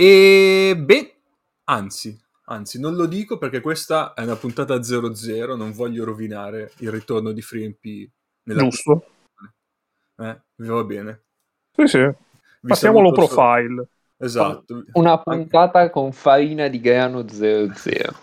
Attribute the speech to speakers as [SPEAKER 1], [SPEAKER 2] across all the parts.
[SPEAKER 1] E beh, anzi, non lo dico perché questa è una puntata 00, non voglio rovinare il ritorno di FreeMP nella
[SPEAKER 2] Giusto?
[SPEAKER 1] vi va bene.
[SPEAKER 2] Sì, sì.
[SPEAKER 1] Vi
[SPEAKER 2] Passiamolo
[SPEAKER 1] saluto
[SPEAKER 2] profile.
[SPEAKER 1] Esatto.
[SPEAKER 3] Una puntata con farina di grano 00.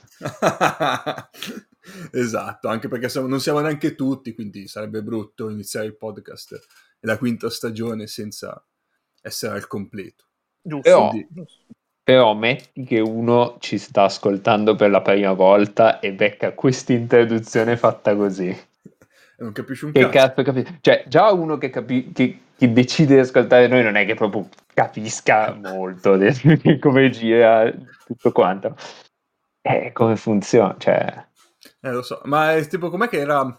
[SPEAKER 1] Esatto, anche perché non siamo neanche tutti, quindi sarebbe brutto iniziare il podcast e la quinta stagione senza essere al completo.
[SPEAKER 2] Giusto.
[SPEAKER 3] Però metti che uno ci sta ascoltando per la prima volta e becca questa introduzione fatta così.
[SPEAKER 1] Non capisci un
[SPEAKER 3] Che
[SPEAKER 1] cazzo.
[SPEAKER 3] Cioè, già uno che decide di ascoltare noi non è che proprio capisca molto di come gira tutto quanto. Come funziona? Cioè...
[SPEAKER 1] Lo so, ma è tipo com'è che era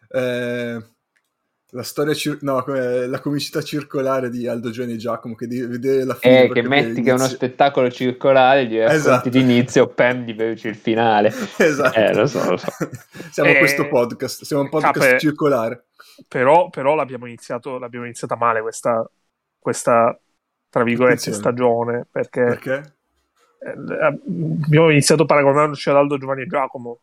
[SPEAKER 1] la storia la comicità circolare di Aldo Giovanni e Giacomo, che devi vedere la fine per
[SPEAKER 3] che
[SPEAKER 1] capire
[SPEAKER 3] metti che è uno
[SPEAKER 1] l'inizio.
[SPEAKER 3] spettacolo circolare, gli racconti
[SPEAKER 1] Esatto.
[SPEAKER 3] l'inizio, pam, gli vedoci il finale.
[SPEAKER 1] Esatto.
[SPEAKER 3] Lo so.
[SPEAKER 1] Siamo questo podcast, siamo un podcast circolare.
[SPEAKER 2] Però l'abbiamo iniziata male questa tra virgolette stagione, perché? Abbiamo iniziato paragonandoci ad Aldo Giovanni e Giacomo.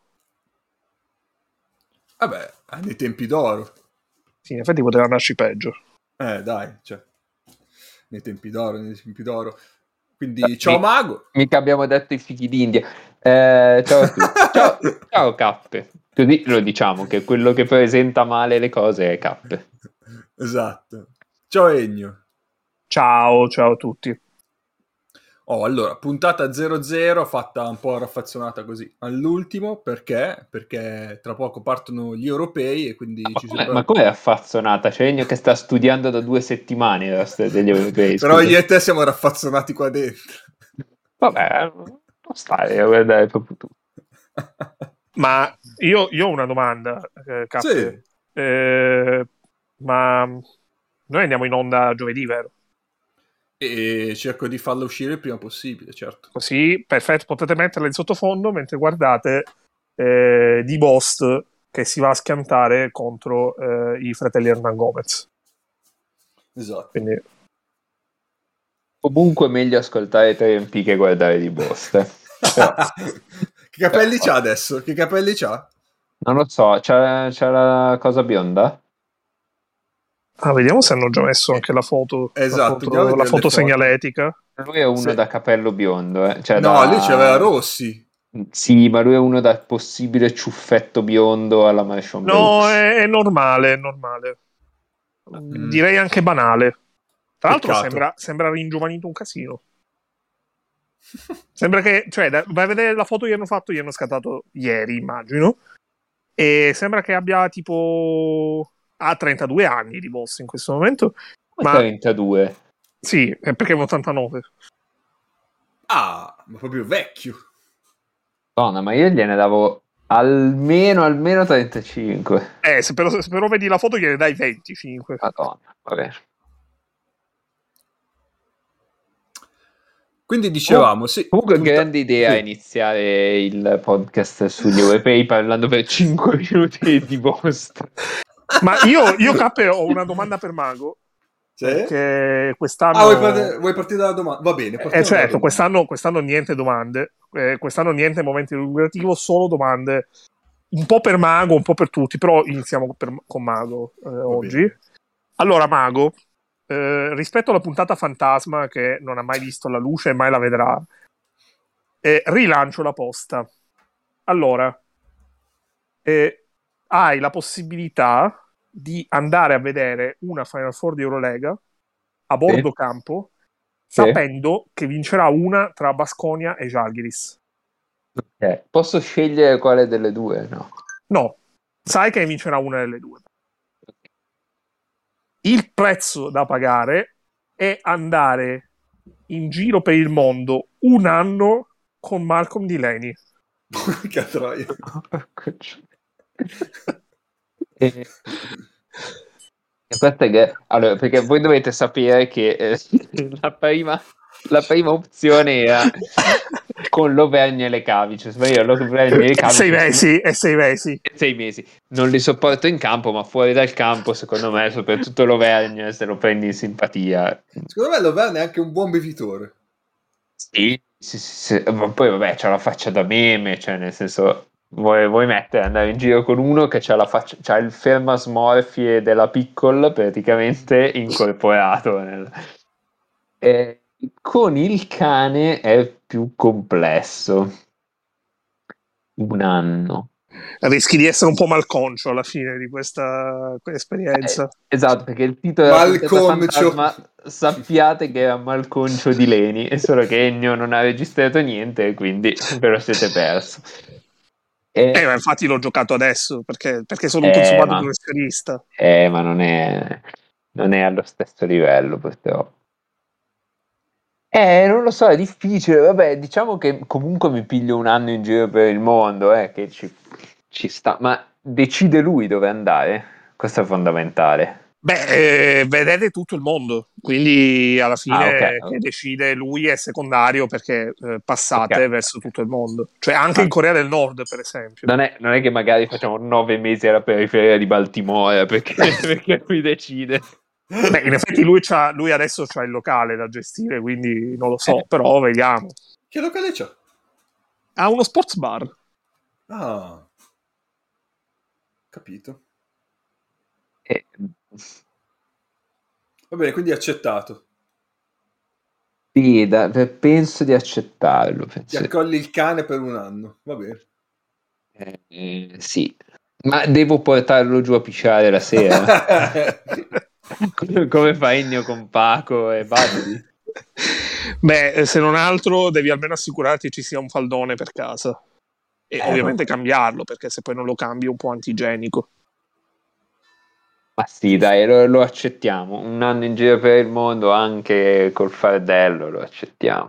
[SPEAKER 1] Vabbè, nei tempi d'oro.
[SPEAKER 2] Sì, in effetti poteva andarci peggio.
[SPEAKER 1] Dai, cioè, nei tempi d'oro. Quindi, ciao Mago.
[SPEAKER 3] Mica abbiamo detto i fighi d'India. Ciao a tutti. Ciao Cappe. Così lo diciamo, che quello che presenta male le cose è Cappe.
[SPEAKER 1] Esatto. Ciao Ennio.
[SPEAKER 2] Ciao a tutti.
[SPEAKER 1] Allora, puntata 00 fatta un po' raffazzonata così all'ultimo, perché tra poco partono gli europei e quindi
[SPEAKER 3] ma come è raffazzonata? C'è Ennio che sta studiando da 2 settimane degli europei.
[SPEAKER 1] Però io e te siamo raffazzonati qua dentro.
[SPEAKER 3] Vabbè, non stai a guardare proprio tu.
[SPEAKER 2] Ma io ho una domanda, Cappe.
[SPEAKER 1] Sì.
[SPEAKER 2] Ma noi andiamo in onda giovedì, vero?
[SPEAKER 1] E cerco di farla uscire il prima possibile, certo.
[SPEAKER 2] Così, perfetto, potete metterla in sottofondo mentre guardate di Bost che si va a schiantare contro i fratelli Hernan Gomez.
[SPEAKER 1] Esatto.
[SPEAKER 2] Quindi...
[SPEAKER 3] Comunque meglio ascoltare 3MP che guardare di Bost.
[SPEAKER 1] Che capelli c'ha adesso? Che capelli c'ha?
[SPEAKER 3] Non lo so, c'è la cosa bionda?
[SPEAKER 2] vediamo se hanno già messo anche la foto.
[SPEAKER 1] Esatto,
[SPEAKER 2] la foto segnaletica.
[SPEAKER 3] Lui è uno da capello biondo, Cioè
[SPEAKER 1] lui c'aveva Rossi.
[SPEAKER 3] Sì, ma lui è uno da possibile ciuffetto biondo alla Marshawn
[SPEAKER 2] No, è normale. Direi anche banale. Tra l'altro sembra ringiovanito un casino. Sembra che, cioè, vai a vedere la foto che gli hanno scattato ieri, immagino, e sembra che abbia tipo 32 anni di Boss in questo momento.
[SPEAKER 3] Ma 32?
[SPEAKER 2] Sì, è perché è un 89.
[SPEAKER 1] Ma proprio vecchio.
[SPEAKER 3] Donna, ma io gliene davo almeno 35.
[SPEAKER 2] Se però vedi la foto gliene dai 25.
[SPEAKER 3] Madonna, vabbè.
[SPEAKER 1] Quindi dicevamo, sì.
[SPEAKER 3] Comunque grande idea iniziare il podcast sugli europei parlando per 5 minuti di Bost.
[SPEAKER 2] Ma io Cappe, ho una domanda per Mago.
[SPEAKER 1] Sì?
[SPEAKER 2] Perché quest'anno...
[SPEAKER 1] vuoi partire dalla domanda? Va bene.
[SPEAKER 2] Certo, quest'anno niente domande. Quest'anno niente momento divulgativo, solo domande. Un po' per Mago, un po' per tutti, però iniziamo con Mago oggi.
[SPEAKER 1] Bene.
[SPEAKER 2] Allora, Mago, rispetto alla puntata fantasma che non ha mai visto la luce e mai la vedrà, rilancio la posta. Allora, hai la possibilità di andare a vedere una Final Four di Eurolega a bordo campo, sapendo che vincerà una tra Baskonia e Žalgiris.
[SPEAKER 3] Posso scegliere quale delle due?
[SPEAKER 2] No, sai che vincerà una delle due. Il prezzo da pagare è andare in giro per il mondo un anno con Malcolm Delaney.
[SPEAKER 1] Che troia.
[SPEAKER 3] Allora, perché voi dovete sapere che la prima opzione era con l'Auvergne e le Cavice.
[SPEAKER 2] E 6 mesi.
[SPEAKER 3] 6 mesi. Non li sopporto in campo, ma fuori dal campo, secondo me, soprattutto l'Auvergne, se lo prendi in simpatia.
[SPEAKER 1] Secondo me l'Auvergne è anche un buon bevitore.
[SPEAKER 3] Sì, sì. Ma poi vabbè, c'ha la faccia da meme, cioè nel senso, vuoi andare in giro con uno che c'ha la faccia, c'ha il fermasmorfie della piccol praticamente incorporato con il cane è più complesso. Un anno.
[SPEAKER 2] Rischi di essere un po' malconcio alla fine di questa esperienza.
[SPEAKER 3] Esatto, perché il titolo della puntata fantasma, sappiate che era Malconcio di Leni, è solo che Ennio non ha registrato niente e quindi ve lo siete perso.
[SPEAKER 2] Ma infatti l'ho giocato adesso perché sono un consumato professionista.
[SPEAKER 3] Ma non è allo stesso livello, purtroppo. Non lo so, è difficile. Vabbè, diciamo che comunque mi piglio un anno in giro per il mondo, che ci sta. Ma decide lui dove andare? Questo è fondamentale.
[SPEAKER 2] Vedete tutto il mondo, quindi alla fine
[SPEAKER 3] okay.
[SPEAKER 2] che decide lui è secondario perché passate verso tutto il mondo. Cioè anche in Corea del Nord, per esempio.
[SPEAKER 3] Non è che magari facciamo 9 mesi alla periferia di Baltimora perché lui decide.
[SPEAKER 2] Beh, in effetti lui adesso c'ha il locale da gestire, quindi non lo so, però vediamo.
[SPEAKER 1] Che locale c'ha?
[SPEAKER 2] Ha uno sports bar.
[SPEAKER 1] Ah, capito. Va bene, quindi accettato.
[SPEAKER 3] Sì, penso di accettarlo.
[SPEAKER 1] Ti accogli il cane per un anno, va bene.
[SPEAKER 3] Sì, ma devo portarlo giù a pisciare la sera? Come fa Ennio con Paco e Buddy?
[SPEAKER 2] Beh, se non altro devi almeno assicurarti ci sia un faldone per casa e ovviamente cambiarlo, perché se poi non lo cambi è un po' antigenico.
[SPEAKER 3] Ma sì, dai, lo accettiamo. Un anno in giro per il mondo anche col fardello lo accettiamo.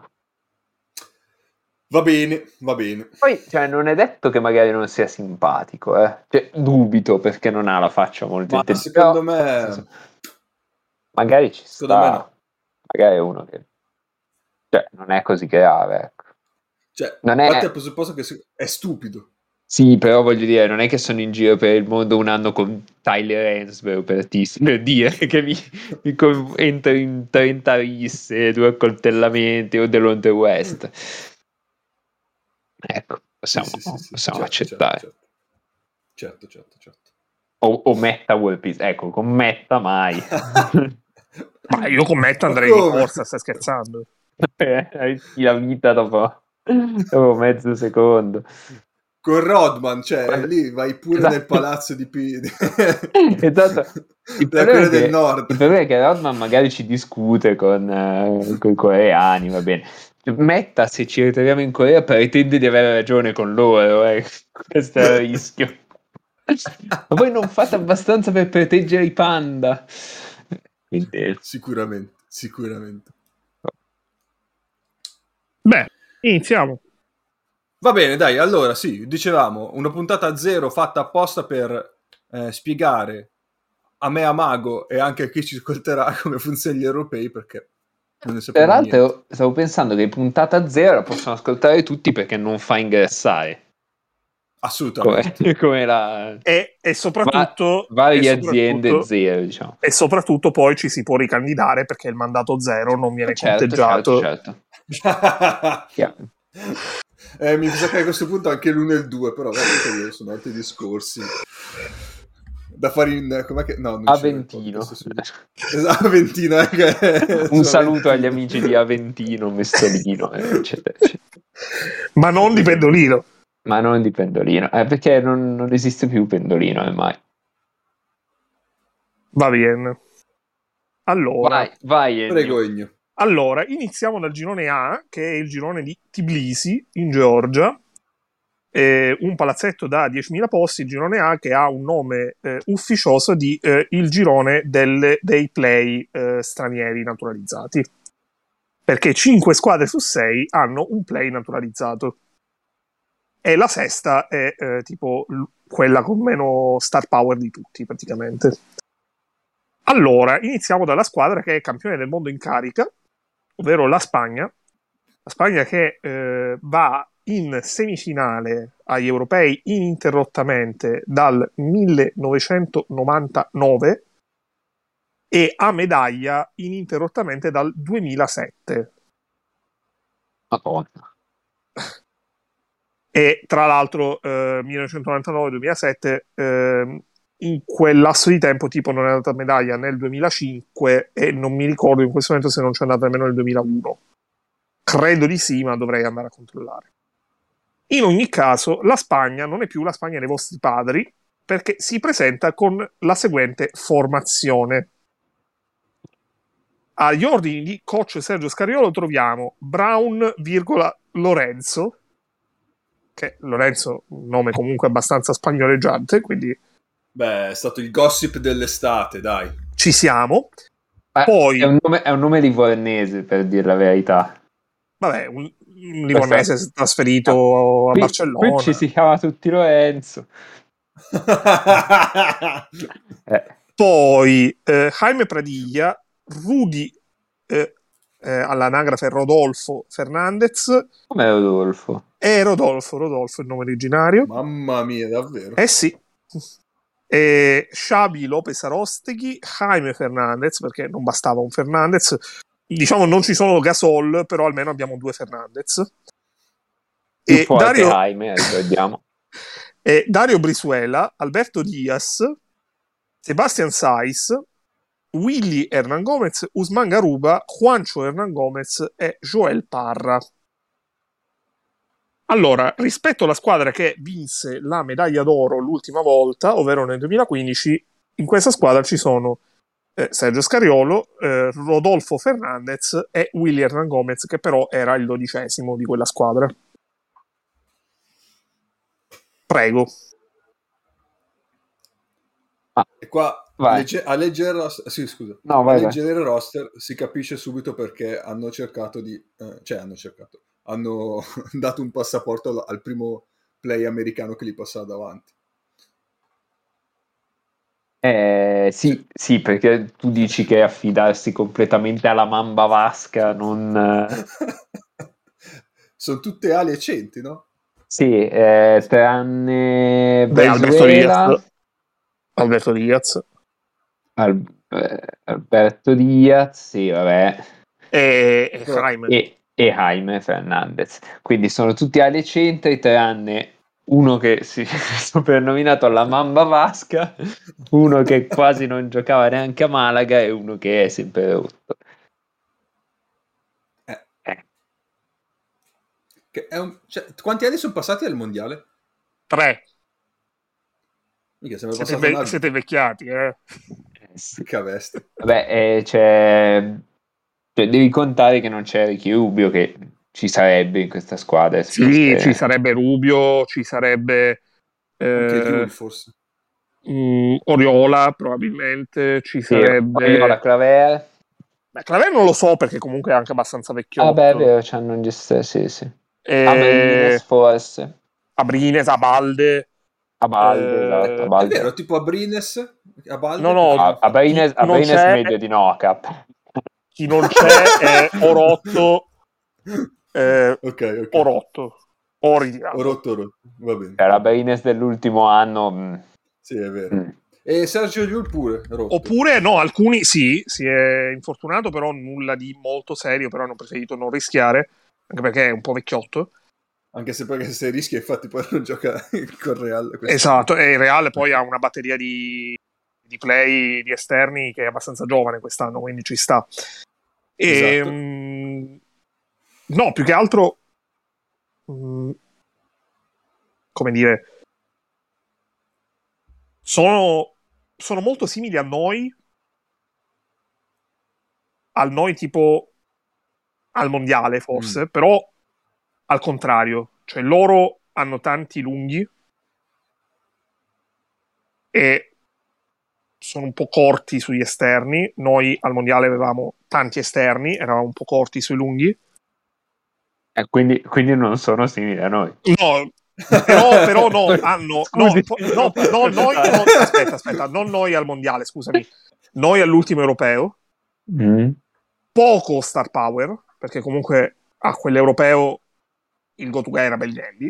[SPEAKER 1] Va bene.
[SPEAKER 3] Poi, cioè, non è detto che magari non sia simpatico, Cioè, dubito perché non ha la faccia molto intelligente.
[SPEAKER 1] Secondo me...
[SPEAKER 3] Magari ci
[SPEAKER 1] secondo
[SPEAKER 3] sta.
[SPEAKER 1] Me no.
[SPEAKER 3] Magari è uno che... Cioè, non è così grave, ecco.
[SPEAKER 1] Cioè,
[SPEAKER 3] non
[SPEAKER 1] parte dal presupposto che è stupido.
[SPEAKER 3] Sì, però voglio dire, non è che sono in giro per il mondo un anno con Tyler Hansbrough per dire che mi entra in 30 risse, 2 accoltellamenti o dell'Onte West. Ecco, possiamo accettare.
[SPEAKER 1] Certo.
[SPEAKER 3] O Metta World Peace. Ecco, con Metta mai.
[SPEAKER 2] Ma io con Metta andrei di corsa, stai scherzando?
[SPEAKER 3] La vita dopo mezzo secondo.
[SPEAKER 1] Con Rodman, cioè lì vai pure nel palazzo di
[SPEAKER 3] esatto.
[SPEAKER 1] da Corea del Nord.
[SPEAKER 3] Il problema è che Rodman magari ci discute con i coreani, va bene. Metta, se ci ritroviamo in Corea, pretende di avere ragione con loro, questo è il rischio. Ma voi non fate abbastanza per proteggere i panda. Quindi...
[SPEAKER 1] Sicuramente.
[SPEAKER 2] Beh, iniziamo.
[SPEAKER 1] Va bene, dai, allora sì, dicevamo, una puntata a zero fatta apposta per spiegare a me, a Mago, e anche a chi ci ascolterà come funzionano gli europei, perché non ne sappiamo niente.
[SPEAKER 3] Tra l'altro stavo pensando che puntata zero la possono ascoltare tutti perché non fa ingrassare.
[SPEAKER 1] Assolutamente.
[SPEAKER 3] Come la...
[SPEAKER 2] E soprattutto...
[SPEAKER 3] varie aziende zero, diciamo.
[SPEAKER 2] E soprattutto poi ci si può ricandidare perché il mandato zero non viene conteggiato.
[SPEAKER 3] Certo.
[SPEAKER 1] Mi sa che a questo punto anche l'1 e il 2, però sono altri discorsi da fare in... com'è che... No, non
[SPEAKER 3] Aventino.
[SPEAKER 1] Aventino.
[SPEAKER 3] Un saluto agli amici di Aventino, Mestolino, eccetera.
[SPEAKER 2] Ma non di Pendolino.
[SPEAKER 3] Ma non di Pendolino, perché non esiste più Pendolino ormai.
[SPEAKER 2] Va bene. Allora,
[SPEAKER 3] vai
[SPEAKER 1] prego, Ennio.
[SPEAKER 2] Allora, iniziamo dal girone A, che è il girone di Tbilisi, in Georgia. Un palazzetto da 10.000 posti, il girone A, che ha un nome ufficioso di il girone dei play stranieri naturalizzati. Perché 5 squadre su 6 hanno un play naturalizzato. E la sesta è tipo quella con meno star power di tutti, praticamente. Allora, iniziamo dalla squadra che è campione del mondo in carica, ovvero la Spagna. La Spagna che va in semifinale agli europei ininterrottamente dal 1999 e a medaglia ininterrottamente dal 2007.
[SPEAKER 3] Madonna.
[SPEAKER 2] E tra l'altro 1999-2007 in quel lasso di tempo tipo non è andata a medaglia nel 2005 e non mi ricordo in questo momento se non c'è andata nemmeno nel 2001. Credo di sì, ma dovrei andare a controllare. In ogni caso, la Spagna non è più la Spagna dei vostri padri, perché si presenta con la seguente formazione. Agli ordini di coach Sergio Scariolo troviamo Brown, Lorenzo, che Lorenzo, un nome comunque abbastanza spagnoleggiante, quindi...
[SPEAKER 1] Beh, è stato il gossip dell'estate, dai.
[SPEAKER 2] Ci siamo.
[SPEAKER 3] Poi... È un nome livornese, per dire la verità.
[SPEAKER 2] Vabbè, un livornese si è trasferito a Barcellona.
[SPEAKER 3] Qui ci si chiama tutti Lorenzo.
[SPEAKER 2] Poi Jaime Pradilla, Rudy all'anagrafe Rodolfo Fernandez.
[SPEAKER 3] Com'è Rodolfo?
[SPEAKER 2] È Rodolfo il nome originario.
[SPEAKER 1] Mamma mia, davvero?
[SPEAKER 2] Sì. E Xabi Lopez Arostegui, Jaime Fernandez, perché non bastava un Fernandez. Diciamo non ci sono Gasol, però almeno abbiamo due Fernandez.
[SPEAKER 3] Più forte Jaime, ricordiamo.
[SPEAKER 2] Dario Brizuela, Alberto Diaz, Sebastian Saiz, Willy Hernan Gomez, Usman Garuba, Juancho Hernan Gomez e Joel Parra. Allora, rispetto alla squadra che vinse la medaglia d'oro l'ultima volta, ovvero nel 2015, in questa squadra ci sono Sergio Scariolo, Rodolfo Fernandez e Willy Hernan Gomez, che però era il 12° di quella squadra. Prego.
[SPEAKER 1] E qua a leggere il roster si capisce subito perché hanno cercato di hanno dato un passaporto al primo play americano che gli passava davanti.
[SPEAKER 3] Sì, perché tu dici che affidarsi completamente alla Mamba Vasca non...
[SPEAKER 1] Sono tutte ali e centi, no?
[SPEAKER 3] Sì, tranne
[SPEAKER 2] Alberto Diaz.
[SPEAKER 3] Alberto Diaz, sì, vabbè.
[SPEAKER 2] E Jaime.
[SPEAKER 3] E Jaime Fernandez. Quindi sono tutti ali e centri, tranne uno che si è soprannominato la Mamba Vasca, uno che quasi non giocava neanche a Malaga e uno che è sempre rotto.
[SPEAKER 1] Quanti anni sono passati al mondiale?
[SPEAKER 2] 3.
[SPEAKER 1] Mica,
[SPEAKER 2] siete vecchiati,
[SPEAKER 3] Sì.
[SPEAKER 1] Caveste.
[SPEAKER 3] Vabbè, devi contare che non c'è Ricky Rubio, che ci sarebbe in questa squadra.
[SPEAKER 2] Sì, ci sarebbe Rubio, ci sarebbe
[SPEAKER 1] anche Riul, forse.
[SPEAKER 2] Oriola, probabilmente, ci sarebbe...
[SPEAKER 3] Oriola, Claver.
[SPEAKER 2] Claver non lo so, perché comunque è anche abbastanza vecchiotto.
[SPEAKER 3] Vabbè, è vero, c'hanno sì. Abrines, forse.
[SPEAKER 2] Abrines, Abalde.
[SPEAKER 3] Esatto, Abalde.
[SPEAKER 1] È vero, tipo Abrines, Abalde.
[SPEAKER 2] No,
[SPEAKER 3] Abrines meglio di Nocap.
[SPEAKER 2] Chi non c'è è Orotto.
[SPEAKER 1] Ok.
[SPEAKER 2] Orotto.
[SPEAKER 1] Orotto, va bene.
[SPEAKER 3] Era Abrines dell'ultimo anno.
[SPEAKER 1] Sì, è vero. E Sergio Llull pure rotto.
[SPEAKER 2] Oppure no, alcuni sì, si è infortunato, però nulla di molto serio, però hanno preferito non rischiare, anche perché è un po' vecchiotto.
[SPEAKER 1] Anche se rischia, infatti poi non gioca con Real.
[SPEAKER 2] Esatto, e il Real poi ha una batteria di play di esterni che è abbastanza giovane quest'anno, quindi ci sta.
[SPEAKER 1] Esatto.
[SPEAKER 2] No, più che altro come dire, sono molto simili a noi, tipo al mondiale forse, però al contrario, cioè loro hanno tanti lunghi e sono un po' corti sugli esterni. Noi al mondiale avevamo tanti esterni, eravamo un po' corti sui lunghi.
[SPEAKER 3] Quindi non sono simili a noi.
[SPEAKER 2] No, però no, hanno... Aspetta, non noi al mondiale, scusami. Noi all'ultimo europeo. Poco star power, perché comunque a quell'europeo il go-to-guy era Bellinelli.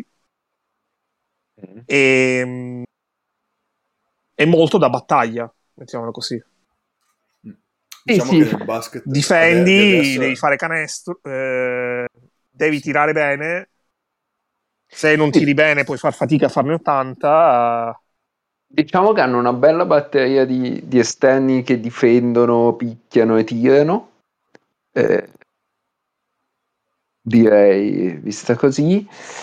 [SPEAKER 2] E molto da battaglia, mettiamola così.
[SPEAKER 1] Diciamo che nel basket
[SPEAKER 2] difendi, devi fare canestro, devi tirare bene. Se non tiri bene puoi far fatica a farne 80.
[SPEAKER 3] Diciamo che hanno una bella batteria di esterni che difendono, picchiano e tirano. Direi, vista così.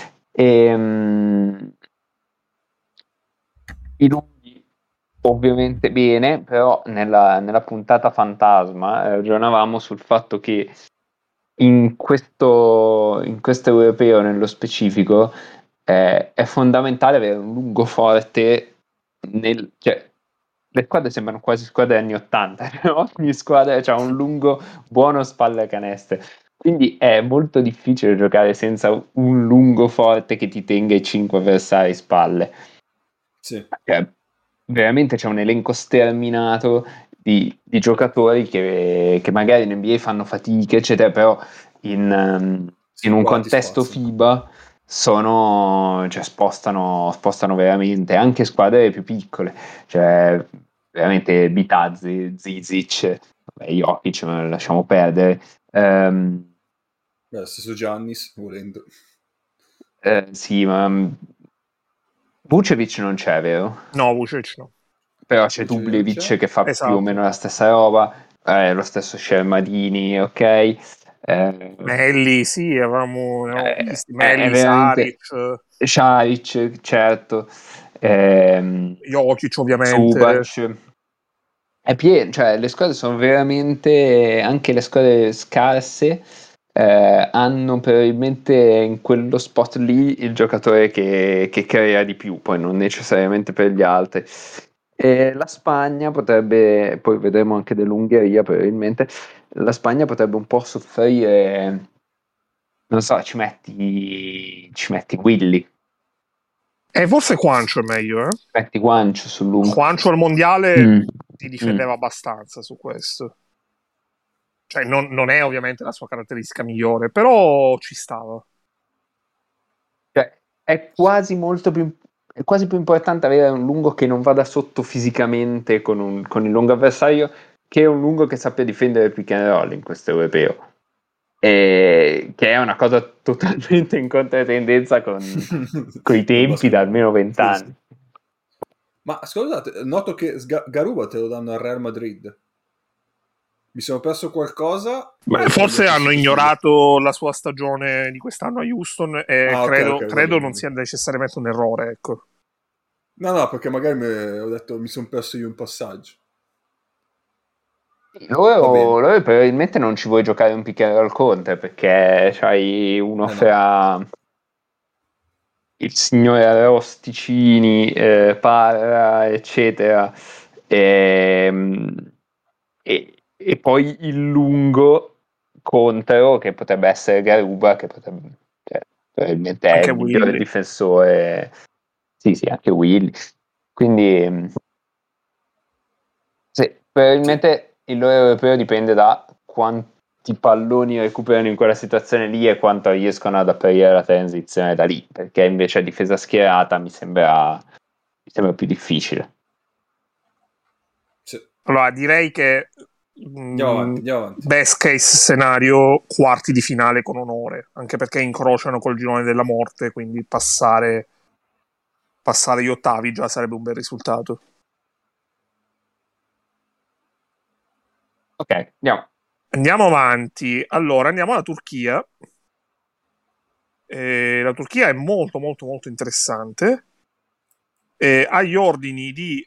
[SPEAKER 3] I lunghi ovviamente bene, però nella puntata fantasma ragionavamo sul fatto che in questo europeo nello specifico è fondamentale avere un lungo forte cioè, le squadre sembrano quasi squadre anni 80, ogni squadra ha un lungo buono spalle canestro, quindi è molto difficile giocare senza un lungo forte che ti tenga i 5 avversari in spalle.
[SPEAKER 1] Sì.
[SPEAKER 3] Veramente c'è un elenco sterminato di giocatori che magari in NBA fanno fatica, eccetera, però in un contesto FIBA spostano veramente anche squadre più piccole, cioè veramente Bitazzi, Zizic, Jokic, ma lo lasciamo perdere.
[SPEAKER 1] Stesso Giannis, volendo.
[SPEAKER 3] Sì, ma Vucevic non c'è, vero?
[SPEAKER 2] No, Vucevic no.
[SPEAKER 3] Però c'è Dubljevic che fa più o meno la stessa roba, lo stesso Scermadini, ok?
[SPEAKER 2] Melli, sì, avevamo visti Melli,
[SPEAKER 3] Saric, certo.
[SPEAKER 2] Jokic ovviamente.
[SPEAKER 3] Zubac. È pieno, cioè le squadre sono veramente, anche le squadre scarse hanno probabilmente in quello spot lì il giocatore che crea di più, poi non necessariamente per gli altri. La Spagna potrebbe, poi vedremo anche dell'Ungheria probabilmente, la Spagna potrebbe un po' soffrire, non so, ci metti Willy.
[SPEAKER 2] Forse Juancho è meglio,
[SPEAKER 3] Ci metti Juancho sul lungo.
[SPEAKER 2] Juancho al mondiale si difendeva abbastanza su questo. Cioè non è ovviamente la sua caratteristica migliore, però ci stava.
[SPEAKER 3] Cioè, è quasi più importante avere un lungo che non vada sotto fisicamente con il lungo avversario che un lungo che sappia difendere il pick and roll in questo europeo. Che è una cosa totalmente in controtendenza con i tempi da almeno 20 anni.
[SPEAKER 1] Ma scusate, noto che Garuba te lo danno al Real Madrid. Mi sono perso qualcosa?
[SPEAKER 2] Forse hanno ignorato la sua stagione di quest'anno a Houston e credo non sia necessariamente un errore, ecco.
[SPEAKER 1] No, perché magari ho detto mi sono perso io un passaggio.
[SPEAKER 3] Loro probabilmente non ci vuoi giocare un pick and roll contro perché c'hai uno fra il signore Arosticini, Parra, eccetera, e poi il lungo contro che potrebbe essere Garuba, che probabilmente è il migliore difensore. Sì, anche Willy. Quindi sì, probabilmente il loro europeo dipende da quanti palloni recuperano in quella situazione lì e quanto riescono ad aprire la transizione da lì, perché invece a difesa schierata mi sembra più difficile.
[SPEAKER 1] Sì.
[SPEAKER 2] Allora direi che
[SPEAKER 1] andiamo avanti.
[SPEAKER 2] Best case scenario, quarti di finale con onore, anche perché incrociano col girone della morte, quindi passare gli ottavi già sarebbe un bel risultato.
[SPEAKER 3] Ok,
[SPEAKER 2] andiamo avanti. Allora andiamo alla Turchia. La Turchia è molto molto molto interessante. Agli ordini di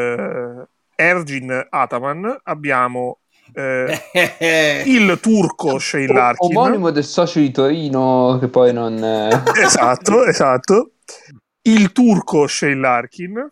[SPEAKER 2] Ergin Ataman abbiamo il turco Shane Larkin,
[SPEAKER 3] omonimo del socio di Torino che poi non
[SPEAKER 2] esatto, il turco Shane Larkin,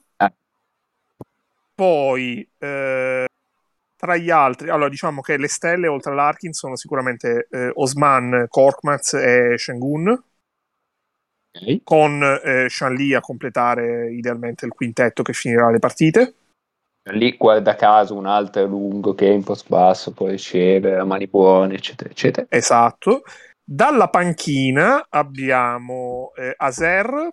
[SPEAKER 2] poi tra gli altri, allora diciamo che le stelle oltre a Larkin sono sicuramente Osman, Korkmaz e Şengün, con Shanli a completare idealmente il quintetto che finirà le partite.
[SPEAKER 3] Lì guarda caso un altro lungo che in post basso può ricevere a mani buone, eccetera eccetera.
[SPEAKER 2] Esatto. Dalla panchina abbiamo Azer,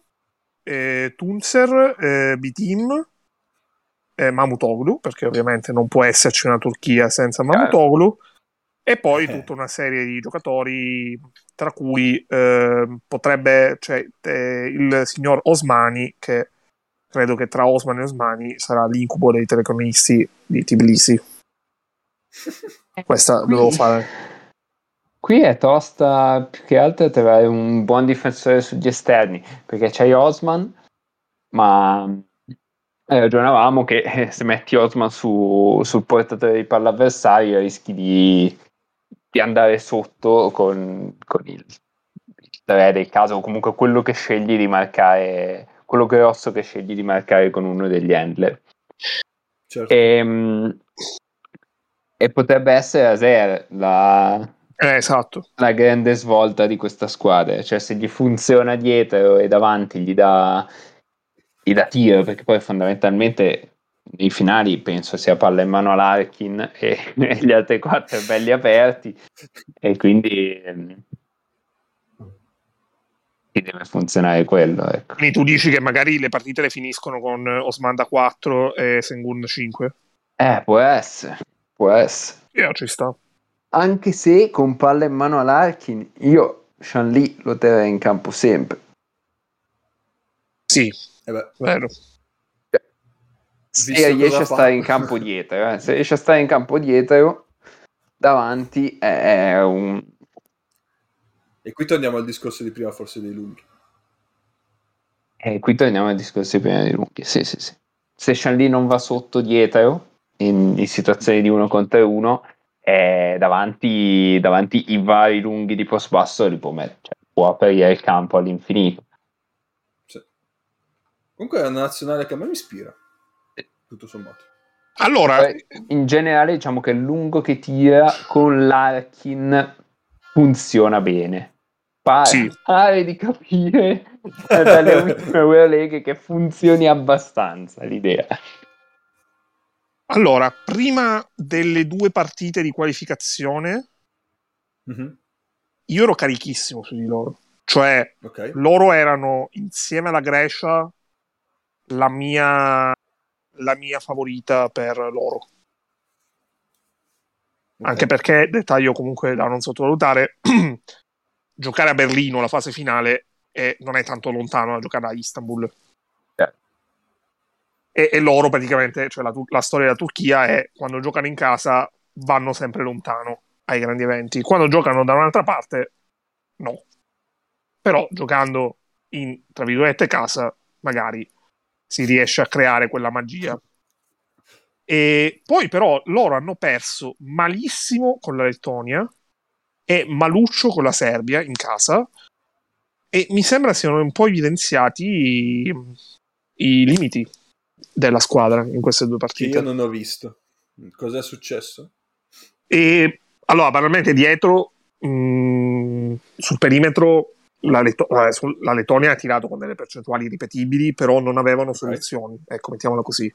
[SPEAKER 2] Tuncer, Bitim, Mamutoglu, perché ovviamente non può esserci una Turchia senza Mamutoglu, E poi tutta una serie di giocatori, tra cui potrebbe, cioè, il signor Osmani, che credo che tra Osman e Osmani sarà l'incubo dei telecronisti di Tbilisi. Questa devo fare.
[SPEAKER 3] Qui è tosta più che altro trovare un buon difensore sugli esterni, perché c'hai Osman, ma ragionavamo che se metti Osman sul portatore di palla avversario rischi di andare sotto con il 3 del caso, o comunque quello che scegli di marcare, quello grosso che scegli di marcare con uno degli handler.
[SPEAKER 1] Certo.
[SPEAKER 3] E potrebbe essere Azer
[SPEAKER 2] Esatto.
[SPEAKER 3] la grande svolta di questa squadra, cioè se gli funziona dietro e davanti gli dà tiro, perché poi fondamentalmente nei finali penso sia palla in mano all'Arkin e gli altri 4 belli aperti, e quindi deve funzionare quello, ecco.
[SPEAKER 2] Quindi tu dici che magari le partite le finiscono con Osman da 4 e Sengun 5?
[SPEAKER 3] Può essere.
[SPEAKER 2] Ci sta.
[SPEAKER 3] Anche se con palla in mano all'Arkin io Shanli lo terrei in campo sempre.
[SPEAKER 2] Sì, vero.
[SPEAKER 3] Se riesce a stare in campo dietro, se riesce a stare in campo dietro, davanti è un...
[SPEAKER 1] E qui torniamo al discorso di prima, forse dei lunghi.
[SPEAKER 3] Qui torniamo al discorso di prima dei lunghi, sì. Se Shanli non va sotto dietro, in situazioni di 1 contro 1, davanti i vari lunghi di post basso li può mettere, cioè, può aprire il campo all'infinito.
[SPEAKER 1] Sì. Comunque è una nazionale che a me mi ispira, tutto sommato.
[SPEAKER 2] Allora,
[SPEAKER 3] in generale diciamo che il lungo che tira con l'Arkin funziona bene. Pare di capire dalle ultime Euroleghe che funzioni abbastanza l'idea.
[SPEAKER 2] Allora, prima delle 2 partite di qualificazione, io ero carichissimo su di loro. Cioè, loro erano, insieme alla Grecia, la mia favorita per loro. Anche perché, dettaglio comunque da non sottovalutare, giocare a Berlino la fase finale non è tanto lontano da giocare a Istanbul. E loro praticamente, cioè la storia della Turchia è quando giocano in casa vanno sempre lontano ai grandi eventi. Quando giocano da un'altra parte, no. Però giocando in, tra virgolette, casa, magari si riesce a creare quella magia. E poi però loro hanno perso malissimo con la Lettonia e maluccio con la Serbia in casa, e mi sembra siano un po' evidenziati i limiti della squadra in queste 2 partite.
[SPEAKER 1] Che io non ho visto. Cos'è successo?
[SPEAKER 2] E allora, banalmente dietro sul perimetro la Lettonia ha tirato con delle percentuali ripetibili, però non avevano soluzioni, ecco, mettiamola così.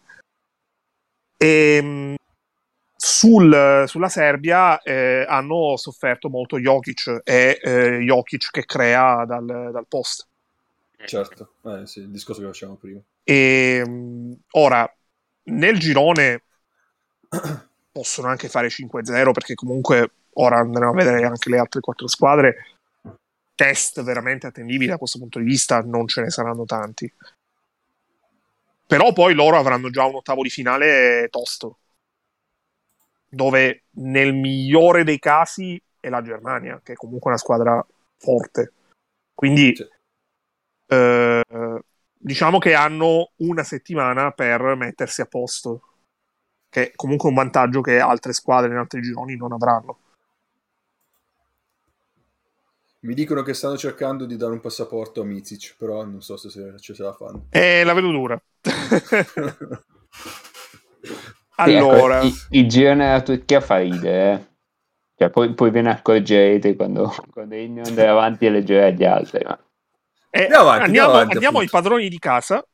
[SPEAKER 2] E sulla Serbia hanno sofferto molto Jokic, e Jokic che crea dal post.
[SPEAKER 1] Certo, sì, il discorso che facevamo prima.
[SPEAKER 2] E ora nel girone possono anche fare 5-0, perché comunque ora andremo a vedere anche le altre 4 squadre. Test veramente attendibili da questo punto di vista non ce ne saranno tanti, però poi loro avranno già un ottavo di finale tosto, dove nel migliore dei casi è la Germania, che è comunque una squadra forte, quindi diciamo che hanno una settimana per mettersi a posto, che è comunque un vantaggio che altre squadre in altri gironi non avranno.
[SPEAKER 1] Mi dicono che stanno cercando di dare un passaporto a Micic, però non so se ce la fanno.
[SPEAKER 2] La vedo dura. Allora,
[SPEAKER 3] ecco, il girone della Turchia fa ridere, cioè, poi ve ne accorgerete quando iniziano ad andare avanti e leggere agli altri. Ma...
[SPEAKER 2] andiamo ai padroni di casa.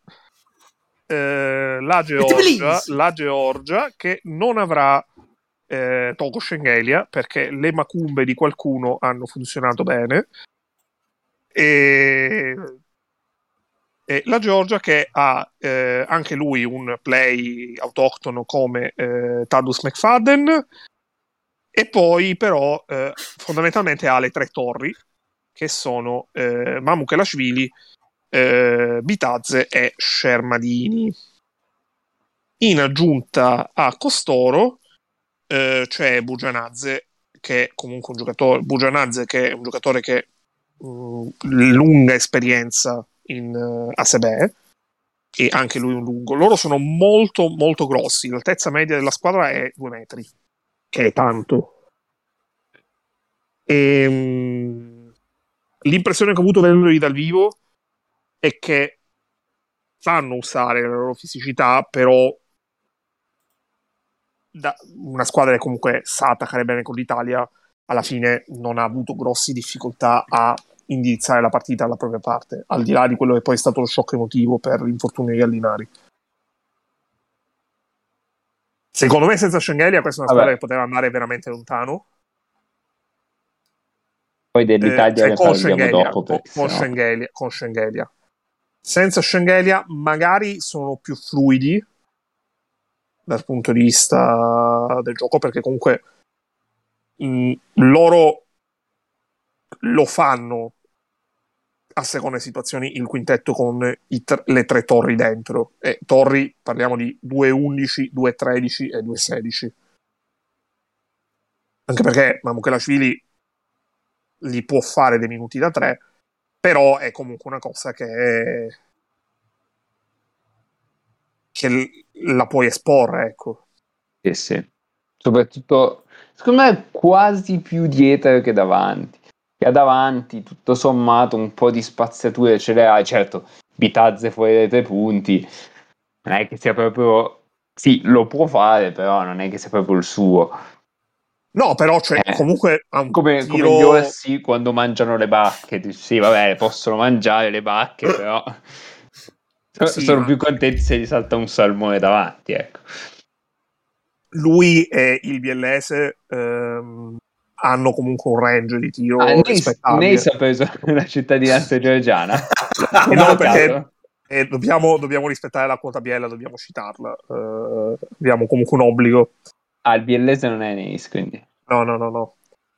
[SPEAKER 2] La Georgia, che non avrà Toko Shengelia, perché le macumbe di qualcuno hanno funzionato bene, e la Georgia che ha anche lui un play autoctono come Tadeusz McFadden, E poi però fondamentalmente ha le tre torri, che sono Mamoukelashvili, Bitadze e Shermadini. In aggiunta a costoro c'è Bujanadze, che è comunque un giocatore, Bujanadze che è un giocatore che lunga esperienza in ASB, e anche lui un lungo. Loro sono molto molto grossi, l'altezza media della squadra è 2 metri, che è tanto. L'impressione che ho avuto vedendoli dal vivo è che sanno usare la loro fisicità, però una squadra che comunque sa attaccare bene con l'Italia alla fine non ha avuto grosse difficoltà a indirizzare la partita alla propria parte, al di là di quello che poi è stato lo shock emotivo per l'infortunio di Gallinari. Secondo me senza Shengelia questa è una squadra che poteva andare veramente lontano.
[SPEAKER 3] Poi dell'Italia ne parliamo dopo.
[SPEAKER 2] Con Shengelia. Senza Shengelia magari sono più fluidi dal punto di vista del gioco, perché comunque loro lo fanno a seconde situazioni il quintetto con le tre torri dentro, e torri parliamo di 2-11, 2-13 e 2-16, anche perché Mamoukelashvili li può fare dei minuti da 3, però è comunque una cosa che la puoi esporre, ecco.
[SPEAKER 3] Sì. Soprattutto secondo me quasi più dietro che davanti. Che davanti tutto sommato un po' di spaziature ce le hai. Certo, Bitadze fuori dai 3 punti non è che sia proprio, sì, lo può fare, però non è che sia proprio il suo.
[SPEAKER 2] No, però comunque
[SPEAKER 3] come gli orsi quando mangiano le bacche. Dici, sì, vabbè, possono mangiare le bacche, però sono più contenti se gli salta un salmone davanti, ecco.
[SPEAKER 2] Lui e il biellese hanno comunque un range di tiro rispettabile.
[SPEAKER 3] Neis ha preso la cittadinanza georgiana.
[SPEAKER 2] No, perché dobbiamo rispettare la quota biella, dobbiamo citarla. Abbiamo comunque un obbligo.
[SPEAKER 3] Il biellese non è Neis, quindi.
[SPEAKER 2] No.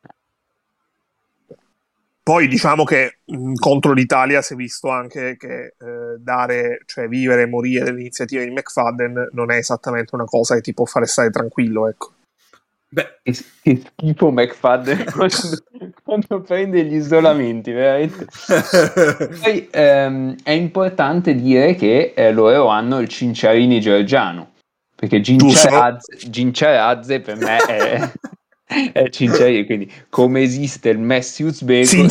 [SPEAKER 2] Poi diciamo che contro l'Italia si è visto anche che vivere e morire dell'iniziativa di McFadden non è esattamente una cosa che ti può fare stare tranquillo, ecco.
[SPEAKER 3] Beh, che schifo McFadden quando prende gli isolamenti, veramente. Poi è importante dire che loro hanno il Cinciarini georgiano, perché Ginciaradze per me è Cinciarini, quindi come esiste il Messi uzbeko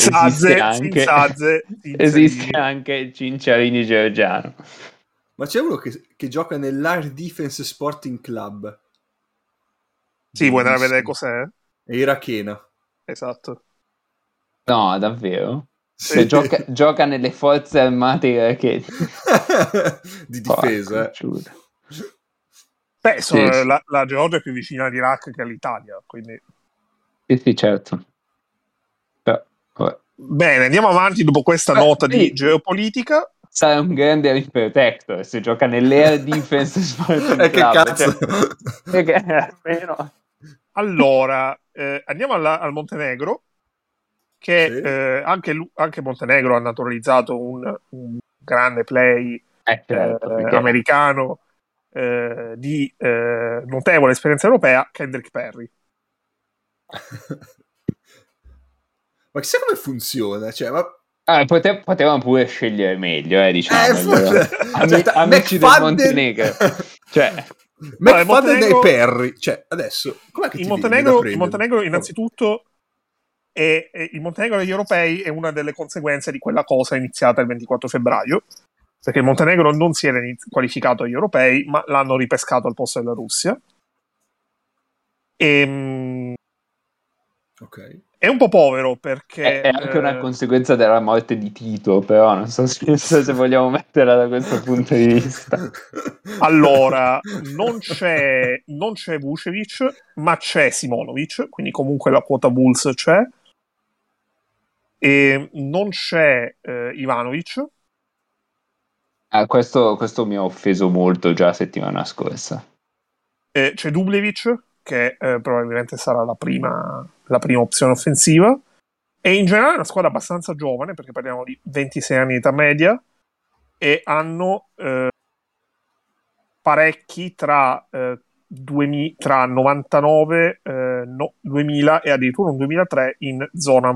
[SPEAKER 3] esiste anche il Cinciarini georgiano.
[SPEAKER 1] Ma c'è uno che gioca nell'Air Defense Sporting Club.
[SPEAKER 2] Sì, vuoi andare a vedere cos'è?
[SPEAKER 1] È irachena.
[SPEAKER 2] Esatto.
[SPEAKER 3] No, davvero? Sì. Gioca nelle forze armate irachene.
[SPEAKER 1] Di difesa.
[SPEAKER 2] Beh, la Georgia è più vicina all'Iraq che all'Italia, quindi.
[SPEAKER 3] Sì, certo.
[SPEAKER 2] Bene, andiamo avanti dopo questa nota di geopolitica.
[SPEAKER 3] Sarà un grande rim protector se gioca nell'Air Defense Sporting Club.
[SPEAKER 1] Che cazzo?
[SPEAKER 2] Allora, andiamo al Montenegro, che anche Montenegro ha naturalizzato un grande play americano di notevole esperienza europea, Kendrick Perry.
[SPEAKER 1] Ma chissà come funziona, cioè,
[SPEAKER 3] potevamo pure scegliere meglio, diciamo. Amici del Montenegro.
[SPEAKER 1] Cioè, McFadden e Perry. Cioè, adesso, com'è che
[SPEAKER 2] il Montenegro innanzitutto il Montenegro degli europei è una delle conseguenze di quella cosa iniziata il 24 febbraio, perché il Montenegro non si era qualificato agli europei, ma l'hanno ripescato al posto della Russia.
[SPEAKER 1] Ok.
[SPEAKER 2] È un po' povero perché
[SPEAKER 3] è anche una conseguenza della morte di Tito, però non so se vogliamo metterla da questo punto di vista.
[SPEAKER 2] Allora, non c'è Vucevic, ma c'è Simonovic, quindi comunque la quota Bulls c'è, e non c'è Ivanovic.
[SPEAKER 3] Questo mi ha offeso molto già la settimana scorsa.
[SPEAKER 2] C'è Dublevic, che probabilmente sarà la prima opzione offensiva, e in generale è una squadra abbastanza giovane, perché parliamo di 26 anni di età media, e hanno parecchi tra 99, 2000 e addirittura un 2003 in Zoran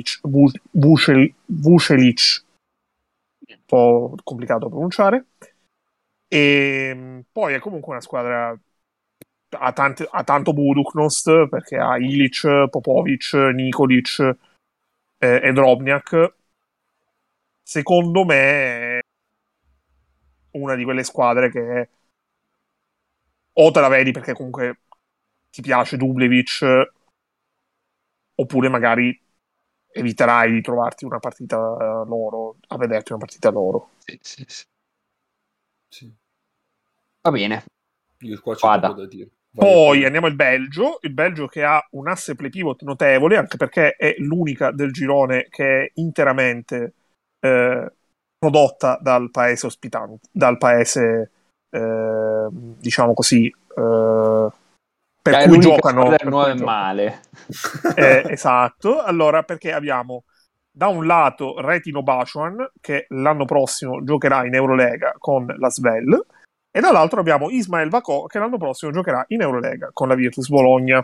[SPEAKER 2] Vucelic, un po' complicato da pronunciare, e poi è comunque una squadra ha tanto Budućnost, perché ha Ilic, Popovic, Nikolic e Drobnjak. Secondo me è una di quelle squadre che o te la vedi perché comunque ti piace Dublevic, oppure magari eviterai di trovarti una partita loro, a vederti una partita loro.
[SPEAKER 3] Sì. Va bene.
[SPEAKER 1] Io qua c'è poco da dire.
[SPEAKER 2] Poi andiamo al Belgio, il Belgio che ha un asse play pivot notevole, anche perché è l'unica del girone che è interamente prodotta dal paese ospitante, dal paese diciamo così, per cui giocano
[SPEAKER 3] nuovo e male.
[SPEAKER 2] esatto. Allora, perché abbiamo da un lato Retino Baciuan, che l'anno prossimo giocherà in Eurolega con la Svel, e dall'altro abbiamo Ismael Vakò, che l'anno prossimo giocherà in Eurolega con la Virtus Bologna.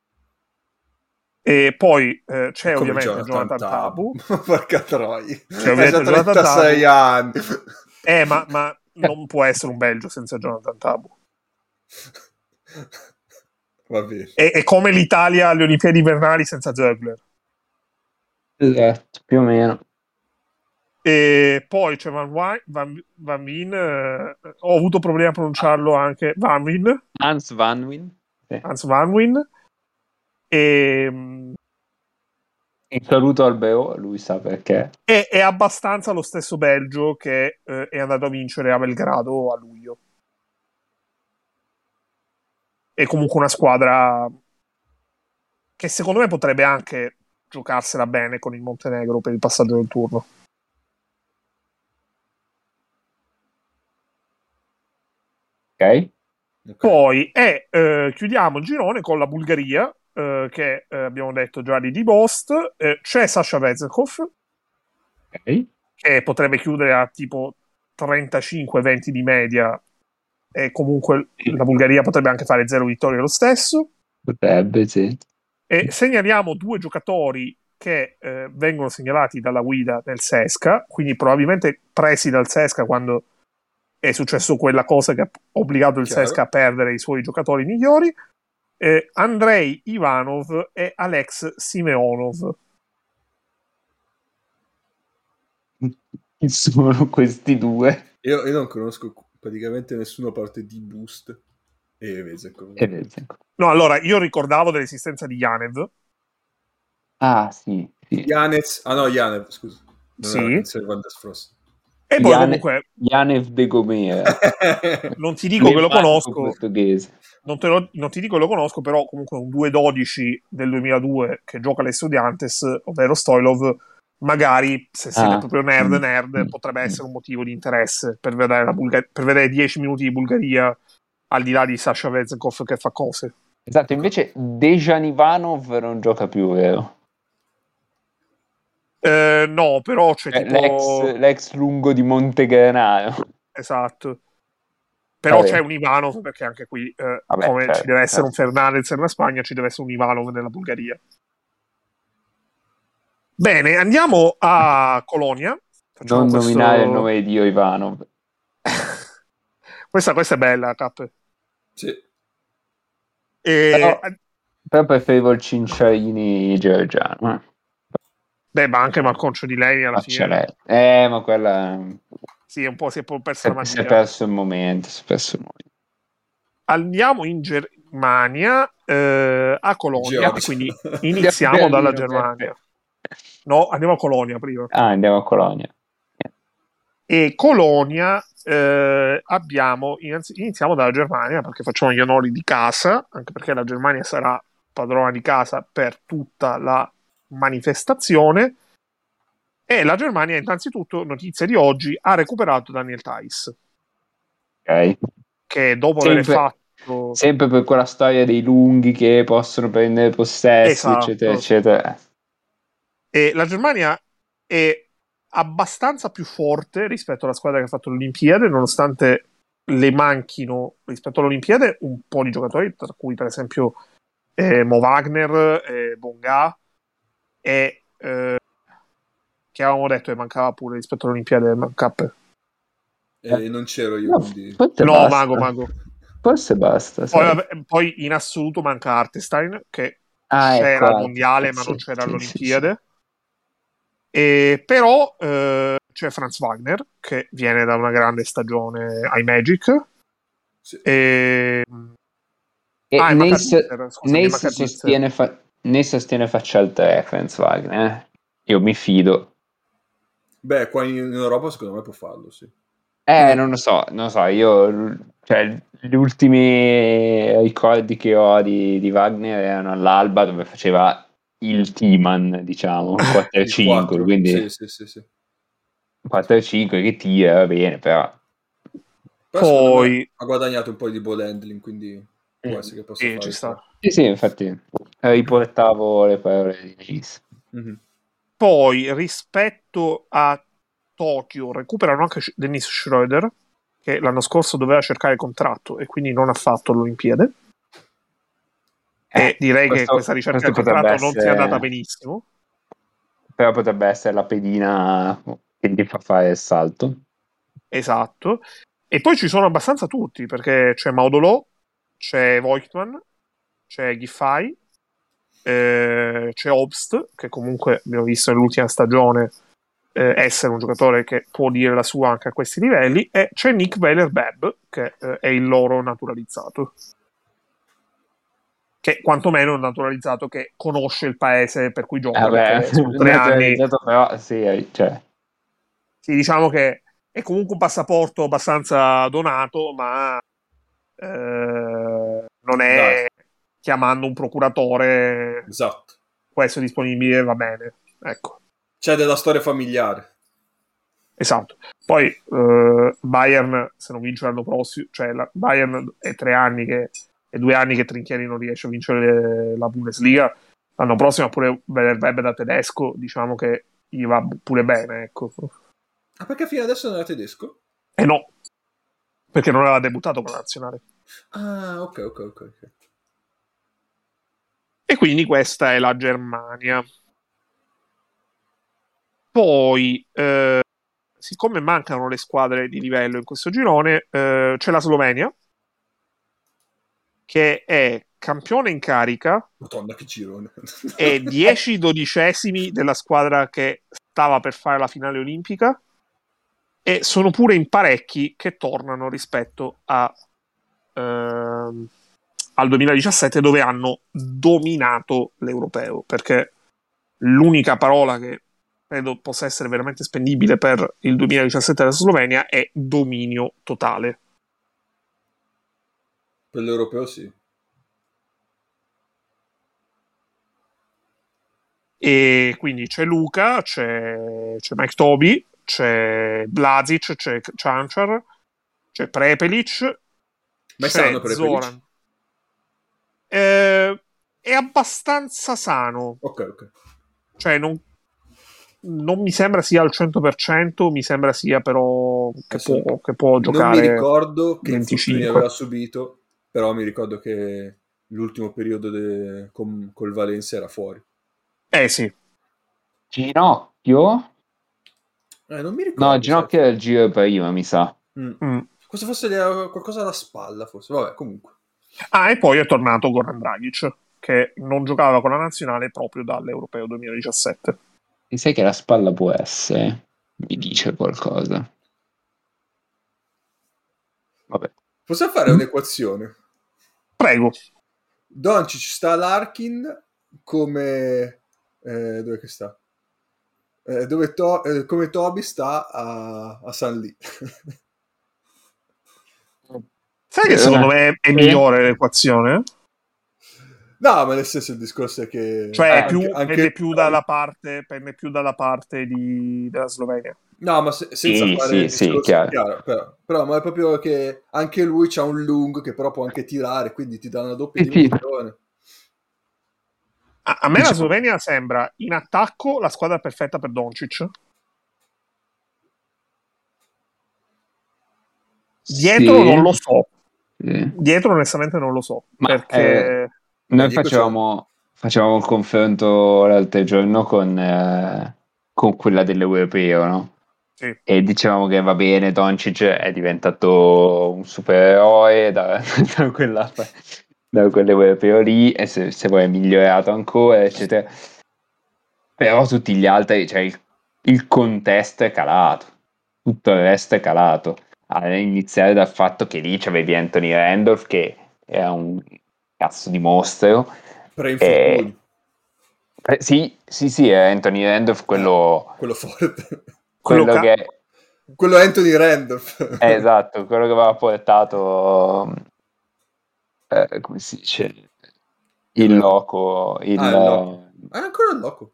[SPEAKER 2] E poi c'è
[SPEAKER 1] come
[SPEAKER 2] ovviamente Jonathan Tabu.
[SPEAKER 1] Porca troia,
[SPEAKER 2] c'è ovviamente
[SPEAKER 1] Jonathan 36 anni.
[SPEAKER 2] Ma non può essere un Belgio senza Jonathan Tabu.
[SPEAKER 1] Va bene.
[SPEAKER 2] È come l'Italia alle Olimpiadi invernali senza Zögler.
[SPEAKER 3] Esatto, più o meno.
[SPEAKER 2] E poi c'è Van Wien, ho avuto problemi a pronunciarlo anche,
[SPEAKER 3] Hans Van Wien. Sì.
[SPEAKER 2] Hans Van Wien. E
[SPEAKER 3] un saluto al Beo, lui sa perché.
[SPEAKER 2] È abbastanza lo stesso Belgio che è andato a vincere a Belgrado a luglio. È comunque una squadra che secondo me potrebbe anche giocarsela bene con il Montenegro per il passaggio del turno.
[SPEAKER 3] Ok.
[SPEAKER 2] Poi chiudiamo il girone con la Bulgaria, che abbiamo detto già di Bost. C'è Sasha Vezenkov, che potrebbe chiudere a tipo 35-20 di media, e comunque la Bulgaria potrebbe anche fare 0 vittorie lo stesso.
[SPEAKER 3] Potrebbe, sì.
[SPEAKER 2] E segnaliamo 2 giocatori che vengono segnalati dalla guida nel Sesca, quindi probabilmente presi dal Sesca quando è successo quella cosa che ha obbligato il Sesca a perdere i suoi giocatori migliori. Andrei Ivanov e Alex Simeonov.
[SPEAKER 3] Chi sono questi due?
[SPEAKER 1] Io non conosco praticamente nessuno a parte di Boost e Vezenkov.
[SPEAKER 2] No, allora, io ricordavo dell'esistenza di Janev.
[SPEAKER 3] Ah, sì.
[SPEAKER 1] Janez, Janev, scusa.
[SPEAKER 2] Sì.
[SPEAKER 1] Frost.
[SPEAKER 2] E poi comunque
[SPEAKER 3] Janev de Gomera.
[SPEAKER 2] Non ti dico che lo conosco. Non ti dico che lo conosco, però comunque un 2-12 del 2002 che gioca alle Estudiantes, ovvero Stoilov, magari se siete proprio nerd potrebbe essere un motivo di interesse per vedere per vedere 10 minuti di Bulgaria al di là di Sasha Vezenkov che fa cose.
[SPEAKER 3] Esatto, invece Dejan Ivanov non gioca più, vero?
[SPEAKER 2] No, però c'è tipo
[SPEAKER 3] l'ex lungo di Montegranaro.
[SPEAKER 2] Esatto. Però c'è un Ivanov, perché anche qui come ci deve essere un Fernandez nella Spagna, ci deve essere un Ivanov nella Bulgaria. Bene, andiamo a Colonia.
[SPEAKER 3] Non nominare il nome di Dio Ivanov.
[SPEAKER 2] questa è bella, Cap.
[SPEAKER 1] Sì.
[SPEAKER 3] Però preferivo il Cinciarini georgiano.
[SPEAKER 2] Beh, ma anche Malconcio di Lei alla fine.
[SPEAKER 3] Ma quella...
[SPEAKER 2] Sì, un po' si è persa la magia.
[SPEAKER 3] Si è perso il momento.
[SPEAKER 2] Andiamo in Germania, a Colonia, quindi iniziamo dalla Germania. No, andiamo a Colonia prima.
[SPEAKER 3] Andiamo a Colonia.
[SPEAKER 2] E Colonia iniziamo dalla Germania, perché facciamo gli onori di casa, anche perché la Germania sarà padrona di casa per tutta la manifestazione. E la Germania, innanzitutto, notizia di oggi, ha recuperato Daniel Theis,
[SPEAKER 3] ok,
[SPEAKER 2] che dopo aver fatto
[SPEAKER 3] sempre per quella storia dei lunghi che possono prendere possessi,
[SPEAKER 2] esatto,
[SPEAKER 3] eccetera, eccetera.
[SPEAKER 2] E la Germania è abbastanza più forte rispetto alla squadra che ha fatto le Olimpiadi, nonostante le manchino rispetto alle Olimpiadi un po' di giocatori, tra cui per esempio Mo Wagner, Bonga e che avevamo detto che mancava pure rispetto alle Olimpiadi del Cup.
[SPEAKER 1] Non c'ero io,
[SPEAKER 3] No,
[SPEAKER 1] quindi...
[SPEAKER 2] No, Mago.
[SPEAKER 3] Forse basta.
[SPEAKER 2] Poi in assoluto manca Hartenstein, che c'era
[SPEAKER 3] ecco,
[SPEAKER 2] al Mondiale ma non c'era all'Olimpiade. Però c'è Franz Wagner, che viene da una grande stagione ai Magic.
[SPEAKER 1] Sì.
[SPEAKER 3] Né sostiene faccia al 3 Franz Wagner. Io mi fido.
[SPEAKER 1] Beh, qua in Europa secondo me può farlo, sì.
[SPEAKER 3] Non lo so, io, cioè, gli ultimi ricordi che ho di Wagner erano all'Alba, dove faceva il T-man, diciamo, 4-5, quindi
[SPEAKER 1] sì.
[SPEAKER 3] 4-5 che tira, va bene, però
[SPEAKER 2] poi
[SPEAKER 1] ha guadagnato un po' di ball handling, quindi può essere che possa fare.
[SPEAKER 2] ci sta.
[SPEAKER 3] Sì, infatti riportavo le parole di Gis.
[SPEAKER 1] Mm-hmm.
[SPEAKER 2] Poi rispetto a Tokyo recuperano anche Dennis Schroeder, che l'anno scorso doveva cercare contratto e quindi non ha fatto l'Olimpiade. E direi che questa ricerca del contratto non sia andata benissimo.
[SPEAKER 3] Però potrebbe essere la pedina che gli fa fare il salto.
[SPEAKER 2] Esatto. E poi ci sono abbastanza tutti, perché c'è Maudolò, c'è Voigtman, c'è Giffai, c'è Obst, che comunque abbiamo visto nell'ultima stagione essere un giocatore che può dire la sua anche a questi livelli, e c'è Nick Weiler-Babb, che è il loro naturalizzato. Che quantomeno è un naturalizzato che conosce il paese per cui gioca, perché sono 3 anni.
[SPEAKER 3] Però, sì, cioè.
[SPEAKER 2] Sì, diciamo che è comunque un passaporto abbastanza donato, ma non è chiamando un procuratore.
[SPEAKER 1] Esatto.
[SPEAKER 2] Può essere disponibile, va bene. Ecco.
[SPEAKER 1] C'è della storia familiare.
[SPEAKER 2] Esatto. Poi Bayern, se non vince l'anno prossimo, cioè Bayern è 3 anni che è 2 anni che Trinchieri non riesce a vincere la Bundesliga. L'anno prossimo pure Web da tedesco, diciamo che gli va pure bene, ecco.
[SPEAKER 1] Ah, perché fino adesso non era tedesco?
[SPEAKER 2] No, perché non aveva debuttato con la nazionale.
[SPEAKER 1] Ah, ok.
[SPEAKER 2] E quindi questa è la Germania. Poi, siccome mancano le squadre di livello in questo girone, c'è la Slovenia, che è campione in carica.
[SPEAKER 1] Madonna, che girone.
[SPEAKER 2] E 10/12 della squadra che stava per fare la finale olimpica, e sono pure in parecchi che tornano rispetto al 2017, dove hanno dominato l'europeo, perché l'unica parola che credo possa essere veramente spendibile per il 2017 della Slovenia è dominio totale.
[SPEAKER 1] Per l'europeo sì.
[SPEAKER 2] E quindi c'è Luca, c'è Mike Toby, c'è Blazic, c'è Cancar, c'è Prepelic,
[SPEAKER 1] ma
[SPEAKER 2] c'è Zoran. È abbastanza sano.
[SPEAKER 1] Ok.
[SPEAKER 2] Cioè non mi sembra sia al 100%, mi sembra sia però che può giocare.
[SPEAKER 1] Non mi ricordo che
[SPEAKER 2] 25
[SPEAKER 1] infortuni aveva subito, però mi ricordo che l'ultimo periodo col Valencia era fuori.
[SPEAKER 2] Sì.
[SPEAKER 3] Ginocchio?
[SPEAKER 1] Non mi ricordo.
[SPEAKER 3] No, ginocchio era il giro prima, mi sa.
[SPEAKER 1] Questo fosse qualcosa alla spalla, forse. Vabbè, comunque.
[SPEAKER 2] E poi è tornato Goran Dragic, che non giocava con la nazionale proprio dall'Europeo 2017.
[SPEAKER 3] E sai che la spalla può essere? Mi dice qualcosa. Vabbè.
[SPEAKER 1] Possiamo fare un'equazione?
[SPEAKER 2] Prego.
[SPEAKER 1] Doncic sta all'Arkin come... dove che sta? Come Toby sta a San Lee.
[SPEAKER 2] Sai che secondo me è migliore l'equazione?
[SPEAKER 1] No, ma nel senso il discorso è che...
[SPEAKER 2] Cioè pende più dalla parte della Slovenia.
[SPEAKER 1] No, ma senza fare il discorso chiaro. Però ma è proprio che anche lui c'ha un lungo che però può anche tirare, quindi ti dà una doppia dimensione.
[SPEAKER 2] A me la Slovenia sembra in attacco la squadra perfetta per Doncic. Dietro non lo so. Dietro onestamente non lo so. Ma perché
[SPEAKER 3] noi facevamo il confronto l'altro giorno con quella dell'Europeo, no?
[SPEAKER 2] Sì.
[SPEAKER 3] E dicevamo che va bene, Doncic è diventato un supereroe da quell'Europeo lì, e se poi è migliorato ancora, eccetera. Però tutti gli altri, cioè il contesto è calato, tutto il resto è calato. A iniziare dal fatto che lì c'avevi Anthony Randolph, che era un cazzo di mostro.
[SPEAKER 1] Pre-infortuni.
[SPEAKER 3] Sì, è Anthony Randolph quello
[SPEAKER 1] forte.
[SPEAKER 3] Quello
[SPEAKER 1] è Anthony Randolph.
[SPEAKER 3] Esatto, quello che aveva portato come si dice? Il loco.
[SPEAKER 1] È ancora il loco.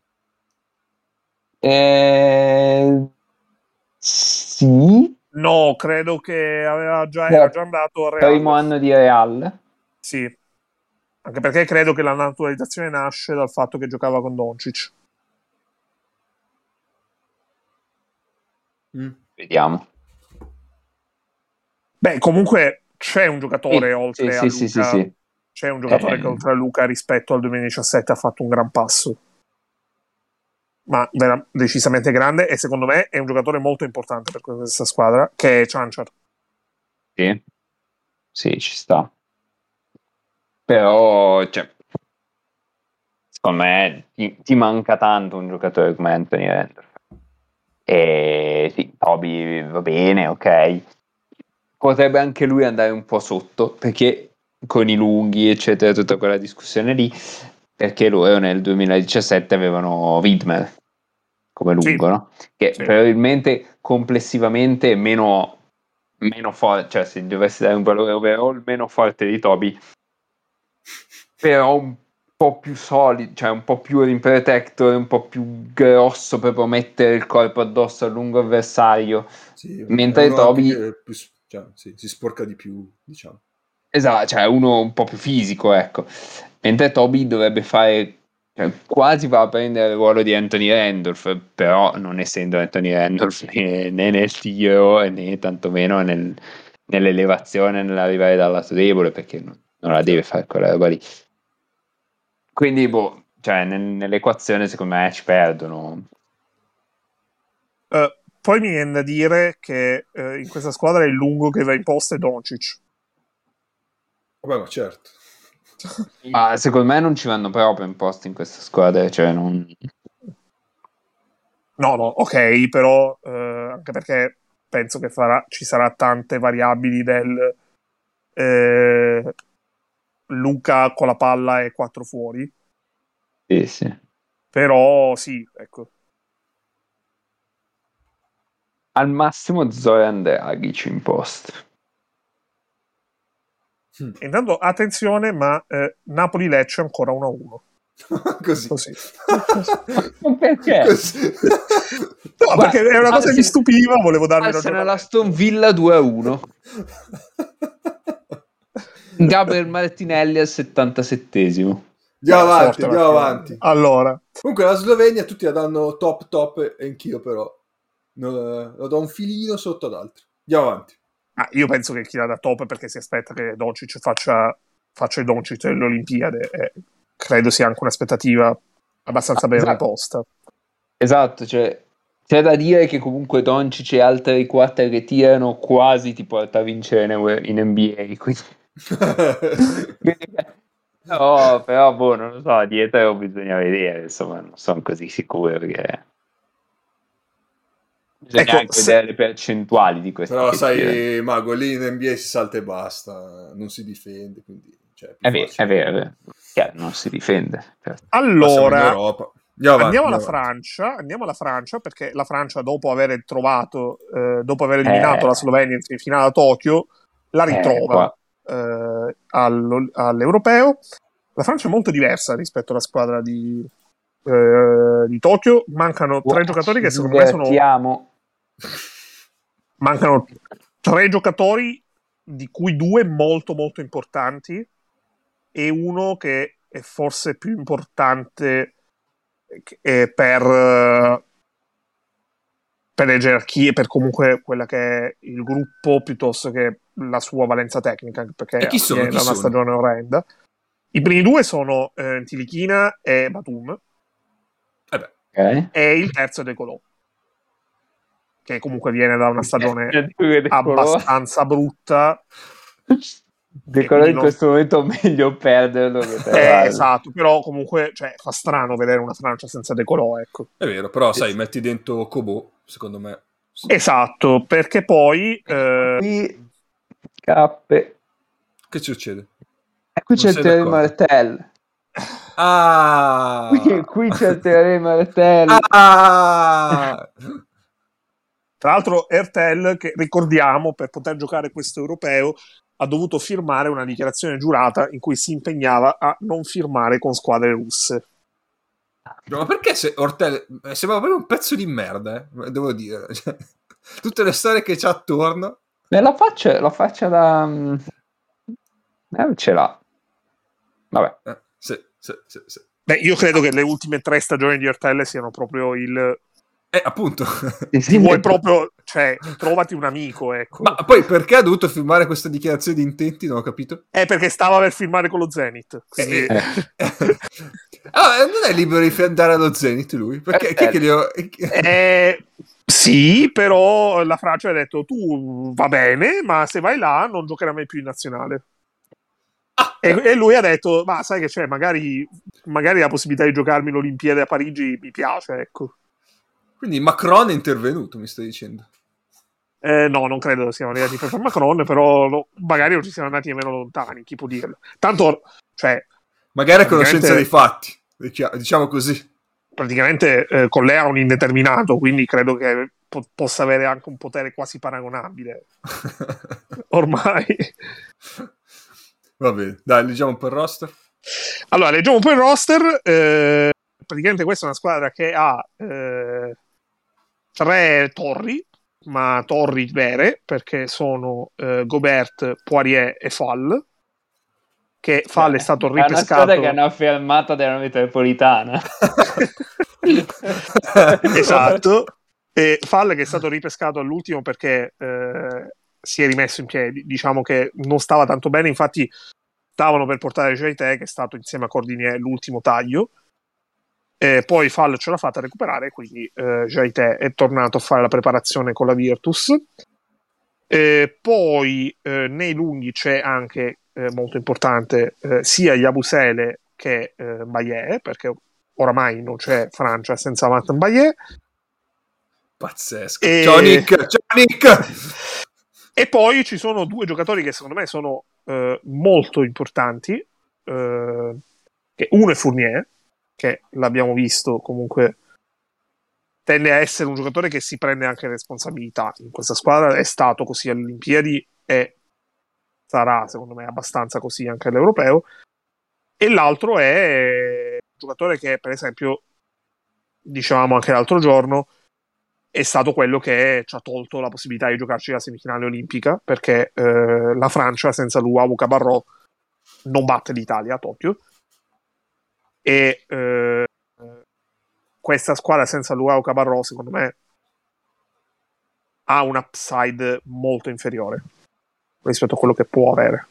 [SPEAKER 3] Sì.
[SPEAKER 2] No, credo che era già andato al Real.
[SPEAKER 3] Primo anno di Real.
[SPEAKER 2] Sì. Anche perché credo che la naturalizzazione nasce dal fatto che giocava con Doncic.
[SPEAKER 3] Vediamo.
[SPEAKER 2] Beh, comunque c'è un giocatore oltre a Luka.
[SPEAKER 3] Sì.
[SPEAKER 2] C'è un giocatore che oltre a Luka rispetto al 2017 ha fatto un gran passo. Ma decisamente grande, e secondo me è un giocatore molto importante per questa squadra, che è Cancar.
[SPEAKER 3] Sì, ci sta. Però, secondo me ti manca tanto un giocatore come Anthony Randolph. E sì, Toby va bene, ok. Potrebbe anche lui andare un po' sotto, perché con i lunghi, eccetera, tutta quella discussione lì, perché loro nel 2017 avevano Widmer come lungo, no? Che probabilmente complessivamente è meno forte, cioè se dovessi dare un valore overall meno forte di Toby, però un po' più solido, cioè un po' più rim protector, un po' più grosso per mettere il corpo addosso al lungo avversario.
[SPEAKER 1] Sì,
[SPEAKER 3] mentre Toby
[SPEAKER 1] si sporca di più, diciamo.
[SPEAKER 3] Esatto, cioè uno un po' più fisico, ecco. Mentre Toby dovrebbe fare, quasi va a prendere il ruolo di Anthony Randolph, però non essendo Anthony Randolph né nel tiro né tantomeno nell'elevazione, nell'arrivare dal lato debole, perché non la deve fare quella roba lì. Quindi, nell'equazione secondo me ci perdono.
[SPEAKER 2] Poi mi viene da dire che in questa squadra il lungo che va in posta è Doncic.
[SPEAKER 1] Vabbè, ma certo.
[SPEAKER 3] Ma secondo me non ci vanno proprio in posti in questa squadra, cioè non...
[SPEAKER 2] No, ok, però anche perché penso che ci sarà tante variabili del Luka con la palla e 4 fuori.
[SPEAKER 3] Sì.
[SPEAKER 2] Però sì, ecco.
[SPEAKER 3] Al massimo Zoran Dragic in post.
[SPEAKER 2] Intanto attenzione, ma Napoli-Lecce ancora 1-1.
[SPEAKER 1] Così.
[SPEAKER 3] Perché?
[SPEAKER 1] Così.
[SPEAKER 2] No, perché è una cosa che mi stupiva, volevo darvi
[SPEAKER 3] Arsenal Aston Villa 2-1. Gabriel Martinelli al 77esimo.
[SPEAKER 1] Andiamo avanti.
[SPEAKER 2] Allora.
[SPEAKER 1] Comunque la Slovenia tutti la danno top e anch'io però lo do un filino sotto ad altri. Andiamo avanti.
[SPEAKER 2] Io penso che chi la dà top perché si aspetta che Doncic faccia il Doncic delle Olimpiadi, e credo sia anche un'aspettativa abbastanza ben riposta.
[SPEAKER 3] Esatto, cioè c'è da dire che comunque Doncic e altri 4 che tirano quasi ti porta a vincere in NBA, quindi... però non lo so, dietro bisogna vedere, insomma, non sono così sicuro perché bisogna anche vedere le percentuali di questi.
[SPEAKER 1] Però sai, Mago, lì in NBA si salta e basta, non si difende, quindi
[SPEAKER 3] è vero. Chiaro, non si difende. Certo.
[SPEAKER 2] Allora
[SPEAKER 1] andiamo
[SPEAKER 2] alla Francia, perché la Francia dopo aver eliminato la Slovenia in semifinale a Tokyo la ritrova all'Europeo. La Francia è molto diversa rispetto alla squadra di Tokyo. Mancano 3 giocatori che secondo me sono... Mancano 3 giocatori, di cui 2 molto molto importanti e uno che è forse più importante per le gerarchie, per comunque quella che è il gruppo piuttosto che la sua valenza tecnica, perché
[SPEAKER 1] chi sono?
[SPEAKER 2] viene da una stagione orrenda. I primi 2 sono Tilichina e Batum.
[SPEAKER 3] Okay.
[SPEAKER 2] E il terzo è De Colò, che comunque viene da una stagione abbastanza brutta.
[SPEAKER 3] De Colò in questo momento meglio perderlo che
[SPEAKER 2] esatto, però comunque fa strano vedere una Francia senza De Colò, ecco.
[SPEAKER 1] È vero, però sai, metti dentro Kobo, secondo me.
[SPEAKER 2] Esatto, perché poi
[SPEAKER 3] qui cappe.
[SPEAKER 1] Che succede?
[SPEAKER 3] E qui c'è il teorema Martel. Qui c'è il teorema Martel.
[SPEAKER 2] Tra l'altro Ertel, che ricordiamo, per poter giocare questo europeo ha dovuto firmare una dichiarazione giurata in cui si impegnava a non firmare con squadre russe.
[SPEAKER 1] Ma perché Ortel sembra proprio un pezzo di merda, devo dire. Cioè, tutte le storie che c'ha attorno.
[SPEAKER 3] La faccia da... ce l'ha. Vabbè.
[SPEAKER 1] Sì.
[SPEAKER 2] Beh, io credo che le ultime 3 stagioni di Ortel siano proprio il...
[SPEAKER 1] appunto.
[SPEAKER 2] Ti vuoi proprio... trovati un amico, ecco.
[SPEAKER 1] Ma poi perché ha dovuto firmare questa dichiarazione di intenti? Non ho capito.
[SPEAKER 2] Perché stava per firmare con lo Zenit. Quindi...
[SPEAKER 1] non è libero di andare allo Zenit lui? Perché chi è che li ho...
[SPEAKER 2] Sì, però la Francia ha detto tu va bene, ma se vai là non giocherai mai più in nazionale. E lui ha detto, ma sai che c'è, magari la possibilità di giocarmi l'Olimpiade a Parigi mi piace, ecco.
[SPEAKER 1] Quindi Macron è intervenuto, mi stai dicendo?
[SPEAKER 2] No, non credo siano arrivati per Macron, però magari non ci siamo andati nemmeno lontani, chi può dirlo. Tanto,
[SPEAKER 1] magari a conoscenza dei fatti, diciamo così.
[SPEAKER 2] Praticamente con lei ha un indeterminato, quindi credo che possa avere anche un potere quasi paragonabile. Ormai.
[SPEAKER 1] Va bene, dai, leggiamo un po' il roster.
[SPEAKER 2] Allora, leggiamo un po' il roster. Praticamente questa è una squadra che ha 3 torri, ma torri vere, perché sono Gobert, Poirier e Fall. Che Fall è stato ripescato.
[SPEAKER 3] È una squadra che è una fermata della metropolitana.
[SPEAKER 2] Esatto. E Fall che è stato ripescato all'ultimo perché si è rimesso in piedi. Diciamo che non stava tanto bene, infatti stavano per portare Jaite, che è stato insieme a Cordinier l'ultimo taglio. Poi Fall ce l'ha fatta a recuperare, quindi Jaite è tornato a fare la preparazione con la Virtus. Poi nei lunghi c'è anche molto importante sia Yabusele che Bayer, perché oramai non c'è Francia senza Martin Bayer.
[SPEAKER 1] Pazzesco. Ciao Nick.
[SPEAKER 2] E poi ci sono 2 giocatori che secondo me sono molto importanti. Che uno è Fournier, che l'abbiamo visto comunque tende a essere un giocatore che si prende anche responsabilità in questa squadra, è stato così alle Olimpiadi e sarà secondo me abbastanza così anche all'Europeo. E l'altro è un giocatore che per esempio dicevamo anche l'altro giorno è stato quello che ci ha tolto la possibilità di giocarci la semifinale olimpica, perché la Francia senza Luau Cabarrò non batte l'Italia a Tokyo e questa squadra senza Luau Cabarrò secondo me ha un upside molto inferiore rispetto a quello che può avere.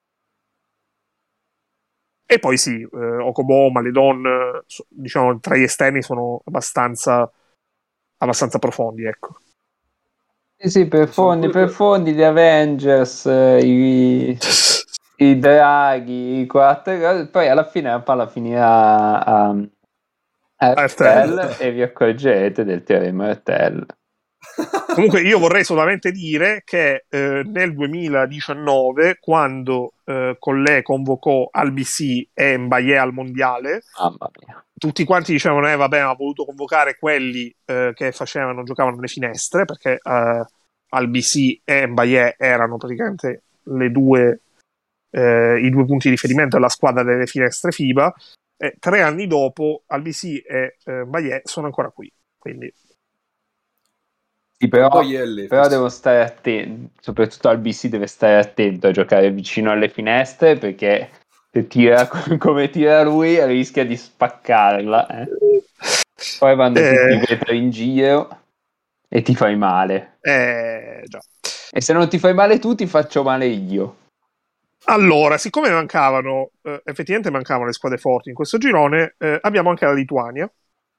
[SPEAKER 2] E poi sì, Okobo, Maledon, diciamo tra gli esterni sono abbastanza profondi, ecco.
[SPEAKER 3] Sì, per fondi gli Avengers, i draghi, i 4, poi alla fine la palla finirà a Ertel e vi accorgerete del teorema Ertel.
[SPEAKER 2] Comunque io vorrei solamente dire che nel 2019, quando Collet convocò Albc e Mbaye al mondiale,
[SPEAKER 3] mamma mia,
[SPEAKER 2] tutti quanti dicevano vabbè, ha voluto convocare quelli che giocavano le finestre, perché Albc e Mbaye erano praticamente i due punti di riferimento della squadra delle finestre FIBA. 3 anni dopo Albc e Mbaye sono ancora qui, quindi
[SPEAKER 3] Sì, però devo stare attento, soprattutto al BC deve stare attento a giocare vicino alle finestre, perché se tira come tira lui rischia di spaccarla. Poi vanno tutti i vetri in giro e ti fai male.
[SPEAKER 2] Già.
[SPEAKER 3] E se non ti fai male tu, ti faccio male io.
[SPEAKER 2] Allora, siccome effettivamente mancavano le squadre forti in questo girone, abbiamo anche la Lituania.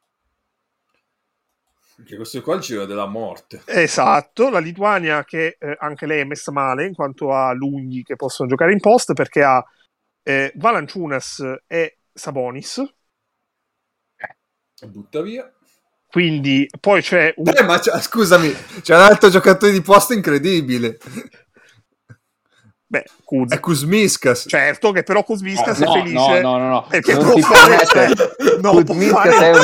[SPEAKER 1] Che questo qua è il giro della morte.
[SPEAKER 2] Esatto, la Lituania che anche lei è messa male in quanto ha lunghi che possono giocare in post, perché ha Valanciunas e Sabonis.
[SPEAKER 1] Butta via.
[SPEAKER 2] Quindi poi c'è
[SPEAKER 1] ma scusami, c'è un altro giocatore di posto incredibile.
[SPEAKER 2] Beh, Kuz.
[SPEAKER 1] È Kuzmiskas.
[SPEAKER 2] Certo, che però Kuzmiskas è felice.
[SPEAKER 3] No.
[SPEAKER 2] Perché
[SPEAKER 3] non
[SPEAKER 2] può
[SPEAKER 3] ti
[SPEAKER 2] fare
[SPEAKER 3] Kuzmiskas è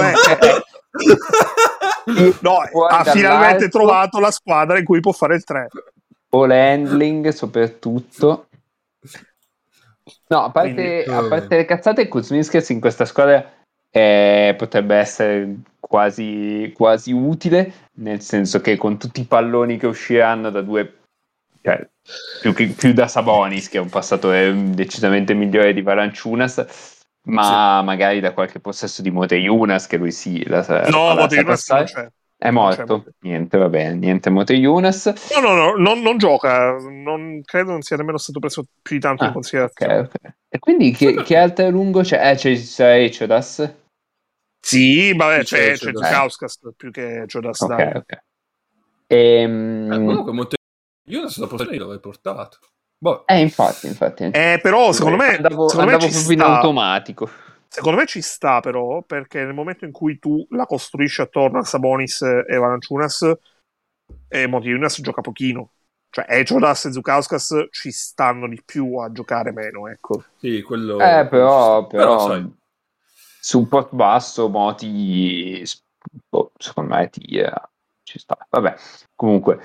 [SPEAKER 2] no, ha finalmente trovato la squadra in cui può fare il 3.
[SPEAKER 3] Ball handling soprattutto. No, a parte le cazzate, Kuzmiskas in questa squadra potrebbe essere quasi utile, nel senso che con tutti i palloni che usciranno da due, cioè, più da Sabonis, che è un passatore decisamente migliore di Valanciunas, ma magari da qualche possesso di Motiejunas, che lui
[SPEAKER 2] no, Motiejunas non c'è.
[SPEAKER 3] È morto. Niente, va bene, niente Motiejunas.
[SPEAKER 2] No, non gioca, non credo non sia nemmeno stato preso più di tanto in considerazione.
[SPEAKER 3] Okay. E quindi che altro lungo c'è? C'è Chodas?
[SPEAKER 2] Sì, vabbè, c'è Zukauskas più che Chodas.
[SPEAKER 3] Ok.
[SPEAKER 1] Comunque Motiejunas la posizione l'avrei portato. Boh.
[SPEAKER 3] Infatti.
[SPEAKER 2] Però secondo me
[SPEAKER 3] andavo proprio in automatico.
[SPEAKER 2] Secondo me ci sta, però, perché nel momento in cui tu la costruisci attorno a Sabonis e Valanciunas, Motiejunas gioca pochino. Cioè, Chodas e Zukauskas ci stanno di più a giocare meno, ecco.
[SPEAKER 1] Sì, quello...
[SPEAKER 3] Però sai, su un post basso Moti, secondo me ci sta. Vabbè, comunque.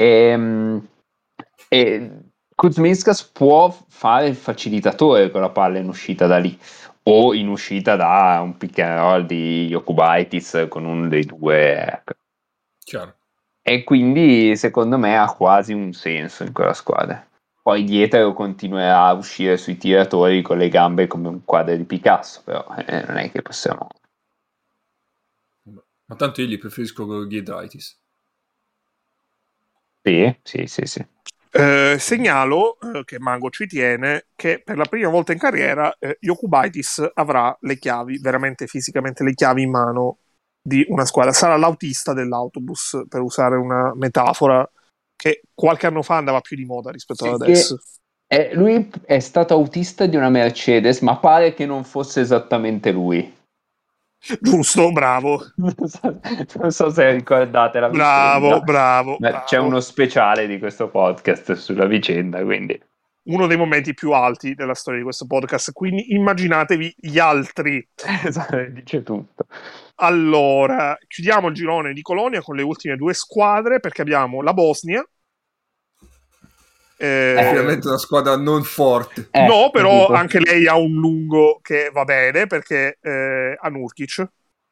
[SPEAKER 3] Kuzminskas può fare il facilitatore con la palla in uscita da lì, o in uscita da un pick and roll di Jokubaitis con uno dei due.
[SPEAKER 1] Chiaro.
[SPEAKER 3] E quindi secondo me ha quasi un senso in quella squadra. Poi dietro continuerà a uscire sui tiratori con le gambe come un quadro di Picasso, però non è che possiamo...
[SPEAKER 1] Ma tanto io gli preferisco con Giedraitis.
[SPEAKER 3] Sì.
[SPEAKER 2] Segnalo che Mango ci tiene che per la prima volta in carriera Jokubaitis avrà le chiavi, veramente fisicamente le chiavi in mano di una squadra. Sarà l'autista dell'autobus, per usare una metafora che qualche anno fa andava più di moda rispetto ad adesso.
[SPEAKER 3] Lui è stato autista di una Mercedes, ma pare che non fosse esattamente lui.
[SPEAKER 2] Giusto, bravo.
[SPEAKER 3] Non so se ricordate la vicenda.
[SPEAKER 2] Bravo.
[SPEAKER 3] C'è uno speciale di questo podcast sulla vicenda, quindi...
[SPEAKER 2] Uno dei momenti più alti della storia di questo podcast, quindi immaginatevi gli altri.
[SPEAKER 3] Dice tutto.
[SPEAKER 2] Allora, chiudiamo il girone di Colonia con le ultime due squadre, perché abbiamo la Bosnia.
[SPEAKER 1] Ovviamente una squadra non forte.
[SPEAKER 2] No, però anche lei ha un lungo che va bene, perché ha Nurkic.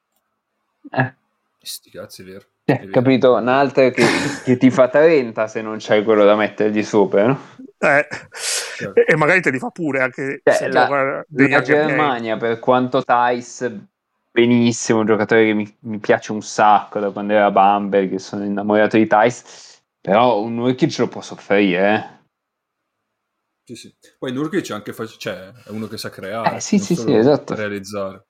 [SPEAKER 1] Sti cazzi, è vero.
[SPEAKER 3] Capito? Un'altra che ti fa 30 se non c'hai quello da mettergli sopra, no?
[SPEAKER 2] Certo. E magari te li fa pure anche se
[SPEAKER 3] la Germania, per quanto Thais benissimo, un giocatore che mi piace un sacco da quando era Bamberg, che sono innamorato di Thais, però un Nurkic lo può soffrire,
[SPEAKER 1] Sì. Poi Nurkic anche è uno che sa creare,
[SPEAKER 3] sì, esatto.
[SPEAKER 1] Realizzare.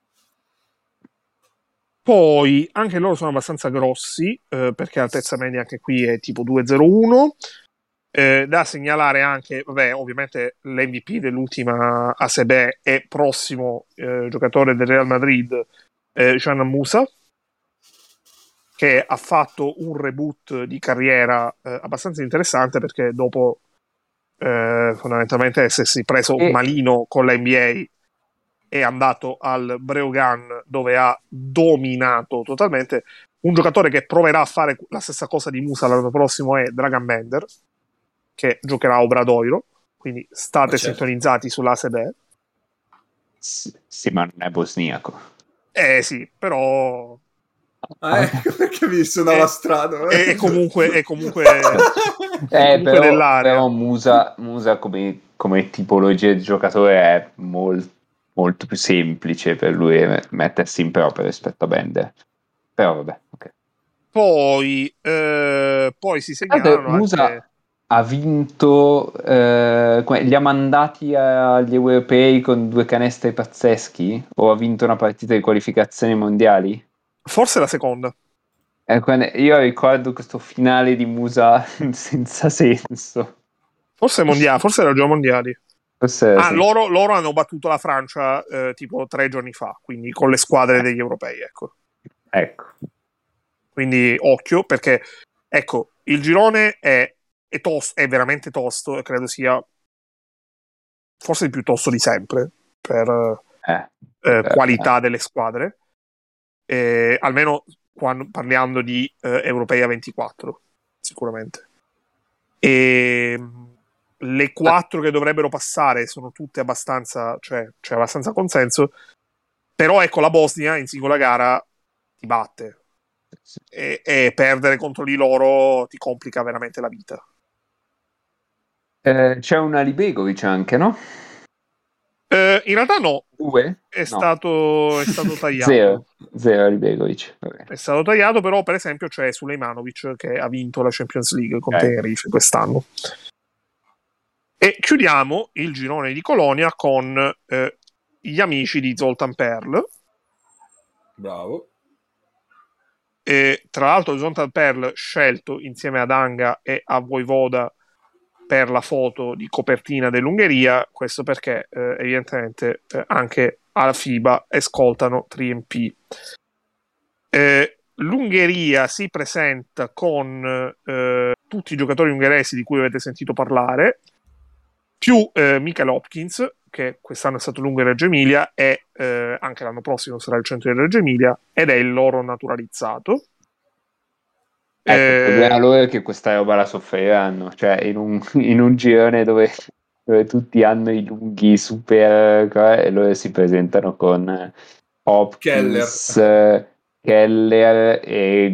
[SPEAKER 2] Poi anche loro sono abbastanza grossi, perché l'altezza media anche qui è tipo 2,01. Da segnalare anche, ovviamente l'MVP dell'ultima ACB è prossimo giocatore del Real Madrid, Can Musa, che ha fatto un reboot di carriera abbastanza interessante, perché dopo fondamentalmente essersi preso malino con la NBA è andato al Breoghan, dove ha dominato totalmente. Un giocatore che proverà a fare la stessa cosa di Musa l'anno prossimo è Dragan Bender, che giocherà a Obradoiro, quindi state sintonizzati sull'ACB.
[SPEAKER 3] Sì, ma non è bosniaco.
[SPEAKER 2] Sì, però
[SPEAKER 1] Ecco perché mi suonava strano.
[SPEAKER 2] È comunque
[SPEAKER 3] però Musa come tipologia di giocatore è molto più semplice per lui mettersi in proprio rispetto a Bender. Però vabbè, ok.
[SPEAKER 2] Poi si segnalano
[SPEAKER 3] Musa
[SPEAKER 2] anche...
[SPEAKER 3] ha vinto, li ha mandati agli europei con 2 canestri pazzeschi? O ha vinto una partita di qualificazioni mondiali?
[SPEAKER 2] Forse la seconda.
[SPEAKER 3] Io ricordo questo finale di Musa senza senso.
[SPEAKER 2] Forse era già mondiali.
[SPEAKER 3] Sì.
[SPEAKER 2] Loro hanno battuto la Francia tipo 3 giorni fa, quindi con le squadre degli europei, ecco. Quindi occhio, perché ecco, il girone è veramente tosto e credo sia forse il più tosto di sempre per qualità delle squadre, almeno quando parliamo di europei a 24 sicuramente. E le 4 che dovrebbero passare sono tutte abbastanza, cioè c'è abbastanza consenso, però ecco, la Bosnia in singola gara ti batte e perdere contro di loro ti complica veramente la vita.
[SPEAKER 3] C'è un Alibegovic anche, no?
[SPEAKER 2] In realtà no.
[SPEAKER 3] 2?
[SPEAKER 2] È stato tagliato.
[SPEAKER 3] Zero Alibegovic. Okay.
[SPEAKER 2] È stato tagliato, però per esempio c'è Sulejmanovic che ha vinto la Champions League con Tenerife quest'anno. E chiudiamo il girone di Colonia con gli amici di Zoltan Perl.
[SPEAKER 1] Bravo.
[SPEAKER 2] E tra l'altro Zoltan Perl scelto insieme ad Anga e a Voivoda per la foto di copertina dell'Ungheria, questo perché evidentemente anche alla FIBA ascoltano 3MP. L'Ungheria si presenta con tutti i giocatori ungheresi di cui avete sentito parlare, più Michael Hopkins, che quest'anno è stato lungo in Reggio Emilia e anche l'anno prossimo sarà il centro di Reggio Emilia, ed è il loro naturalizzato.
[SPEAKER 3] Il problema loro è che questa roba la soffriranno, cioè in un girone dove tutti hanno i lunghi super e loro si presentano con Hopkins, Keller e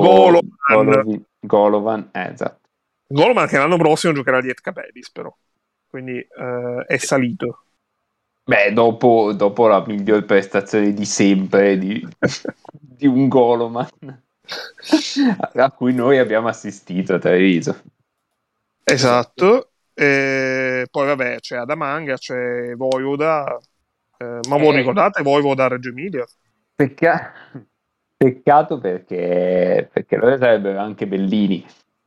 [SPEAKER 3] Golovan. Esatto.
[SPEAKER 2] Golovan che l'anno prossimo giocherà di Etkapedis, però quindi è salito.
[SPEAKER 3] Beh, dopo la miglior prestazione di sempre di un Golovan a cui noi abbiamo assistito a Treviso.
[SPEAKER 2] Esatto. Poi vabbè, c'è Adamanga, c'è Voivoda, ma voi ricordate Voivoda a Reggio Emilia?
[SPEAKER 3] Peccato perché loro sarebbero anche bellini.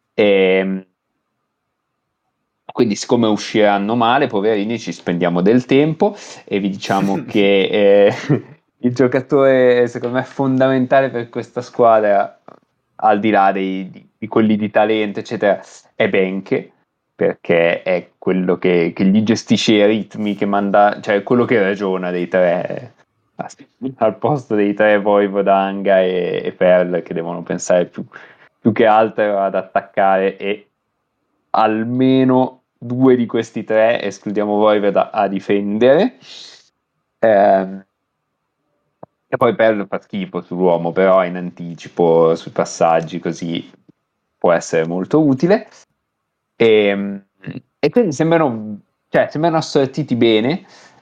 [SPEAKER 3] Quindi siccome usciranno male, poverini, ci spendiamo del tempo e vi diciamo che il giocatore secondo me fondamentale per questa squadra, al di là di quelli di talento eccetera, è Benke, perché è quello che gli gestisce i ritmi, che manda, cioè quello che ragiona dei tre al posto dei tre Voivoda, Anga e Perl, che devono pensare più che altro ad attaccare, e almeno 2 di questi 3, escludiamo Voivoda, a difendere. E poi Perl fa schifo sull'uomo, però in anticipo sui passaggi, così può essere molto utile. E quindi sembrano assortiti bene,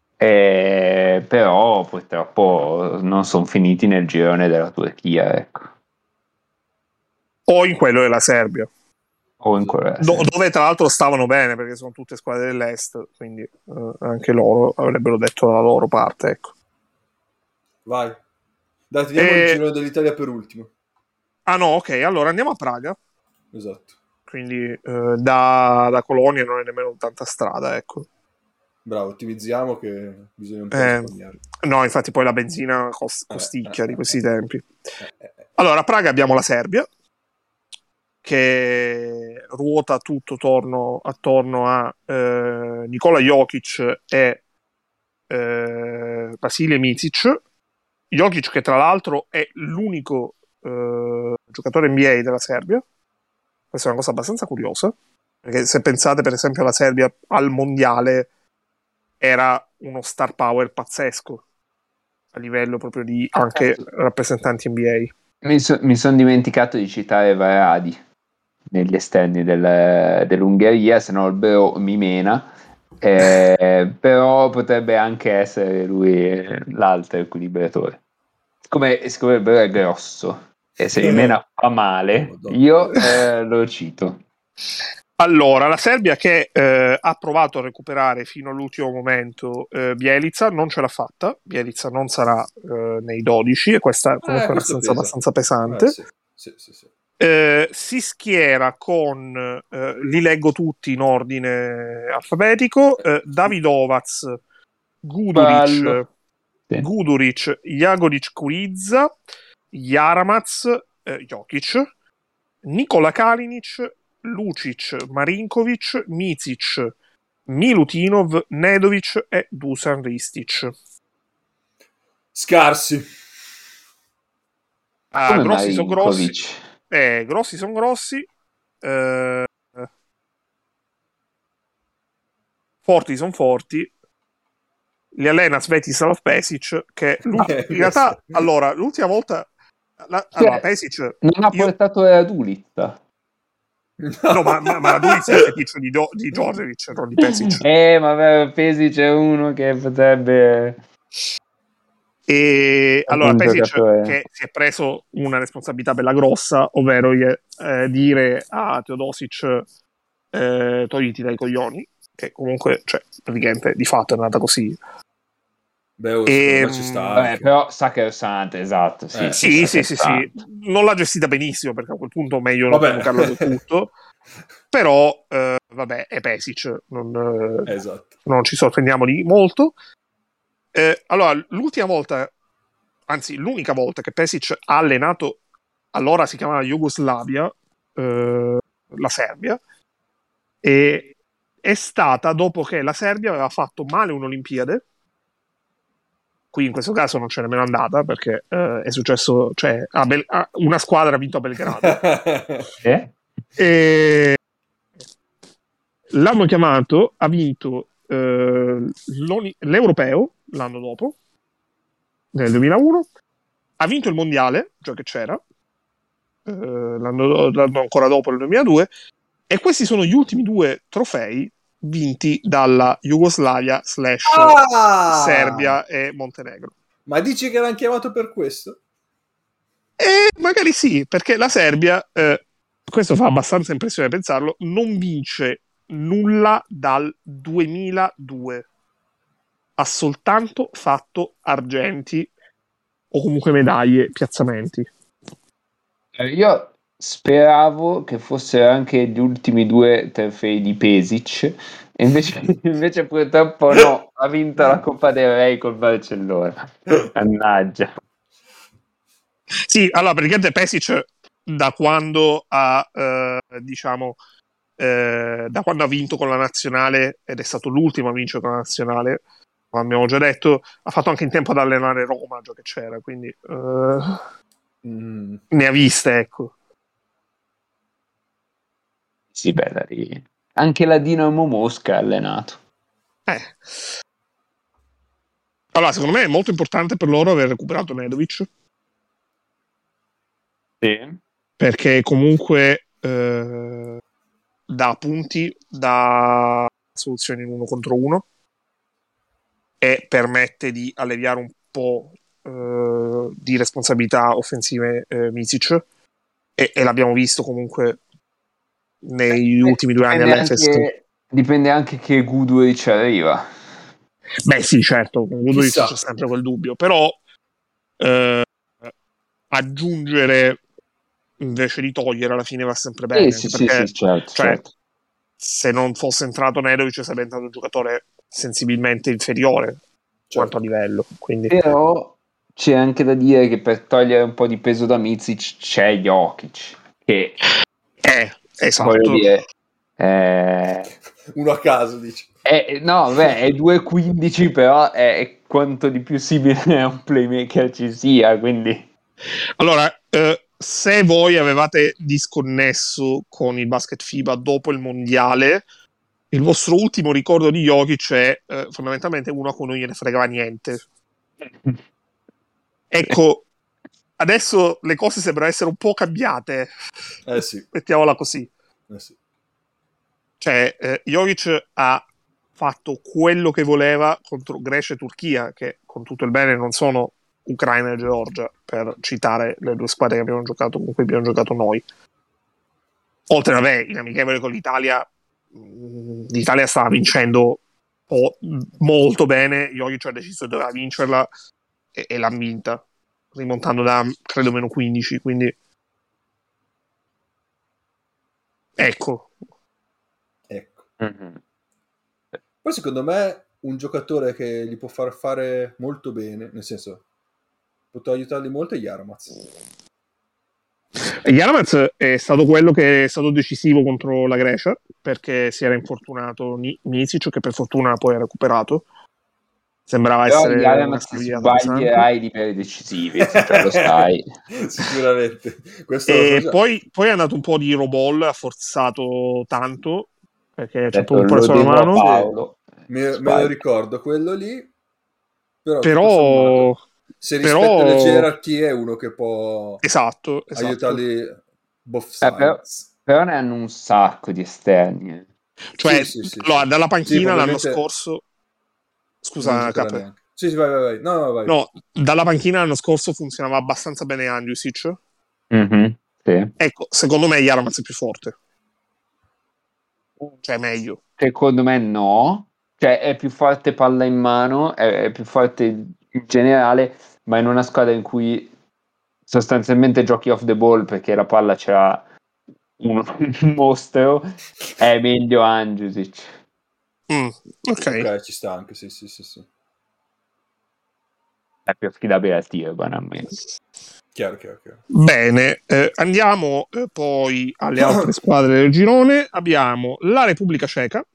[SPEAKER 3] però purtroppo non sono finiti nel girone della Turchia, ecco.
[SPEAKER 2] O in quello della Serbia.
[SPEAKER 3] O in quello
[SPEAKER 2] dove tra l'altro stavano bene, perché sono tutte squadre dell'est, quindi anche loro avrebbero detto la loro parte, ecco.
[SPEAKER 1] Vai. Dai, teniamo il girone dell'Italia per ultimo.
[SPEAKER 2] Ah no, ok, allora andiamo a Praga.
[SPEAKER 1] Esatto.
[SPEAKER 2] Quindi da Colonia non è nemmeno tanta strada, ecco.
[SPEAKER 1] Bravo, ottimizziamo che bisogna un po' risparmiare.
[SPEAKER 2] No, infatti poi la benzina costicchia di questi tempi. Allora, a Praga abbiamo la Serbia, che ruota tutto attorno a Nikola Jokic e Vasilije Micic. Jokic che tra l'altro è l'unico giocatore NBA della Serbia. Questa è una cosa abbastanza curiosa, perché se pensate per esempio alla Serbia al mondiale era uno star power pazzesco a livello proprio di anche rappresentanti NBA.
[SPEAKER 3] Mi sono dimenticato di citare Varadi negli esterni dell'Ungheria, se no il Bro mi mena, però potrebbe anche essere lui l'altro equilibratore. Siccome il Bro è grosso e se mi mena fa male, io lo cito.
[SPEAKER 2] Allora, la Serbia che ha provato a recuperare fino all'ultimo momento Bjelica, non ce l'ha fatta. Bjelica non sarà nei 12 e questa comunque è una assenza abbastanza pesante.
[SPEAKER 1] Sì.
[SPEAKER 2] Si schiera con, li leggo tutti in ordine alfabetico, Davidovac, Guduric,
[SPEAKER 3] Sì.
[SPEAKER 2] Guduric, Jagodic, Kuriza, Jaramaz, Jokic, Nikola Kalinic, Lucic, Marinkovic, Micic, Milutinov, Nedovic e Dusan Ristic.
[SPEAKER 1] Scarsi.
[SPEAKER 2] Grossi sono grossi. Grossi sono grossi. Forti sono forti. Li allena Svetislav Pesic, che in realtà, allora, l'ultima volta allora, Pesic
[SPEAKER 3] non ha portato la Dulizza.
[SPEAKER 2] No, ma la Dulizza è il feticcio di Djordjevic, non di Pesic.
[SPEAKER 3] Ma Pesic è uno che potrebbe...
[SPEAKER 2] E allora Pesic che si è preso una responsabilità bella grossa, ovvero dire a Teodosic togliti dai coglioni, che comunque, cioè, praticamente di fatto è andata così.
[SPEAKER 1] Beh, ci sta
[SPEAKER 3] però sacrosante, esatto.
[SPEAKER 2] Sì. Non l'ha gestita benissimo, perché a quel punto meglio non convocarlo del tutto. Però, vabbè, è Pesic, non ci sorprendiamo di molto. Allora, l'unica volta che Pesic ha allenato, allora si chiamava Jugoslavia, la Serbia, e è stata dopo che la Serbia aveva fatto male un'Olimpiade. Qui in questo caso non c'è nemmeno andata, perché è successo, cioè una squadra ha vinto a Belgrado. E l'hanno chiamato, ha vinto l'Europeo l'anno dopo, nel 2001, ha vinto il Mondiale, già che c'era, l'anno ancora dopo, nel 2002, e questi sono gli ultimi 2 trofei vinti dalla Jugoslavia / Serbia e Montenegro.
[SPEAKER 1] Ma dici che l'hanno chiamato per questo?
[SPEAKER 2] Magari sì, perché la Serbia, questo fa abbastanza impressione pensarlo, non vince nulla dal 2002. Ha soltanto fatto argenti o comunque medaglie, piazzamenti.
[SPEAKER 3] Io speravo che fossero anche gli ultimi 2 trofei di Pesic, e invece purtroppo no, ha vinto la Coppa del Re col Barcellona. Mannaggia.
[SPEAKER 2] Sì, allora praticamente Pesic da quando ha da quando ha vinto con la nazionale, ed è stato l'ultimo a vincere con la nazionale, come abbiamo già detto, ha fatto anche in tempo ad allenare Roma, già che c'era, quindi ne ha viste, ecco.
[SPEAKER 3] Sì, bella lì. Anche la Dinamo Mosca ha allenato.
[SPEAKER 2] Allora, secondo me è molto importante per loro aver recuperato Nedovic.
[SPEAKER 3] Sì.
[SPEAKER 2] Perché comunque dà punti, dà soluzioni in 1 contro 1 e permette di alleviare un po' di responsabilità offensive Micic, e l'abbiamo visto comunque negli ultimi 2 anni all'Efes.
[SPEAKER 3] Dipende anche che Guduric arriva.
[SPEAKER 2] Beh sì, certo, con Guduric c'è sempre quel dubbio, però aggiungere invece di togliere alla fine va sempre bene, perché
[SPEAKER 3] certo.
[SPEAKER 2] Se non fosse entrato Nedovic sarebbe entrato un giocatore sensibilmente inferiore quanto a livello, quindi.
[SPEAKER 3] Però c'è anche da dire che per togliere un po' di peso da Micic c'è Jokic, che
[SPEAKER 2] esatto,
[SPEAKER 3] voglio dire,
[SPEAKER 1] uno a caso dici.
[SPEAKER 3] No, beh, è 2,15, però è quanto di più simile a un playmaker ci sia, quindi.
[SPEAKER 2] Allora, se voi avevate disconnesso con il basket FIBA dopo il mondiale, il vostro ultimo ricordo di Jokic è fondamentalmente uno a cui non gliene fregava niente. Ecco, adesso le cose sembrano essere un po' cambiate.
[SPEAKER 1] Sì.
[SPEAKER 2] Mettiamola così.
[SPEAKER 1] Sì.
[SPEAKER 2] Cioè, Jovic ha fatto quello che voleva contro Grecia e Turchia, che con tutto il bene non sono Ucraina e Georgia, per citare le due squadre che abbiamo giocato, con cui abbiamo giocato noi. Oltre, vabbè, in amichevole con l'Italia, l'Italia stava vincendo molto bene, Jovic ha deciso che doveva vincerla e l'ha vinta, rimontando da, credo, meno 15, quindi ecco.
[SPEAKER 3] Mm-hmm.
[SPEAKER 1] Poi secondo me un giocatore che gli può far fare molto bene, nel senso, potrà aiutarli molto, è Jaramaz.
[SPEAKER 2] Jaramaz è stato quello che è stato decisivo contro la Grecia, perché si era infortunato Micic, che per fortuna poi ha recuperato. Sembrava
[SPEAKER 3] Però
[SPEAKER 2] essere una
[SPEAKER 3] Jaramaz
[SPEAKER 2] scavigliata
[SPEAKER 3] sbaglierà i livelli decisivi, già lo sai.
[SPEAKER 1] Sicuramente.
[SPEAKER 2] E poi è andato un po' di robol, ha forzato tanto, perché c'è proprio
[SPEAKER 3] Lo
[SPEAKER 2] preso la
[SPEAKER 3] devo a
[SPEAKER 2] mano.
[SPEAKER 3] Paolo.
[SPEAKER 1] Me lo ricordo quello lì, però
[SPEAKER 2] Però
[SPEAKER 1] se rispetta le gerarchie è uno che può
[SPEAKER 2] esatto.
[SPEAKER 1] aiutarli both sides.
[SPEAKER 3] Però ne hanno un sacco di esterni.
[SPEAKER 2] Cioè,
[SPEAKER 1] sì.
[SPEAKER 2] allora, dalla panchina
[SPEAKER 1] Sì,
[SPEAKER 2] l'anno scorso, scusa Cap,
[SPEAKER 1] sì, vai. No, vai.
[SPEAKER 2] No, dalla panchina l'anno scorso funzionava abbastanza bene Andjusic.
[SPEAKER 3] Mm-hmm, sì.
[SPEAKER 2] Ecco, secondo me Jaramaz è più forte. Cioè, meglio.
[SPEAKER 3] Secondo me no. Cioè, è più forte palla in mano, è più forte in generale, ma in una squadra in cui sostanzialmente giochi off the ball perché la palla c'era un mostro, è meglio Andjusic.
[SPEAKER 2] Ok,
[SPEAKER 1] ci sta anche, sì.
[SPEAKER 3] È più affidabile al tiro, banalmente.
[SPEAKER 1] Chiaro.
[SPEAKER 2] Bene, andiamo poi alle altre squadre del girone. Abbiamo la Repubblica Ceca.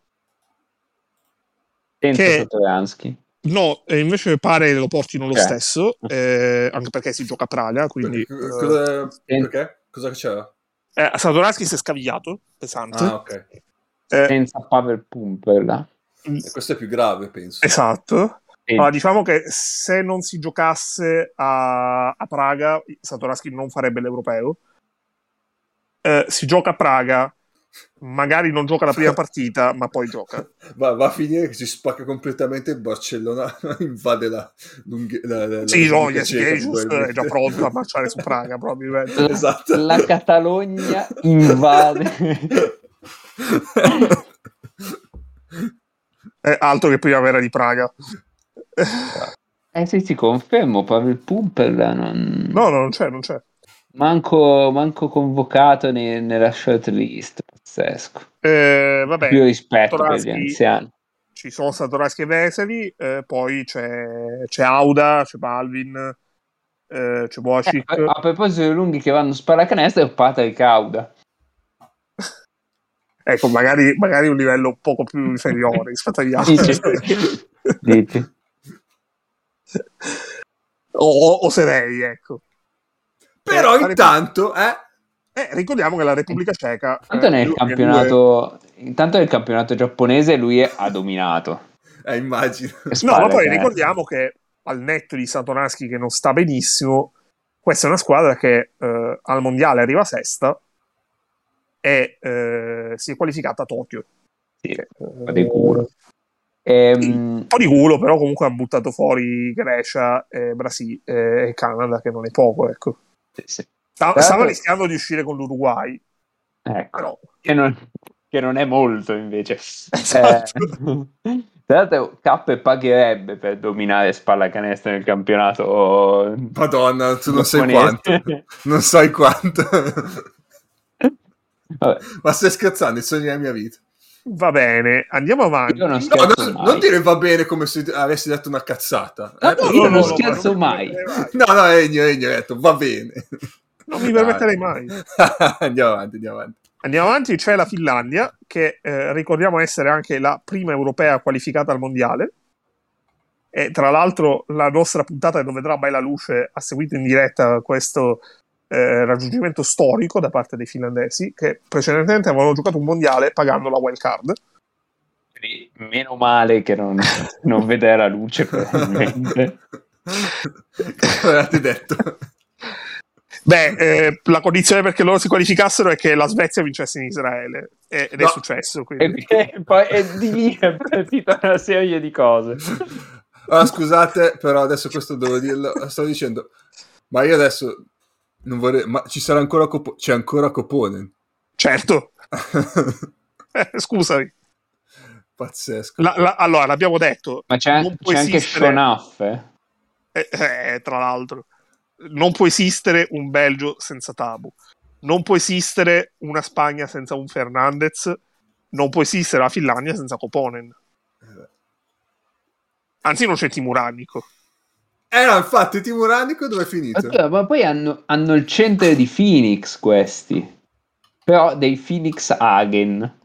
[SPEAKER 3] Senza Satoransky.
[SPEAKER 2] No, invece pare lo portino lo stesso, anche perché si gioca a Praga, quindi...
[SPEAKER 1] Perché? Cosa c'era?
[SPEAKER 2] Satoransky si è scavigliato, pesante.
[SPEAKER 1] Ah, ok.
[SPEAKER 3] Senza Pavel Pumperla.
[SPEAKER 1] Questo è più grave, penso.
[SPEAKER 2] Esatto. Allora, diciamo che se non si giocasse a Praga, Satoransky non farebbe l'europeo. Si gioca a Praga, magari non gioca la prima partita, ma poi gioca.
[SPEAKER 1] Va a finire che si spacca completamente il Barcellona, invade la
[SPEAKER 2] sì, no, Jesus è già pronto a marciare su Praga, probabilmente.
[SPEAKER 1] Esatto.
[SPEAKER 3] La Catalogna invade.
[SPEAKER 2] Altro che primavera di Praga.
[SPEAKER 3] Sì, confermo, Pavel Pumperla
[SPEAKER 2] No, non c'è.
[SPEAKER 3] Manco convocato nella shortlist, pazzesco.
[SPEAKER 2] Vabbè,
[SPEAKER 3] Più rispetto
[SPEAKER 2] Satoransky,
[SPEAKER 3] per gli anziani.
[SPEAKER 2] Ci sono Satoransky e Vesely, poi c'è Auda, c'è Balvin, c'è Boacic.
[SPEAKER 3] A proposito dei lunghi che vanno a sparacanestro, è Patrick Auda.
[SPEAKER 2] Ecco, magari un livello un poco più inferiore rispetto agli altri.
[SPEAKER 3] Dici.
[SPEAKER 2] O Serei, ecco.
[SPEAKER 1] Però intanto,
[SPEAKER 2] ricordiamo che la Repubblica Ceca...
[SPEAKER 3] Intanto nel campionato giapponese lui ha dominato.
[SPEAKER 1] Immagino.
[SPEAKER 2] No, ma poi ricordiamo che al netto di Satoransky che non sta benissimo, questa è una squadra che al mondiale arriva sesta e si è qualificata a Tokyo.
[SPEAKER 3] Sì, un po' di culo.
[SPEAKER 2] Un po' di culo, però comunque ha buttato fuori Grecia, Brasile e Canada, che non è poco, ecco.
[SPEAKER 3] Sì.
[SPEAKER 2] Stava rischiando di uscire con l'Uruguay.
[SPEAKER 3] Ecco,
[SPEAKER 2] però...
[SPEAKER 3] che non è molto, invece.
[SPEAKER 2] Esatto.
[SPEAKER 3] Tra l'altro K pagherebbe per dominare spallacanestro nel campionato.
[SPEAKER 1] Madonna, tu non sai quanto. Non sai quanto. Ma stai scherzando, il sogno della mia vita.
[SPEAKER 2] Va bene, andiamo avanti.
[SPEAKER 3] Io non scherzo mai.
[SPEAKER 1] Non dire va bene come se avessi detto una cazzata.
[SPEAKER 3] Io non scherzo mai.
[SPEAKER 1] No, Egno ha detto va bene.
[SPEAKER 2] Non mi permetterei mai.
[SPEAKER 1] Andiamo avanti.
[SPEAKER 2] C'è la Finlandia, che ricordiamo essere anche la prima europea qualificata al mondiale. E tra l'altro la nostra puntata, che non vedrà mai la luce, ha seguito in diretta questo raggiungimento storico da parte dei finlandesi, che precedentemente avevano giocato un mondiale pagando la wild card.
[SPEAKER 3] Meno male che non vede la luce, probabilmente.
[SPEAKER 1] Cosa avete detto?
[SPEAKER 2] La condizione perché loro si qualificassero è che la Svezia vincesse in Israele ed è successo, quindi.
[SPEAKER 3] E poi di lì è partita una serie di cose.
[SPEAKER 1] Scusate, però adesso questo devo dirlo. Stavo dicendo, ma io adesso non vorrei, ma ci sarà ancora c'è ancora Koponen?
[SPEAKER 2] Certo. Scusami.
[SPEAKER 1] Pazzesco.
[SPEAKER 2] Allora, l'abbiamo detto,
[SPEAKER 3] ma c'è anche Shonaff,
[SPEAKER 2] tra l'altro. Non può esistere un Belgio senza Tabu, non può esistere una Spagna senza un Fernandez, non può esistere la Finlandia senza Koponen. Anzi, non c'è Timuranico.
[SPEAKER 1] No, infatti Timuranico dove è finito?
[SPEAKER 3] Ma poi hanno il centro di Phoenix questi, però dei Phoenix Hagen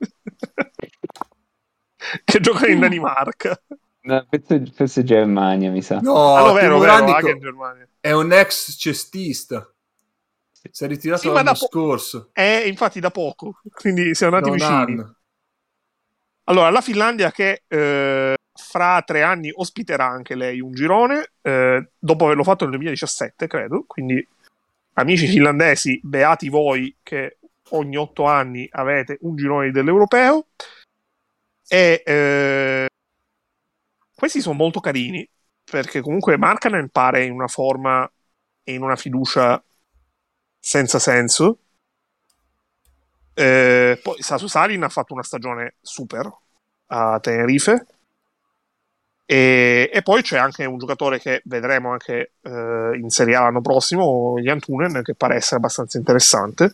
[SPEAKER 2] che giocano in Danimarca.
[SPEAKER 3] No, forse Germania, mi sa.
[SPEAKER 1] No,
[SPEAKER 2] vero, Hagen Germania.
[SPEAKER 1] È un ex cestista. Si è ritirato l'anno scorso.
[SPEAKER 2] Infatti da poco, quindi siamo andati vicini. Allora, la Finlandia che fra 3 anni ospiterà anche lei un girone, dopo averlo fatto nel 2017, credo. Quindi, amici finlandesi, beati voi che ogni 8 anni avete un girone dell'Europeo. E questi sono molto carini, perché comunque Markkanen pare in una forma e in una fiducia senza senso. Poi Sasu Salin ha fatto una stagione super a Tenerife, e poi c'è anche un giocatore che vedremo anche in Serie A l'anno prossimo, Jan Tunen, che pare essere abbastanza interessante.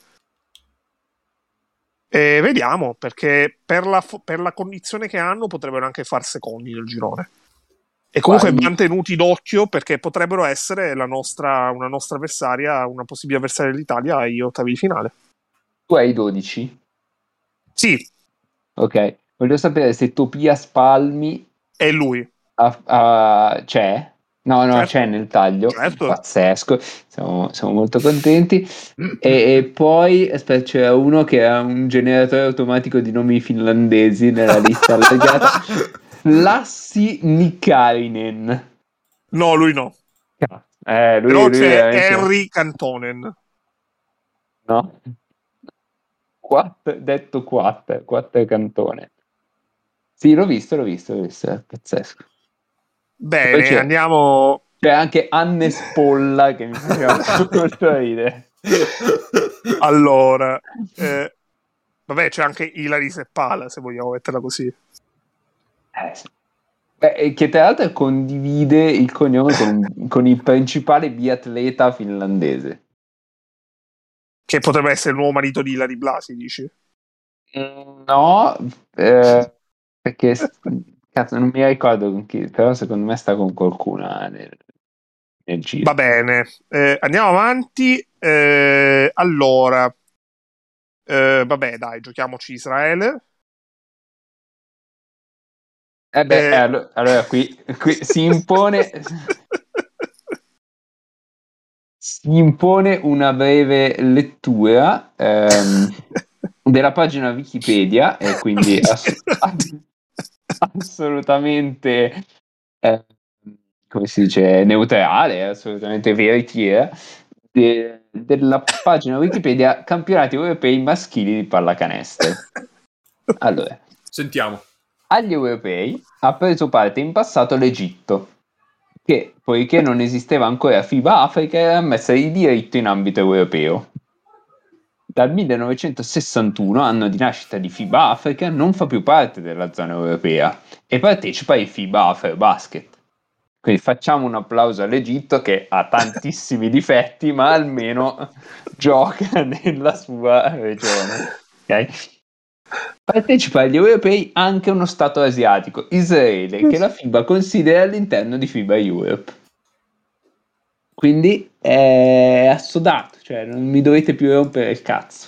[SPEAKER 2] E vediamo, perché per la condizione che hanno potrebbero anche far secondi nel girone. E comunque mantenuti d'occhio, perché potrebbero essere una nostra avversaria, una possibile avversaria dell'Italia agli ottavi di finale.
[SPEAKER 3] Tu hai 12?
[SPEAKER 2] Sì.
[SPEAKER 3] Ok, voglio sapere se Topias Palmi
[SPEAKER 2] è lui.
[SPEAKER 3] C'è? No,
[SPEAKER 2] certo.
[SPEAKER 3] C'è nel taglio.
[SPEAKER 2] Certo.
[SPEAKER 3] Pazzesco, siamo molto contenti. E poi aspetta, c'era uno che ha un generatore automatico di nomi finlandesi nella lista allargata. Lassi Nikarinen.
[SPEAKER 2] No, lui no.
[SPEAKER 3] Però
[SPEAKER 2] c'è Henry Kantonen.
[SPEAKER 3] No? Detto Quattro Cantone. Sì, l'ho visto, è pazzesco.
[SPEAKER 2] Bene, andiamo.
[SPEAKER 3] C'è anche Anne Spolla che mi faceva molto ridere.
[SPEAKER 2] Allora, vabbè, c'è anche Ilari Seppala, se vogliamo metterla così.
[SPEAKER 3] Che tra l'altro condivide il cognome con il principale biatleta finlandese.
[SPEAKER 2] Che potrebbe essere il nuovo marito di Ilari Blasi, dici?
[SPEAKER 3] No, perché cazzo, non mi ricordo con chi, però secondo me sta con qualcuno nel giro.
[SPEAKER 2] Va bene, andiamo avanti. Allora, vabbè, dai, giochiamoci Israele.
[SPEAKER 3] Allora qui si impone una breve lettura della pagina Wikipedia, e quindi assolutamente come si dice, neutrale, assolutamente veritiera, della pagina Wikipedia Campionati Europei Maschili di Pallacanestro. Allora,
[SPEAKER 1] sentiamo.
[SPEAKER 3] Agli europei ha preso parte in passato l'Egitto, che, poiché non esisteva ancora FIBA Africa, era ammessa di diritto in ambito europeo. Dal 1961, anno di nascita di FIBA Africa, non fa più parte della zona europea e partecipa ai FIBA Afrobasket. Quindi facciamo un applauso all'Egitto, che ha tantissimi difetti, ma almeno gioca nella sua regione. Ok? Partecipa agli europei anche uno stato asiatico, Israele, che la FIBA considera all'interno di FIBA Europe. Quindi è assodato, cioè non mi dovete più rompere il cazzo.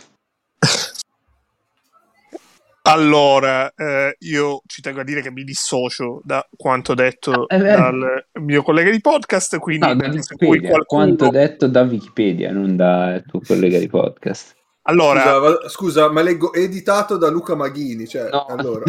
[SPEAKER 2] Allora, io ci tengo a dire che mi dissocio da quanto detto dal mio collega di podcast, quindi
[SPEAKER 3] no, da Wikipedia, quanto detto da Wikipedia, non da tuo collega di podcast.
[SPEAKER 2] Allora,
[SPEAKER 1] scusa, ma leggo editato da Luca Maghini, cioè,
[SPEAKER 3] no,
[SPEAKER 1] allora.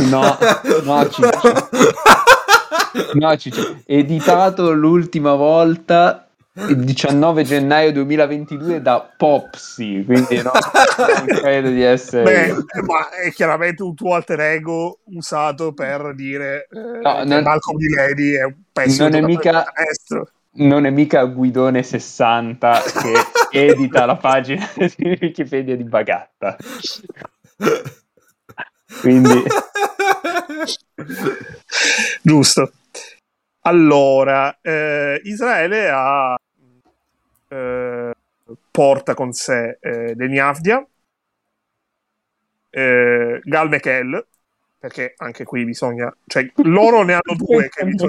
[SPEAKER 3] No, Ciccio. Editato l'ultima volta Il 19 gennaio 2022 da Popsy, quindi no, non credo di essere...
[SPEAKER 2] ma è chiaramente un tuo alter ego usato per dire
[SPEAKER 3] No,
[SPEAKER 2] che Malcolm di Lady è un pessimo giocatore di canestro.
[SPEAKER 3] Non è mica Guidone 60 che edita la pagina di Wikipedia di Bagatta. Quindi...
[SPEAKER 2] Giusto. Allora, Israele porta con sé Deni Avdia, Gal Mekel, perché anche qui bisogna, cioè loro ne hanno due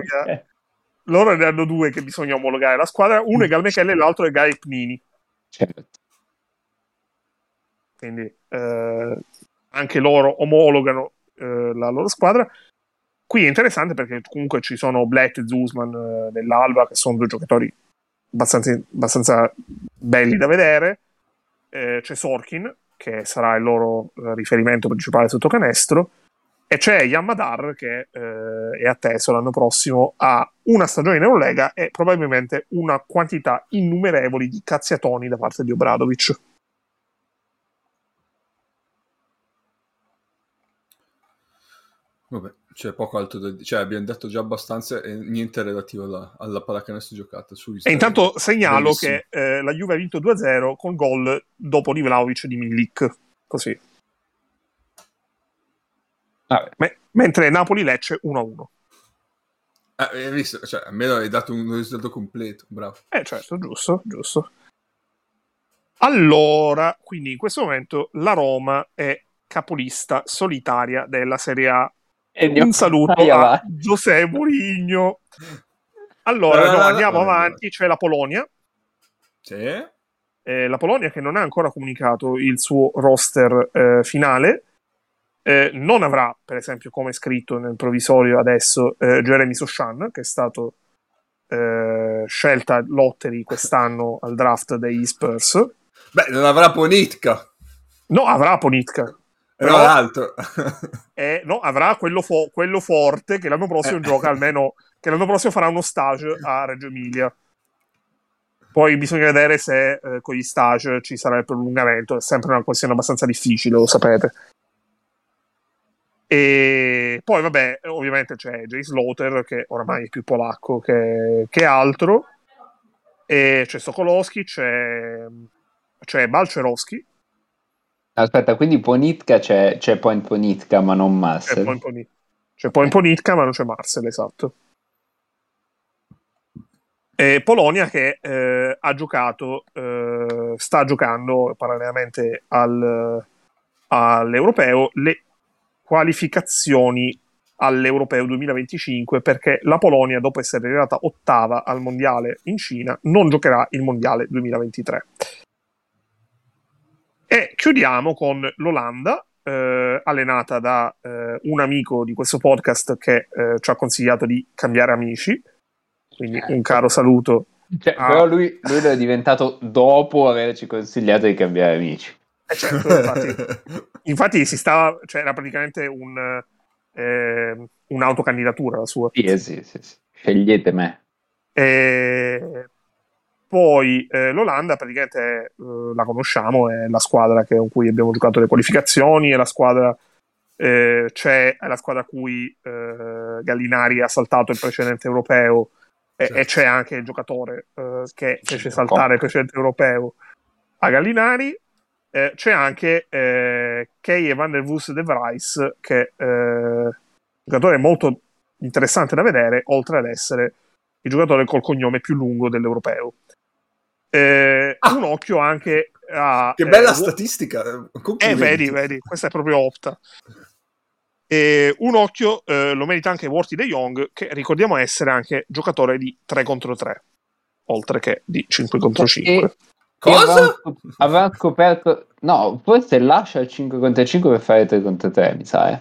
[SPEAKER 2] che bisogna omologare la squadra, uno è Gal Mekel e l'altro è Guy Pnini.
[SPEAKER 3] Certo.
[SPEAKER 2] Quindi anche loro omologano la loro squadra. Qui è interessante perché comunque ci sono Blatt e Zuzman dell'Alba, che sono due giocatori abbastanza belli da vedere. C'è Sorkin, che sarà il loro riferimento principale sotto canestro, e c'è Yamadar, che è atteso l'anno prossimo a una stagione in Eurolega e probabilmente una quantità innumerevoli di cazziatoni da parte di Obradovic.
[SPEAKER 1] Vabbè, c'è poco altro da dire, cioè abbiamo detto già abbastanza e niente relativo alla pallacanestro giocata.
[SPEAKER 2] E intanto segnalo bellissimo che la Juve ha vinto 2-0 con gol dopo di Vlahovic di Milik, così. Mentre Napoli-Lecce 1-1.
[SPEAKER 1] Hai visto? Cioè, almeno hai dato un risultato completo, bravo.
[SPEAKER 2] Certo, giusto. Allora, quindi in questo momento la Roma è capolista solitaria della Serie A. Un saluto a José Mourinho. Allora, andiamo avanti. C'è la Polonia.
[SPEAKER 1] Sì.
[SPEAKER 2] La Polonia che non ha ancora comunicato il suo roster finale. Non avrà, per esempio, come scritto nel provvisorio adesso, Jeremy Sochan, che è stato scelta lottery quest'anno al draft degli Spurs.
[SPEAKER 1] Beh, non avrà Ponitka.
[SPEAKER 2] No, avrà Ponitka.
[SPEAKER 1] Però l'altro.
[SPEAKER 2] No, avrà quello forte che l'anno prossimo gioca almeno, che l'anno prossimo farà uno stage a Reggio Emilia. Poi bisogna vedere se con gli stage ci sarà il prolungamento, è sempre una questione abbastanza difficile, lo sapete. E poi vabbè, ovviamente c'è Jay Slaughter, che oramai è più polacco che altro, e c'è Sokolowski, c'è Balcerowski.
[SPEAKER 3] Aspetta, quindi Ponitka c'è Point Ponitka ma non Marcel.
[SPEAKER 2] C'è Point Ponitka ma non c'è Marcel, esatto. E Polonia che ha giocato, sta giocando parallelamente all'Europeo le qualificazioni all'Europeo 2025, perché la Polonia, dopo essere arrivata ottava al mondiale in Cina, non giocherà il mondiale 2023. E chiudiamo con l'Olanda, allenata da un amico di questo podcast che ci ha consigliato di cambiare amici, quindi un caro saluto.
[SPEAKER 3] Però lui lo è diventato dopo averci consigliato di cambiare amici.
[SPEAKER 2] Certo, infatti si stava, cioè era praticamente un'autocandidatura la sua.
[SPEAKER 3] Sì. Scegliete me.
[SPEAKER 2] Poi l'Olanda praticamente la conosciamo, è la squadra con cui abbiamo giocato le qualificazioni, è la squadra è la squadra a cui Gallinari ha saltato il precedente europeo, certo. E c'è anche il giocatore che fece saltare il precedente europeo a Gallinari. C'è anche Kay van der Woes de Vries, che è un giocatore molto interessante da vedere, oltre ad essere il giocatore col cognome più lungo dell'europeo. Un occhio anche a...
[SPEAKER 1] Che bella statistica!
[SPEAKER 2] Vedi, questa è proprio opta. Un occhio lo merita anche Worthy de Jong, che ricordiamo essere anche giocatore di 3 contro 3, oltre che di 5 contro 5.
[SPEAKER 1] Cosa?
[SPEAKER 3] Aveva scoperto... No, forse lascia il 5 contro 5 per fare 3 contro 3, mi sa,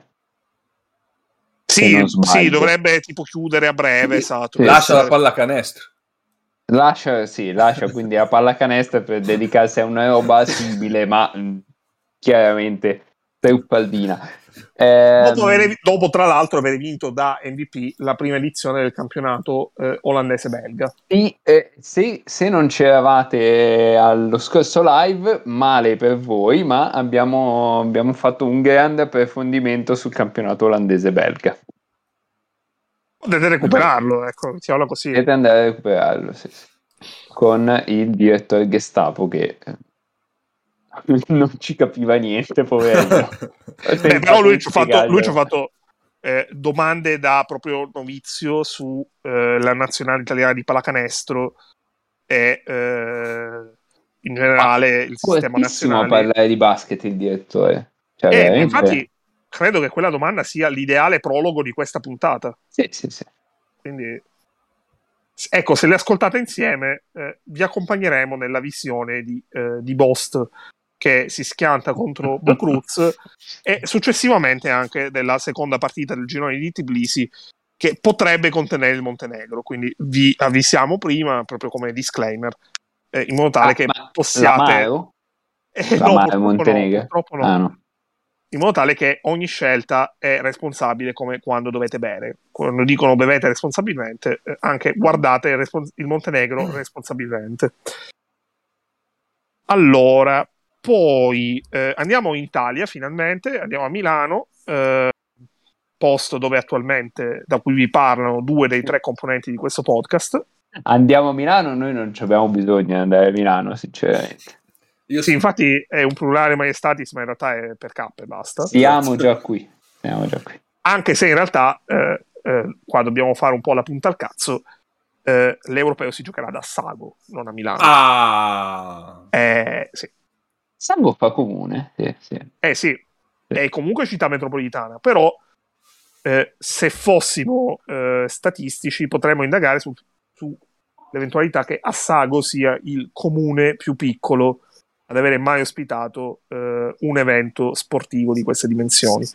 [SPEAKER 2] Sì, dovrebbe tipo chiudere a breve, esatto.
[SPEAKER 1] Sì, lascia la pallacanestro.
[SPEAKER 3] Lascia quindi la pallacanestro per dedicarsi a una roba simile, ma chiaramente Truppaldina.
[SPEAKER 2] Dopo tra l'altro aver vinto da MVP la prima edizione del campionato olandese-belga.
[SPEAKER 3] Sì, se non c'eravate allo scorso live, male per voi, ma abbiamo fatto un grande approfondimento sul campionato olandese-belga.
[SPEAKER 2] Potete recuperarlo, ecco, mettiamola così.
[SPEAKER 3] Potete andare a recuperarlo, sì. Con il direttore Gestapo che non ci capiva niente, poverino.
[SPEAKER 2] Però lui ci ha fatto domande da proprio novizio su la nazionale italiana di pallacanestro e in generale il sistema nazionale.
[SPEAKER 3] A parlare di basket il direttore. Cioè,
[SPEAKER 2] infatti credo che quella domanda sia l'ideale prologo di questa puntata.
[SPEAKER 3] Sì.
[SPEAKER 2] Quindi ecco, se le ascoltate insieme vi accompagneremo nella visione di Bost che si schianta contro Bokruz e successivamente anche della seconda partita del girone di Tbilisi che potrebbe contenere il Montenegro, quindi vi avvisiamo prima proprio come disclaimer in modo tale che possiate purtroppo no.
[SPEAKER 3] No.
[SPEAKER 2] In modo tale che ogni scelta è responsabile come quando dovete bere. Quando dicono bevete responsabilmente, anche guardate il Montenegro responsabilmente. Allora, poi andiamo in Italia finalmente, andiamo a Milano, posto dove attualmente, da cui vi parlano 2 dei 3 componenti di questo podcast.
[SPEAKER 3] Andiamo a Milano, noi non abbiamo bisogno di andare a Milano, sinceramente.
[SPEAKER 2] Sì, infatti è un plurale majestatis, ma in realtà è per K e basta.
[SPEAKER 3] Siamo già qui.
[SPEAKER 2] Anche se in realtà, qua dobbiamo fare un po' la punta al cazzo, l'Europeo si giocherà da Sago, non a Milano. Sì.
[SPEAKER 3] Sago fa comune, sì.
[SPEAKER 2] Sì, è comunque città metropolitana, però se fossimo statistici potremmo indagare su l'eventualità che Assago sia il comune più piccolo ad avere mai ospitato un evento sportivo di queste dimensioni.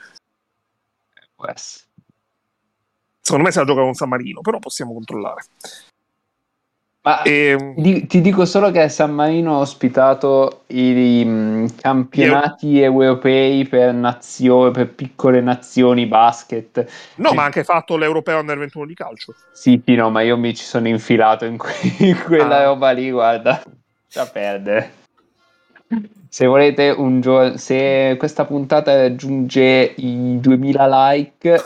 [SPEAKER 2] Secondo me se la gioca con San Marino, però possiamo controllare.
[SPEAKER 3] Ma ti dico solo che San Marino ha ospitato i campionati europei per piccole nazioni basket.
[SPEAKER 2] No, ma ha anche fatto l'Europeo Under 21 di calcio.
[SPEAKER 3] Sì, no, ma io mi ci sono infilato in quella roba lì, guarda, da perdere. Se volete se questa puntata raggiunge i 2000 like,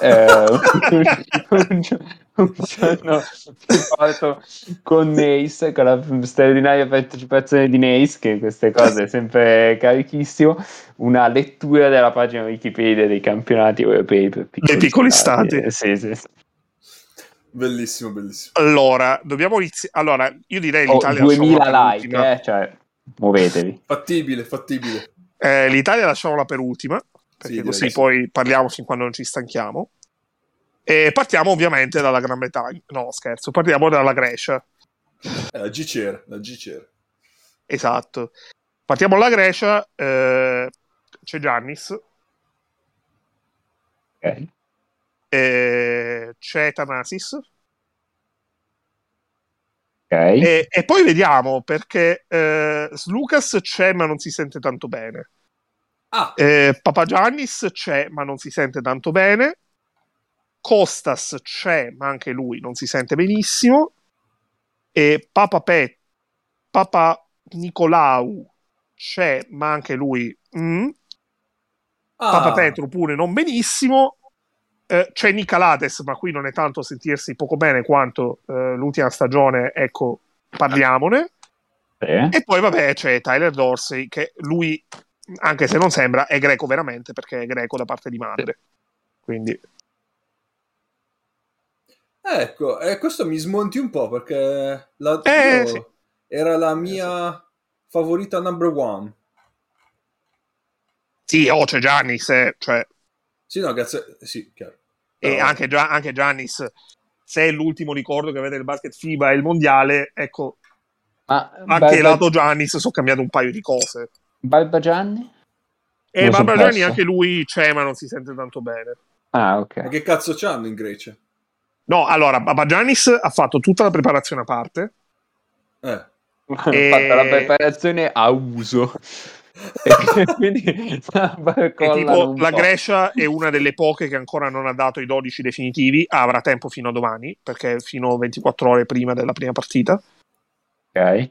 [SPEAKER 3] un giorno ti porto con Nace, con la straordinaria partecipazione di Nace, che queste cose è sempre carichissimo, una lettura della pagina Wikipedia dei campionati europei per
[SPEAKER 2] piccoli stati.
[SPEAKER 3] Sì.
[SPEAKER 1] Bellissimo.
[SPEAKER 2] Allora, dobbiamo iniziare. Allora, io direi l'Italia
[SPEAKER 3] 2000 like, cioè muovetevi.
[SPEAKER 1] Fattibile.
[SPEAKER 2] L'Italia lasciamola per ultima, perché così poi parliamo fin quando non ci stanchiamo. E partiamo ovviamente dalla Gran Bretagna. No, scherzo, partiamo dalla Grecia.
[SPEAKER 1] La G-Chair.
[SPEAKER 2] Esatto. Partiamo dalla Grecia, c'è Giannis.
[SPEAKER 3] Ok.
[SPEAKER 2] C'è Thanasis.
[SPEAKER 3] Okay.
[SPEAKER 2] E poi vediamo perché Slucas c'è ma non si sente tanto bene. Papagiannis c'è ma non si sente tanto bene. Kostas c'è ma anche lui non si sente benissimo. E Papa Nicolau c'è ma anche lui Papa Petru pure non benissimo. C'è Nicalates, ma qui non è tanto sentirsi poco bene quanto l'ultima stagione, ecco, parliamone. E poi vabbè c'è Tyler Dorsey, che lui, anche se non sembra, è greco veramente, perché è greco da parte di madre. Quindi
[SPEAKER 1] ecco, questo mi smonti un po', perché
[SPEAKER 2] sì.
[SPEAKER 1] era la mia favorita number one.
[SPEAKER 2] Sì, c'è Giannis, cioè.
[SPEAKER 1] Sì, no, grazie. Sì, chiaro.
[SPEAKER 2] E anche Giannis, se è l'ultimo ricordo che avete del basket FIBA e il mondiale, ecco, anche lato Giannis sono cambiate un paio di cose.
[SPEAKER 3] Barbagianni?
[SPEAKER 2] E Barbagianni anche lui c'è ma non si sente tanto bene.
[SPEAKER 3] Ok.
[SPEAKER 1] Ma che cazzo c'hanno in Grecia?
[SPEAKER 2] No, allora, Barbagiannis ha fatto tutta la preparazione a parte.
[SPEAKER 3] Ha fatto la preparazione a uso. Quindi
[SPEAKER 2] e tipo la Grecia è una delle poche che ancora non ha dato i 12 definitivi, avrà tempo fino a domani, perché fino a 24 ore prima della prima partita.
[SPEAKER 3] Ok.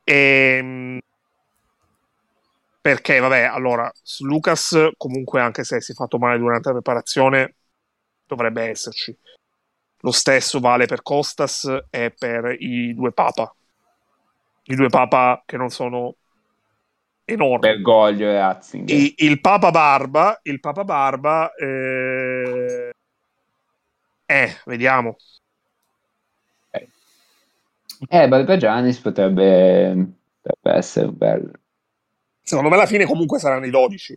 [SPEAKER 2] Perché, vabbè, allora, Lucas comunque, anche se si è fatto male durante la preparazione, dovrebbe esserci. Lo stesso vale per Costas e per i due Papa. I due Papa che non sono enormi.
[SPEAKER 3] Bergoglio e Ratzinger.
[SPEAKER 2] Il Papa Barba, vediamo.
[SPEAKER 3] Barbagiannis potrebbe essere un bel...
[SPEAKER 2] Secondo me alla fine comunque saranno i 12.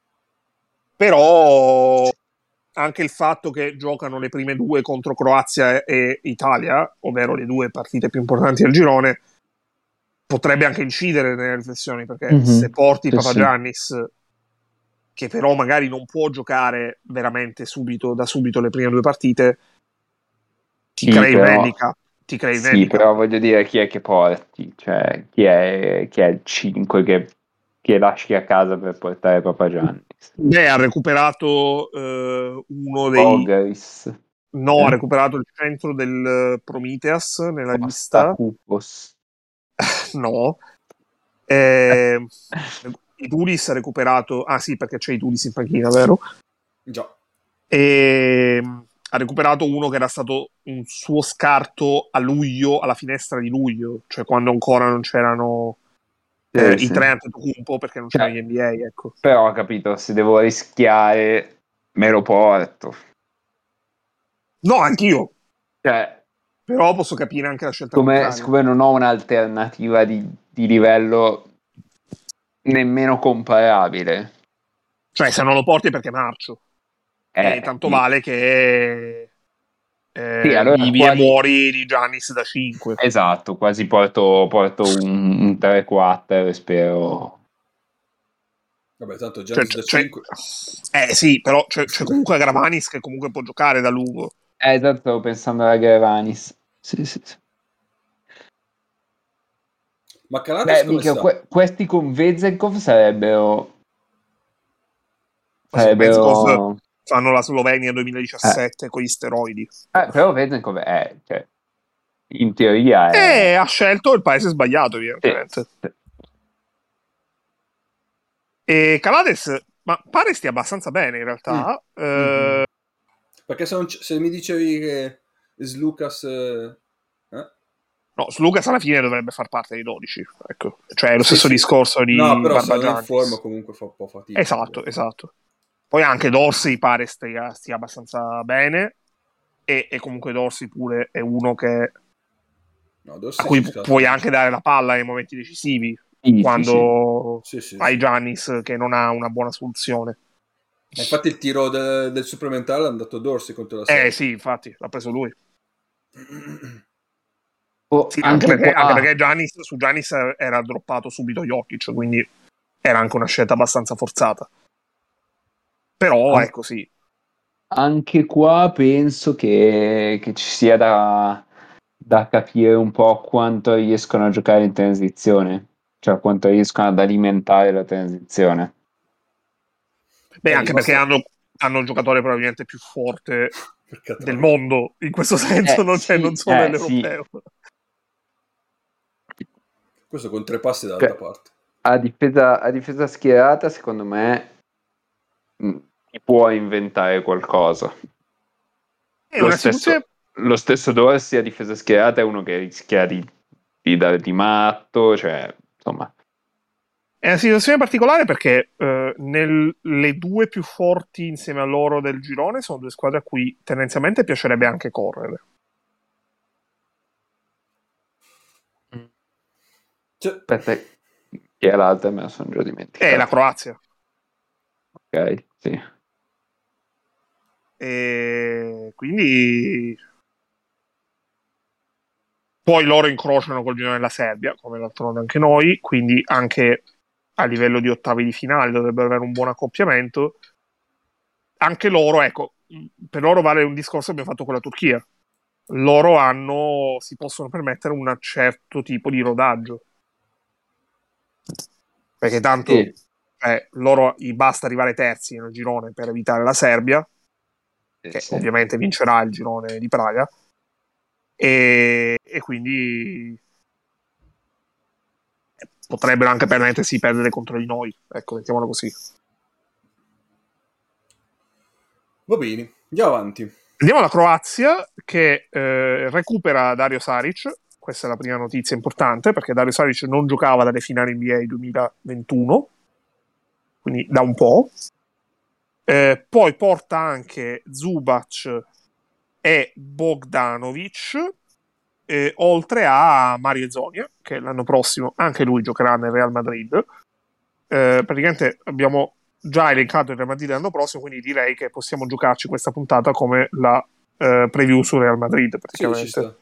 [SPEAKER 2] Però anche il fatto che giocano le prime due contro Croazia e Italia, ovvero le due partite più importanti del girone, potrebbe anche incidere nelle riflessioni, perché se porti Papagiannis, che però magari non può giocare veramente da subito le prime due partite, ti crei un handicap.
[SPEAKER 3] Sì, però voglio dire, chi è che porti? Cioè, chi è il 5 che lasci a casa per portare Papagiannis?
[SPEAKER 2] Ha recuperato uno dei...
[SPEAKER 3] Bogaris.
[SPEAKER 2] No, ha recuperato il centro del Prometheus nella lista.
[SPEAKER 3] Kupos.
[SPEAKER 2] No. Idudis ha recuperato... Ah sì, perché c'è Idudis in panchina, vero?
[SPEAKER 1] Già.
[SPEAKER 2] Ha recuperato uno che era stato un suo scarto a luglio, alla finestra di luglio, cioè quando ancora non c'erano i tre Antetokounmpo, perché non c'erano gli NBA, ecco.
[SPEAKER 3] Però ho capito, se devo rischiare me lo porto.
[SPEAKER 2] No, anch'io.
[SPEAKER 3] Cioè,
[SPEAKER 2] però posso capire anche la scelta contraria.
[SPEAKER 3] Siccome non ho un'alternativa di livello nemmeno comparabile.
[SPEAKER 2] Cioè, se non lo porti perché marcio. E tanto vale che
[SPEAKER 3] allora
[SPEAKER 2] vivi e muori di Giannis da 5.
[SPEAKER 3] Esatto, quasi porto un 3-4 e spero...
[SPEAKER 1] Vabbè, tanto Giannis da 5.
[SPEAKER 2] Sì, però c'è comunque Gravanis che comunque può giocare da lungo.
[SPEAKER 3] Esatto, stavo pensando alla Gravanis. Sì.
[SPEAKER 1] Ma Calates come sta?
[SPEAKER 3] Questi con Vezenkov sarebbero...
[SPEAKER 2] Vezenkov fanno la Slovenia 2017 con gli steroidi.
[SPEAKER 3] Però Vezenkov cioè, in teoria
[SPEAKER 2] ha scelto il paese sbagliato, evidentemente.
[SPEAKER 3] Sì.
[SPEAKER 2] E Calades, ma pare stia abbastanza bene in realtà.
[SPEAKER 1] Perché se mi dicevi che Slucas...
[SPEAKER 2] No, Slucas alla fine dovrebbe far parte dei 12, ecco. Cioè è lo stesso discorso di
[SPEAKER 1] però se non è in forma comunque fa un po' fatica.
[SPEAKER 2] Esatto. Poi anche Dorsey pare stia abbastanza bene e comunque Dorsey pure è uno che a cui puoi anche dare la palla nei momenti decisivi quando hai Giannis che non ha una buona soluzione.
[SPEAKER 1] Infatti il tiro del supplementare l'ha andato Dorsey contro la Serie.
[SPEAKER 2] Sì, infatti l'ha preso lui.
[SPEAKER 3] Sì,
[SPEAKER 2] anche perché su Giannis era droppato subito Jokic, quindi era anche una scelta abbastanza forzata. Però è così.
[SPEAKER 3] Anche qua penso che ci sia da capire un po' quanto riescono a giocare in transizione, cioè quanto riescono ad alimentare la transizione.
[SPEAKER 2] Anche perché hanno un giocatore probabilmente più forte del mondo, in questo senso non solo nell'europeo.
[SPEAKER 1] Sì. Questo con 3 passi dall'altra parte.
[SPEAKER 3] A difesa schierata, secondo me, si può inventare qualcosa. Lo stesso Dorsey a difesa schierata è uno che rischia di dare di matto, cioè, insomma.
[SPEAKER 2] È una situazione particolare perché le due più forti insieme a loro del girone sono due squadre a cui tendenzialmente piacerebbe anche correre.
[SPEAKER 3] Aspetta, chi è l'altra? Me la sono già dimenticato.
[SPEAKER 2] È la Croazia.
[SPEAKER 3] Ok, sì.
[SPEAKER 2] E quindi poi loro incrociano col girone della Serbia, come d'altronde anche noi, quindi anche a livello di ottavi di finale dovrebbero avere un buon accoppiamento. Anche loro, ecco, per loro vale un discorso che abbiamo fatto con la Turchia. Loro si possono permettere un certo tipo di rodaggio. Perché tanto loro gli basta arrivare terzi nel girone per evitare la Serbia, che ovviamente vincerà il girone di Praga, e quindi potrebbero anche permettersi di perdere contro di noi, ecco, mettiamolo così.
[SPEAKER 1] Va bene, andiamo avanti.
[SPEAKER 2] Andiamo alla Croazia, che recupera Dario Saric. Questa è la prima notizia importante, perché Dario Saric non giocava dalle finali NBA 2021, quindi da un po'. Poi porta anche Zubac e Bogdanovic, oltre a Mario Zonia, che l'anno prossimo anche lui giocherà nel Real Madrid. Praticamente abbiamo già elencato il Real Madrid l'anno prossimo, quindi direi che possiamo giocarci questa puntata come la preview su Real Madrid, praticamente.
[SPEAKER 1] Sì, ci sta.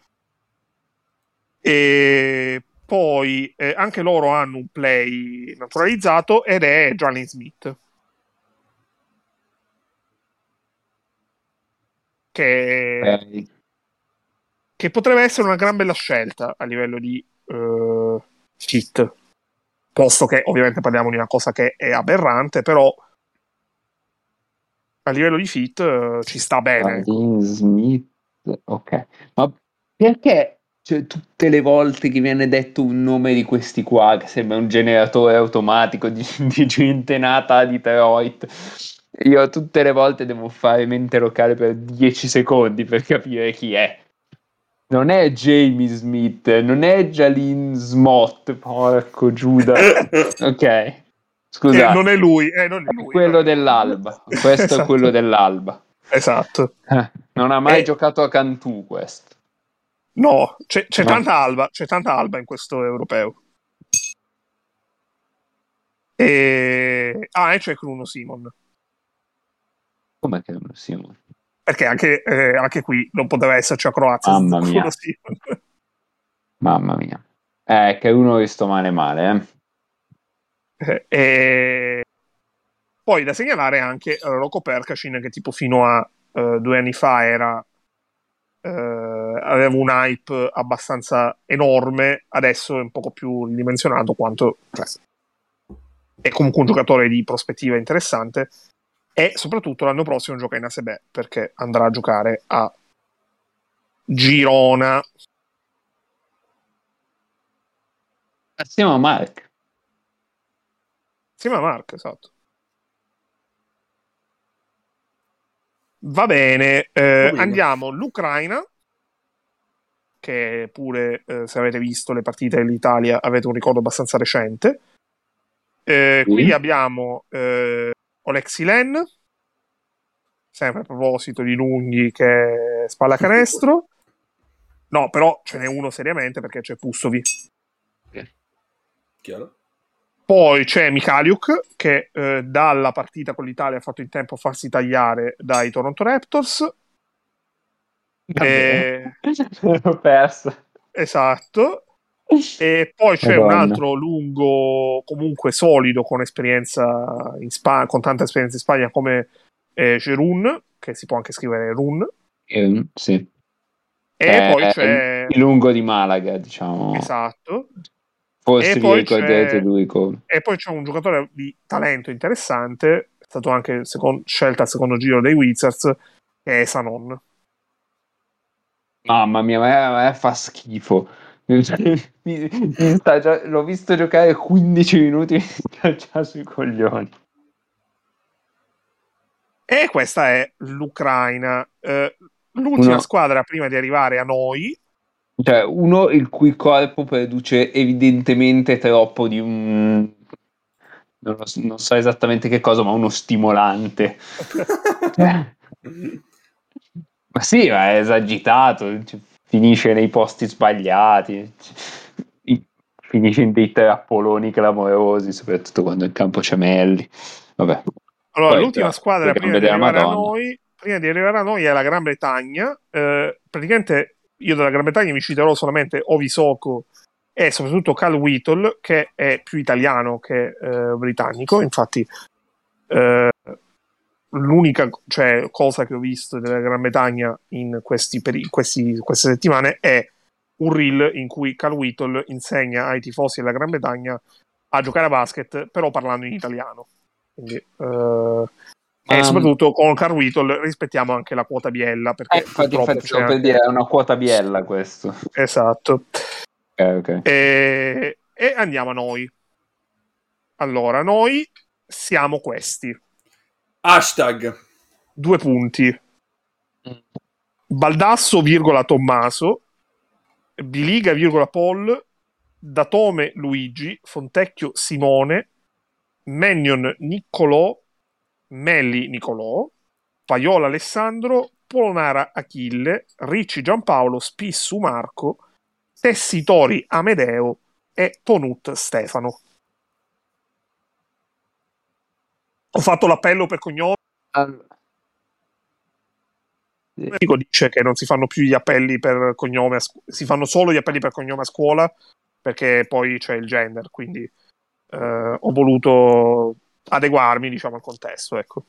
[SPEAKER 2] E poi anche loro hanno un play naturalizzato ed è Jalen Smith, che potrebbe essere una gran bella scelta a livello di fit, posto che ovviamente parliamo di una cosa che è aberrante, però a livello di fit ci sta bene.
[SPEAKER 3] Smith, ok, ma perché tutte le volte che viene detto un nome di questi qua che sembra un generatore automatico di gente nata a Detroit, io tutte le volte devo fare mente locale per 10 secondi per capire chi è? Non è Jamie Smith, non è Jalen Smith, porco Giuda. Ok, scusa.
[SPEAKER 2] Non è lui, non è lui.
[SPEAKER 3] Quello dell'Alba. Questo esatto. È quello dell'Alba.
[SPEAKER 2] Esatto.
[SPEAKER 3] Non ha mai giocato a Cantù questo.
[SPEAKER 2] No, c'è tanta Alba in questo europeo. E c'è Bruno Simon.
[SPEAKER 3] Com'è che è Bruno Simon?
[SPEAKER 2] Perché anche qui non poteva esserci a Croazia.
[SPEAKER 3] Mamma mia. Mamma mia. Che è uno che sto male.
[SPEAKER 2] Poi da segnalare anche Roko Perkacin, che tipo fino a 2 anni fa aveva un hype abbastanza enorme, adesso è un poco più ridimensionato, quanto è comunque un giocatore di prospettiva interessante, e soprattutto l'anno prossimo gioca in ASB, perché andrà a giocare a Girona
[SPEAKER 3] assieme a Mark.
[SPEAKER 2] Esatto. Va bene, andiamo all'Ucraina, che pure, se avete visto le partite dell'Italia, avete un ricordo abbastanza recente. Qui abbiamo Oleksiy Len, sempre a proposito di lunghi, che è spalla canestro. No, però ce n'è uno seriamente, perché c'è Pussovi.
[SPEAKER 1] Chiaro.
[SPEAKER 2] Poi c'è Mikhaliuk, che dalla partita con l'Italia ha fatto in tempo a farsi tagliare dai Toronto Raptors.
[SPEAKER 3] L'ho perso.
[SPEAKER 2] Esatto. E poi c'è un altro lungo, comunque solido, con esperienza in Spagna, con tanta esperienza in Spagna, come Jerun, che si può anche scrivere Run.
[SPEAKER 3] Sì.
[SPEAKER 2] E poi c'è
[SPEAKER 3] il lungo di Malaga, diciamo.
[SPEAKER 2] Esatto.
[SPEAKER 3] Forse vi ricordate lui come.
[SPEAKER 2] E poi c'è un giocatore di talento interessante, è stato anche scelta al secondo giro dei Wizards, che è Sanon.
[SPEAKER 3] Mamma mia, ma fa schifo. L'ho visto giocare 15 minuti e mi sta già sui coglioni.
[SPEAKER 2] E questa è l'Ucraina. L'ultima squadra prima di arrivare a noi.
[SPEAKER 3] Cioè, uno il cui corpo produce evidentemente troppo di un... Non so esattamente che cosa, ma uno stimolante. Ma sì, ma è esagitato, finisce nei posti sbagliati, finisce in dei trappoloni clamorosi, soprattutto quando in campo c'è Melli. Vabbè.
[SPEAKER 2] Allora, poi, l'ultima squadra prima di arrivare a noi è la Gran Bretagna. Praticamente io della Gran Bretagna vi citerò solamente Ovi Soko e soprattutto Cal Whittle, che è più italiano che britannico. Infatti l'unica cosa che ho visto della Gran Bretagna in queste settimane è un reel in cui Cal Whittle insegna ai tifosi della Gran Bretagna a giocare a basket, però parlando in italiano. Quindi, e soprattutto con Carl Whittle rispettiamo anche la quota biella, perché
[SPEAKER 3] infatti
[SPEAKER 2] c'è
[SPEAKER 3] per dire, è una quota biella questo.
[SPEAKER 2] Esatto.
[SPEAKER 3] Okay.
[SPEAKER 2] E andiamo a noi. Allora, noi siamo questi.
[SPEAKER 1] Hashtag.
[SPEAKER 2] 2 punti. Baldasso, Tommaso, Biliga, Paul, Datome Luigi, Fontecchio Simone, Mennion Niccolò, Melli Nicolò, Paiola Alessandro, Polonara Achille, Ricci Giampaolo, Spissu Marco, Tessitori Amedeo e Tonut Stefano. Ho fatto l'appello per cognome. Dice che non si fanno più gli appelli per cognome, si fanno solo gli appelli per cognome a scuola, perché poi c'è il gender, quindi ho voluto adeguarmi, diciamo, al contesto, ecco.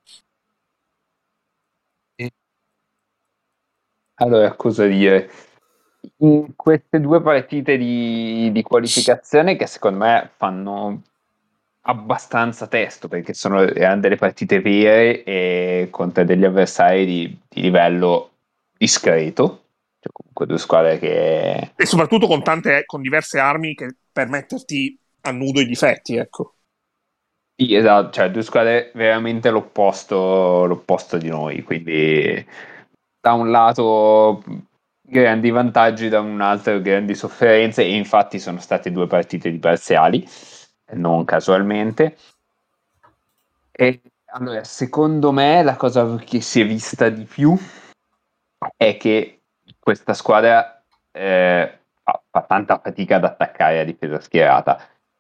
[SPEAKER 3] Allora, cosa dire? In queste 2 partite di qualificazione, che secondo me fanno abbastanza testo, perché erano delle partite vere e contro degli avversari di livello discreto, cioè comunque 2 squadre che...
[SPEAKER 2] E soprattutto con diverse armi per metterti a nudo i difetti, ecco.
[SPEAKER 3] Sì, esatto, cioè 2 squadre veramente l'opposto di noi, quindi da un lato grandi vantaggi, da un altro grandi sofferenze, e infatti sono state 2 partite di parziali, non casualmente. E allora, secondo me la cosa che si è vista di più è che questa squadra fa tanta fatica ad attaccare a difesa schierata.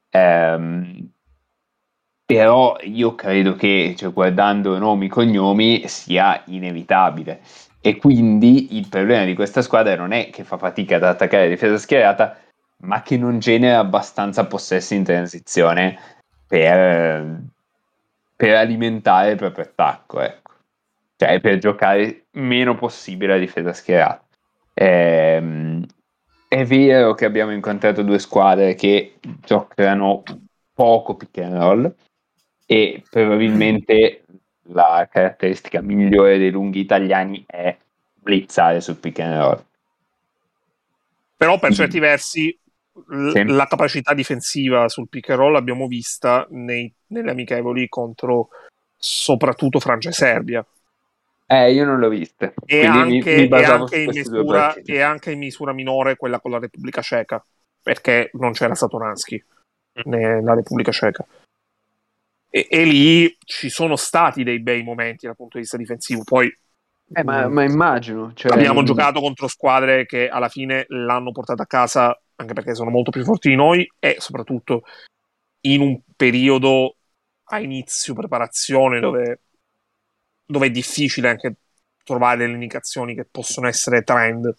[SPEAKER 3] Però io credo che, cioè, guardando nomi e cognomi, sia inevitabile. E quindi il problema di questa squadra non è che fa fatica ad attaccare la difesa schierata, ma che non genera abbastanza possessi in transizione per alimentare il proprio attacco, ecco. Cioè per giocare meno possibile la difesa schierata. È vero che abbiamo incontrato 2 squadre che giocano poco pick and roll, e probabilmente la caratteristica migliore dei lunghi italiani è blitzare sul pick and roll.
[SPEAKER 2] Però per certi versi la capacità difensiva sul pick and roll l'abbiamo vista nelle amichevoli contro soprattutto Francia e Serbia.
[SPEAKER 3] Io non l'ho vista.
[SPEAKER 2] E anche in misura minore quella con la Repubblica Ceca, perché non c'era Satoransky nella Repubblica Ceca. E lì ci sono stati dei bei momenti dal punto di vista difensivo. Poi
[SPEAKER 3] ma immagino, cioè...
[SPEAKER 2] abbiamo giocato contro squadre che alla fine l'hanno portata a casa, anche perché sono molto più forti di noi, e soprattutto in un periodo a inizio preparazione dove è difficile anche trovare delle indicazioni che possono essere trend.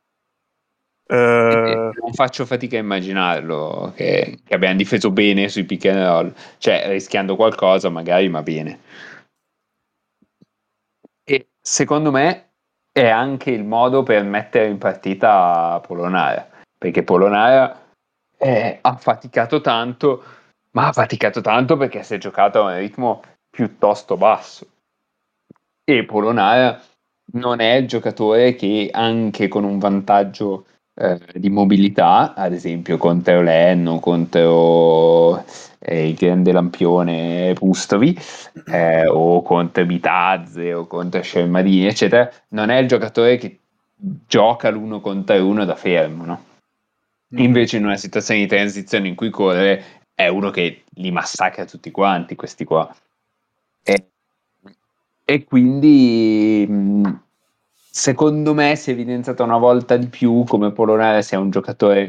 [SPEAKER 3] Non faccio fatica a immaginarlo che abbiamo difeso bene sui pick and roll, cioè rischiando qualcosa magari, ma bene. E secondo me è anche il modo per mettere in partita Polonara, perché Polonara ha faticato tanto, ma ha faticato tanto perché si è giocato a un ritmo piuttosto basso, e Polonara non è il giocatore che anche con un vantaggio di mobilità, ad esempio contro Lenno, contro il grande lampione Pustovi, o contro Bitazze o contro Scermadini, eccetera, non è il giocatore che gioca l'1 contro 1 da fermo, no? Invece in una situazione di transizione in cui corre è uno che li massacra tutti quanti, questi qua. E quindi secondo me si è evidenziato una volta di più come Polonara sia un giocatore,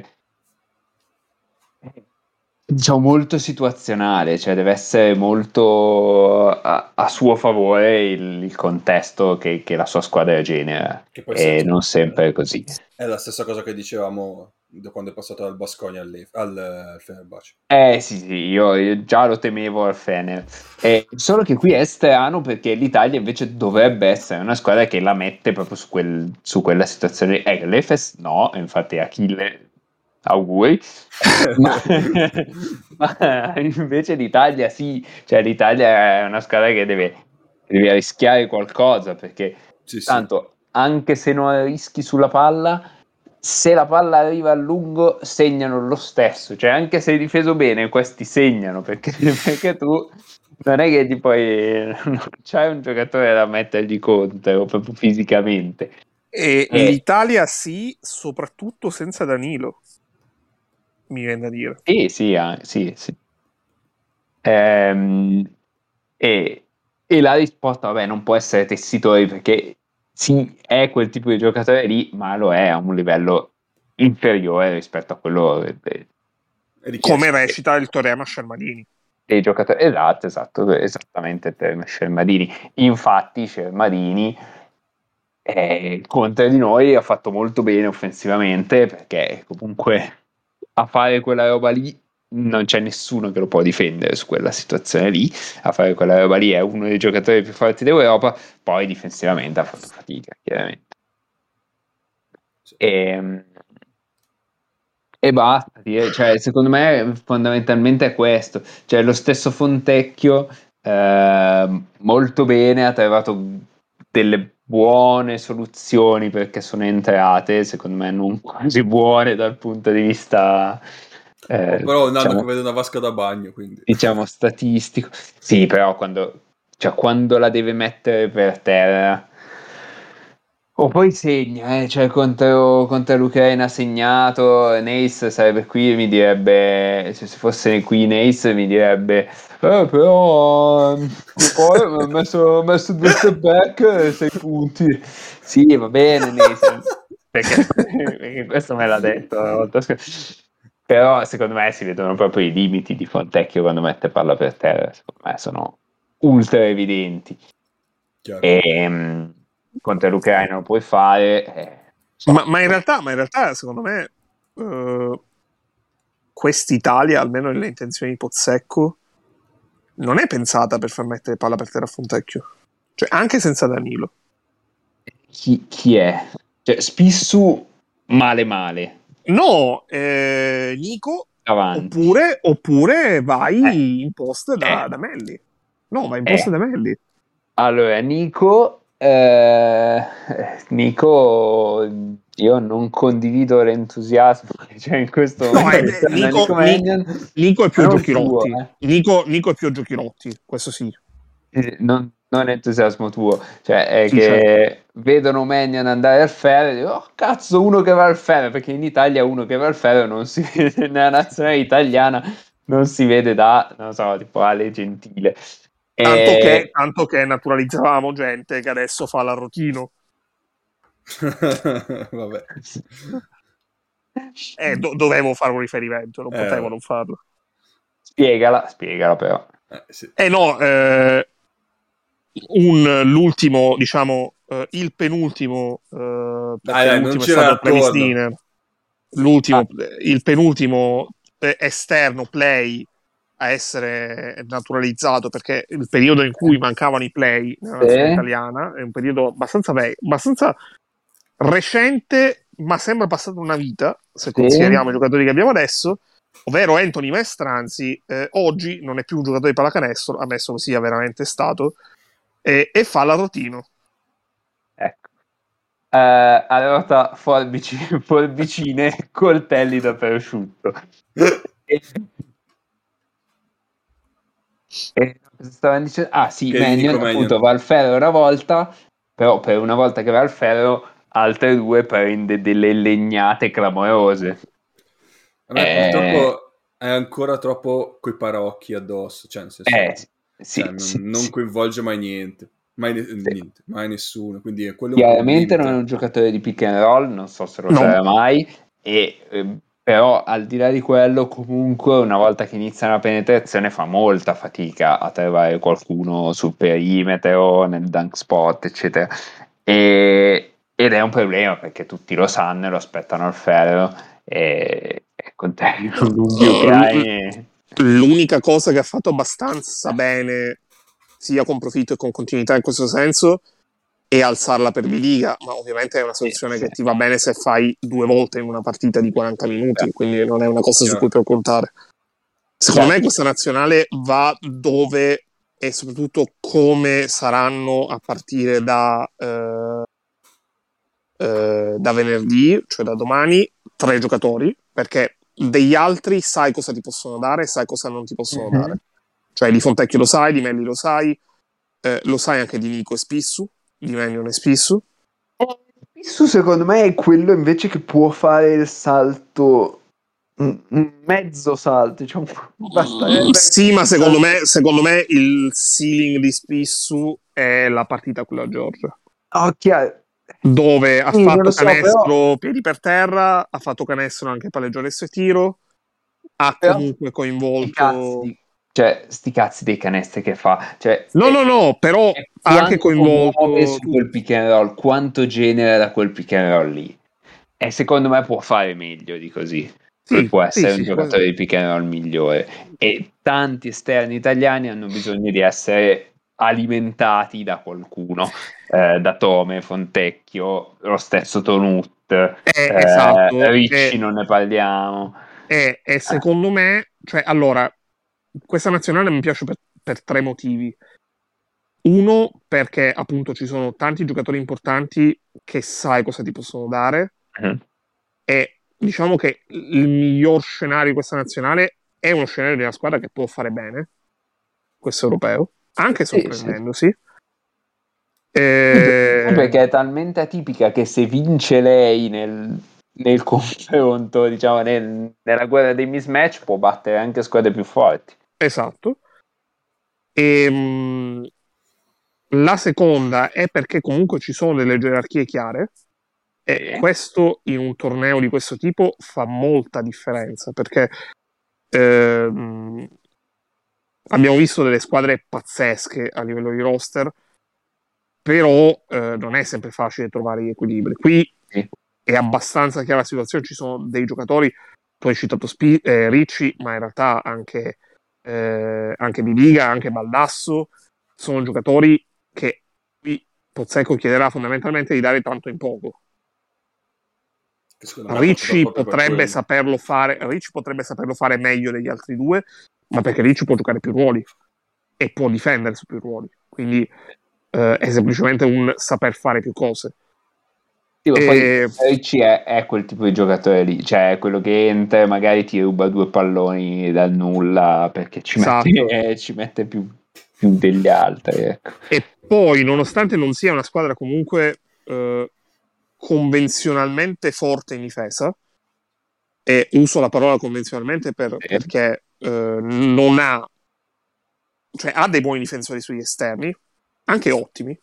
[SPEAKER 3] diciamo, molto situazionale, cioè deve essere molto a suo favore il contesto che la sua squadra genera, e non sempre è così.
[SPEAKER 1] È la stessa cosa che dicevamo da quando è passato dal Baskonia al Fenerbahce.
[SPEAKER 3] Sì, io già lo temevo al Fener. Solo che qui è strano, perché l'Italia invece dovrebbe essere una squadra che la mette proprio su quella situazione. L'Efes no, infatti Achille auguri. ma invece l'Italia sì, cioè l'Italia è una squadra che deve rischiare qualcosa, perché tanto anche se non rischi sulla palla, se la palla arriva a lungo segnano lo stesso, cioè anche se hai difeso bene questi segnano, perché tu non è che ti puoi, non c'hai un giocatore da mettergli contro proprio fisicamente.
[SPEAKER 2] E l'Italia sì, soprattutto senza Danilo, mi viene da dire.
[SPEAKER 3] Sì. E la risposta, vabbè, non può essere Tessitori, perché sì, è quel tipo di giocatore lì, ma lo è a un livello inferiore rispetto a quello
[SPEAKER 2] come recita il teorema Scermadini.
[SPEAKER 3] Dei giocatori, esatto, esattamente il teorema Scermadini. Infatti Scermadini contro di noi ha fatto molto bene offensivamente, perché comunque a fare quella roba lì non c'è nessuno che lo può difendere su quella situazione lì. A fare quella roba lì è uno dei giocatori più forti d'Europa, poi difensivamente ha fatto fatica, chiaramente. E basta, cioè, secondo me fondamentalmente è questo, cioè lo stesso Fontecchio molto bene, ha trovato delle buone soluzioni perché sono entrate, secondo me non così buone dal punto di vista
[SPEAKER 1] però un anno che vede una vasca da bagno, quindi
[SPEAKER 3] diciamo statistico, sì, però quando la deve mettere per terra. O poi segna, cioè contro l'Ucraina ha segnato, Neis sarebbe qui e mi direbbe, se fosse qui Neis mi direbbe, però poi ho messo 2 step back, 6 punti. Sì, va bene Neis, perché questo me l'ha detto una volta. Però secondo me si vedono proprio i limiti di Fontecchio quando mette palla per terra, secondo me sono ultra evidenti. Contro l'Ucraina lo puoi fare.
[SPEAKER 2] Ma in realtà, secondo me, quest'Italia, almeno nelle intenzioni di Pozzecco, non è pensata per far mettere palla per terra a Fontecchio. Cioè, anche senza Danilo.
[SPEAKER 3] Chi è? Cioè, Spissu male.
[SPEAKER 2] No, Nico,
[SPEAKER 3] Avanti.
[SPEAKER 2] oppure vai in post da Melli. No, vai in post da Melli.
[SPEAKER 3] Allora, Nico, io non condivido l'entusiasmo, cioè in questo momento
[SPEAKER 2] Nico è più Giochirotti. Nico è più Giochirotti, questo sì.
[SPEAKER 3] Non entusiasmo tuo, cioè è che certo. Vedono Mannion andare al ferro e dicono, oh cazzo, uno che va al ferro, perché in Italia uno che va al ferro non si vede, nella nazionale italiana non si vede da, non so, tipo Ale Gentile.
[SPEAKER 2] Tanto che naturalizzavamo gente che adesso fa l'arrotino.
[SPEAKER 1] Vabbè.
[SPEAKER 2] Dovevo fare un riferimento, non potevo non farlo.
[SPEAKER 3] Spiegala però.
[SPEAKER 1] Sì.
[SPEAKER 2] L'ultimo, diciamo, il penultimo, perché l'ultimo è stato Play. Il penultimo esterno Play a essere naturalizzato, perché il periodo in cui mancavano i Play nella nazione italiana è un periodo abbastanza recente, ma sembra passata una vita se consideriamo i giocatori che abbiamo adesso, ovvero Anthony Mestranzi. Oggi non è più un giocatore di pallacanestro, ammesso che sia veramente stato, e fa l'arrotino.
[SPEAKER 3] Ecco, allora forbicine, coltelli da prosciutto. Stavano dicendo, Mannion appunto va al ferro una volta, però per una volta che va al ferro altre 2 prende delle legnate clamorose.
[SPEAKER 1] A me purtroppo è ancora troppo coi paraocchi addosso, cioè nel senso non coinvolge mai niente, mai nessuno, quindi è quello
[SPEAKER 3] chiaramente un po' non è un giocatore di pick and roll, non so se lo sarà mai, però al di là di quello comunque una volta che inizia la penetrazione fa molta fatica a trovare qualcuno sul perimetro, nel dunk spot eccetera, ed è un problema perché tutti lo sanno e lo aspettano al ferro e con te lunghi ucraini.
[SPEAKER 2] L'unica cosa che ha fatto abbastanza bene sia con profitto che con continuità in questo senso e alzarla per B-Liga, ma ovviamente è una soluzione che ti va bene se fai 2 volte in una partita di 40 minuti, quindi non è una cosa su cui puoi contare. Secondo me questa nazionale va dove e soprattutto come saranno a partire da venerdì, cioè da domani, 3 giocatori, perché degli altri sai cosa ti possono dare e sai cosa non ti possono dare. Cioè di Fontecchio lo sai, di Melli lo sai anche di Nico e Spissu, di Mannion e Spissu.
[SPEAKER 3] Spissu secondo me è quello invece che può fare il salto, un mezzo salto, diciamo.
[SPEAKER 2] Sì, ma secondo me il ceiling di Spissu è la partita con la Georgia.
[SPEAKER 3] Chiaro.
[SPEAKER 2] Dove ha fatto canestro piedi per terra, ha fatto canestro anche palleggio adesso e tiro, ha comunque coinvolto...
[SPEAKER 3] sti cazzi dei canestri che fa. Cioè,
[SPEAKER 2] no, però ha anche coinvolto...
[SPEAKER 3] su quel pick and roll, quanto genera da quel pick and roll lì. E secondo me può fare meglio di così. Può essere un giocatore di pick and roll migliore. E tanti esterni italiani hanno bisogno di essere alimentati da qualcuno, da Tome, Fontecchio, lo stesso Tonut,
[SPEAKER 2] esatto,
[SPEAKER 3] Ricci non ne parliamo.
[SPEAKER 2] E secondo me, cioè, allora, questa nazionale mi piace per 3 motivi. Uno, perché appunto ci sono tanti giocatori importanti che sai cosa ti possono dare, e diciamo che il miglior scenario di questa nazionale è uno scenario di una squadra che può fare bene, questo europeo, anche sorprendendosi.
[SPEAKER 3] Perché è talmente atipica che se vince lei nel confronto, diciamo, nella guerra dei mismatch, può battere anche squadre più forti.
[SPEAKER 2] Esatto. La seconda è perché comunque ci sono delle gerarchie chiare, e questo in un torneo di questo tipo fa molta differenza, perché abbiamo visto delle squadre pazzesche a livello di roster, però non è sempre facile trovare gli equilibri. Qui è abbastanza chiara la situazione, ci sono dei giocatori, tu hai citato Ricci, ma in realtà anche Bibiga, anche Baldasso, sono giocatori che qui Pozzecco chiederà fondamentalmente di dare tanto in poco. Ricci potrebbe saperlo fare meglio degli altri due, ma perché Ricci può giocare più ruoli e può difendere su più ruoli, quindi è semplicemente un saper fare più cose.
[SPEAKER 3] Poi Ricci è quel tipo di giocatore lì, cioè è quello che entra e magari ti ruba 2 palloni dal nulla perché ci mette più degli altri, ecco.
[SPEAKER 2] E poi, nonostante non sia una squadra comunque convenzionalmente forte in difesa, e uso la parola convenzionalmente perché non ha, cioè ha dei buoni difensori sugli esterni, anche ottimi,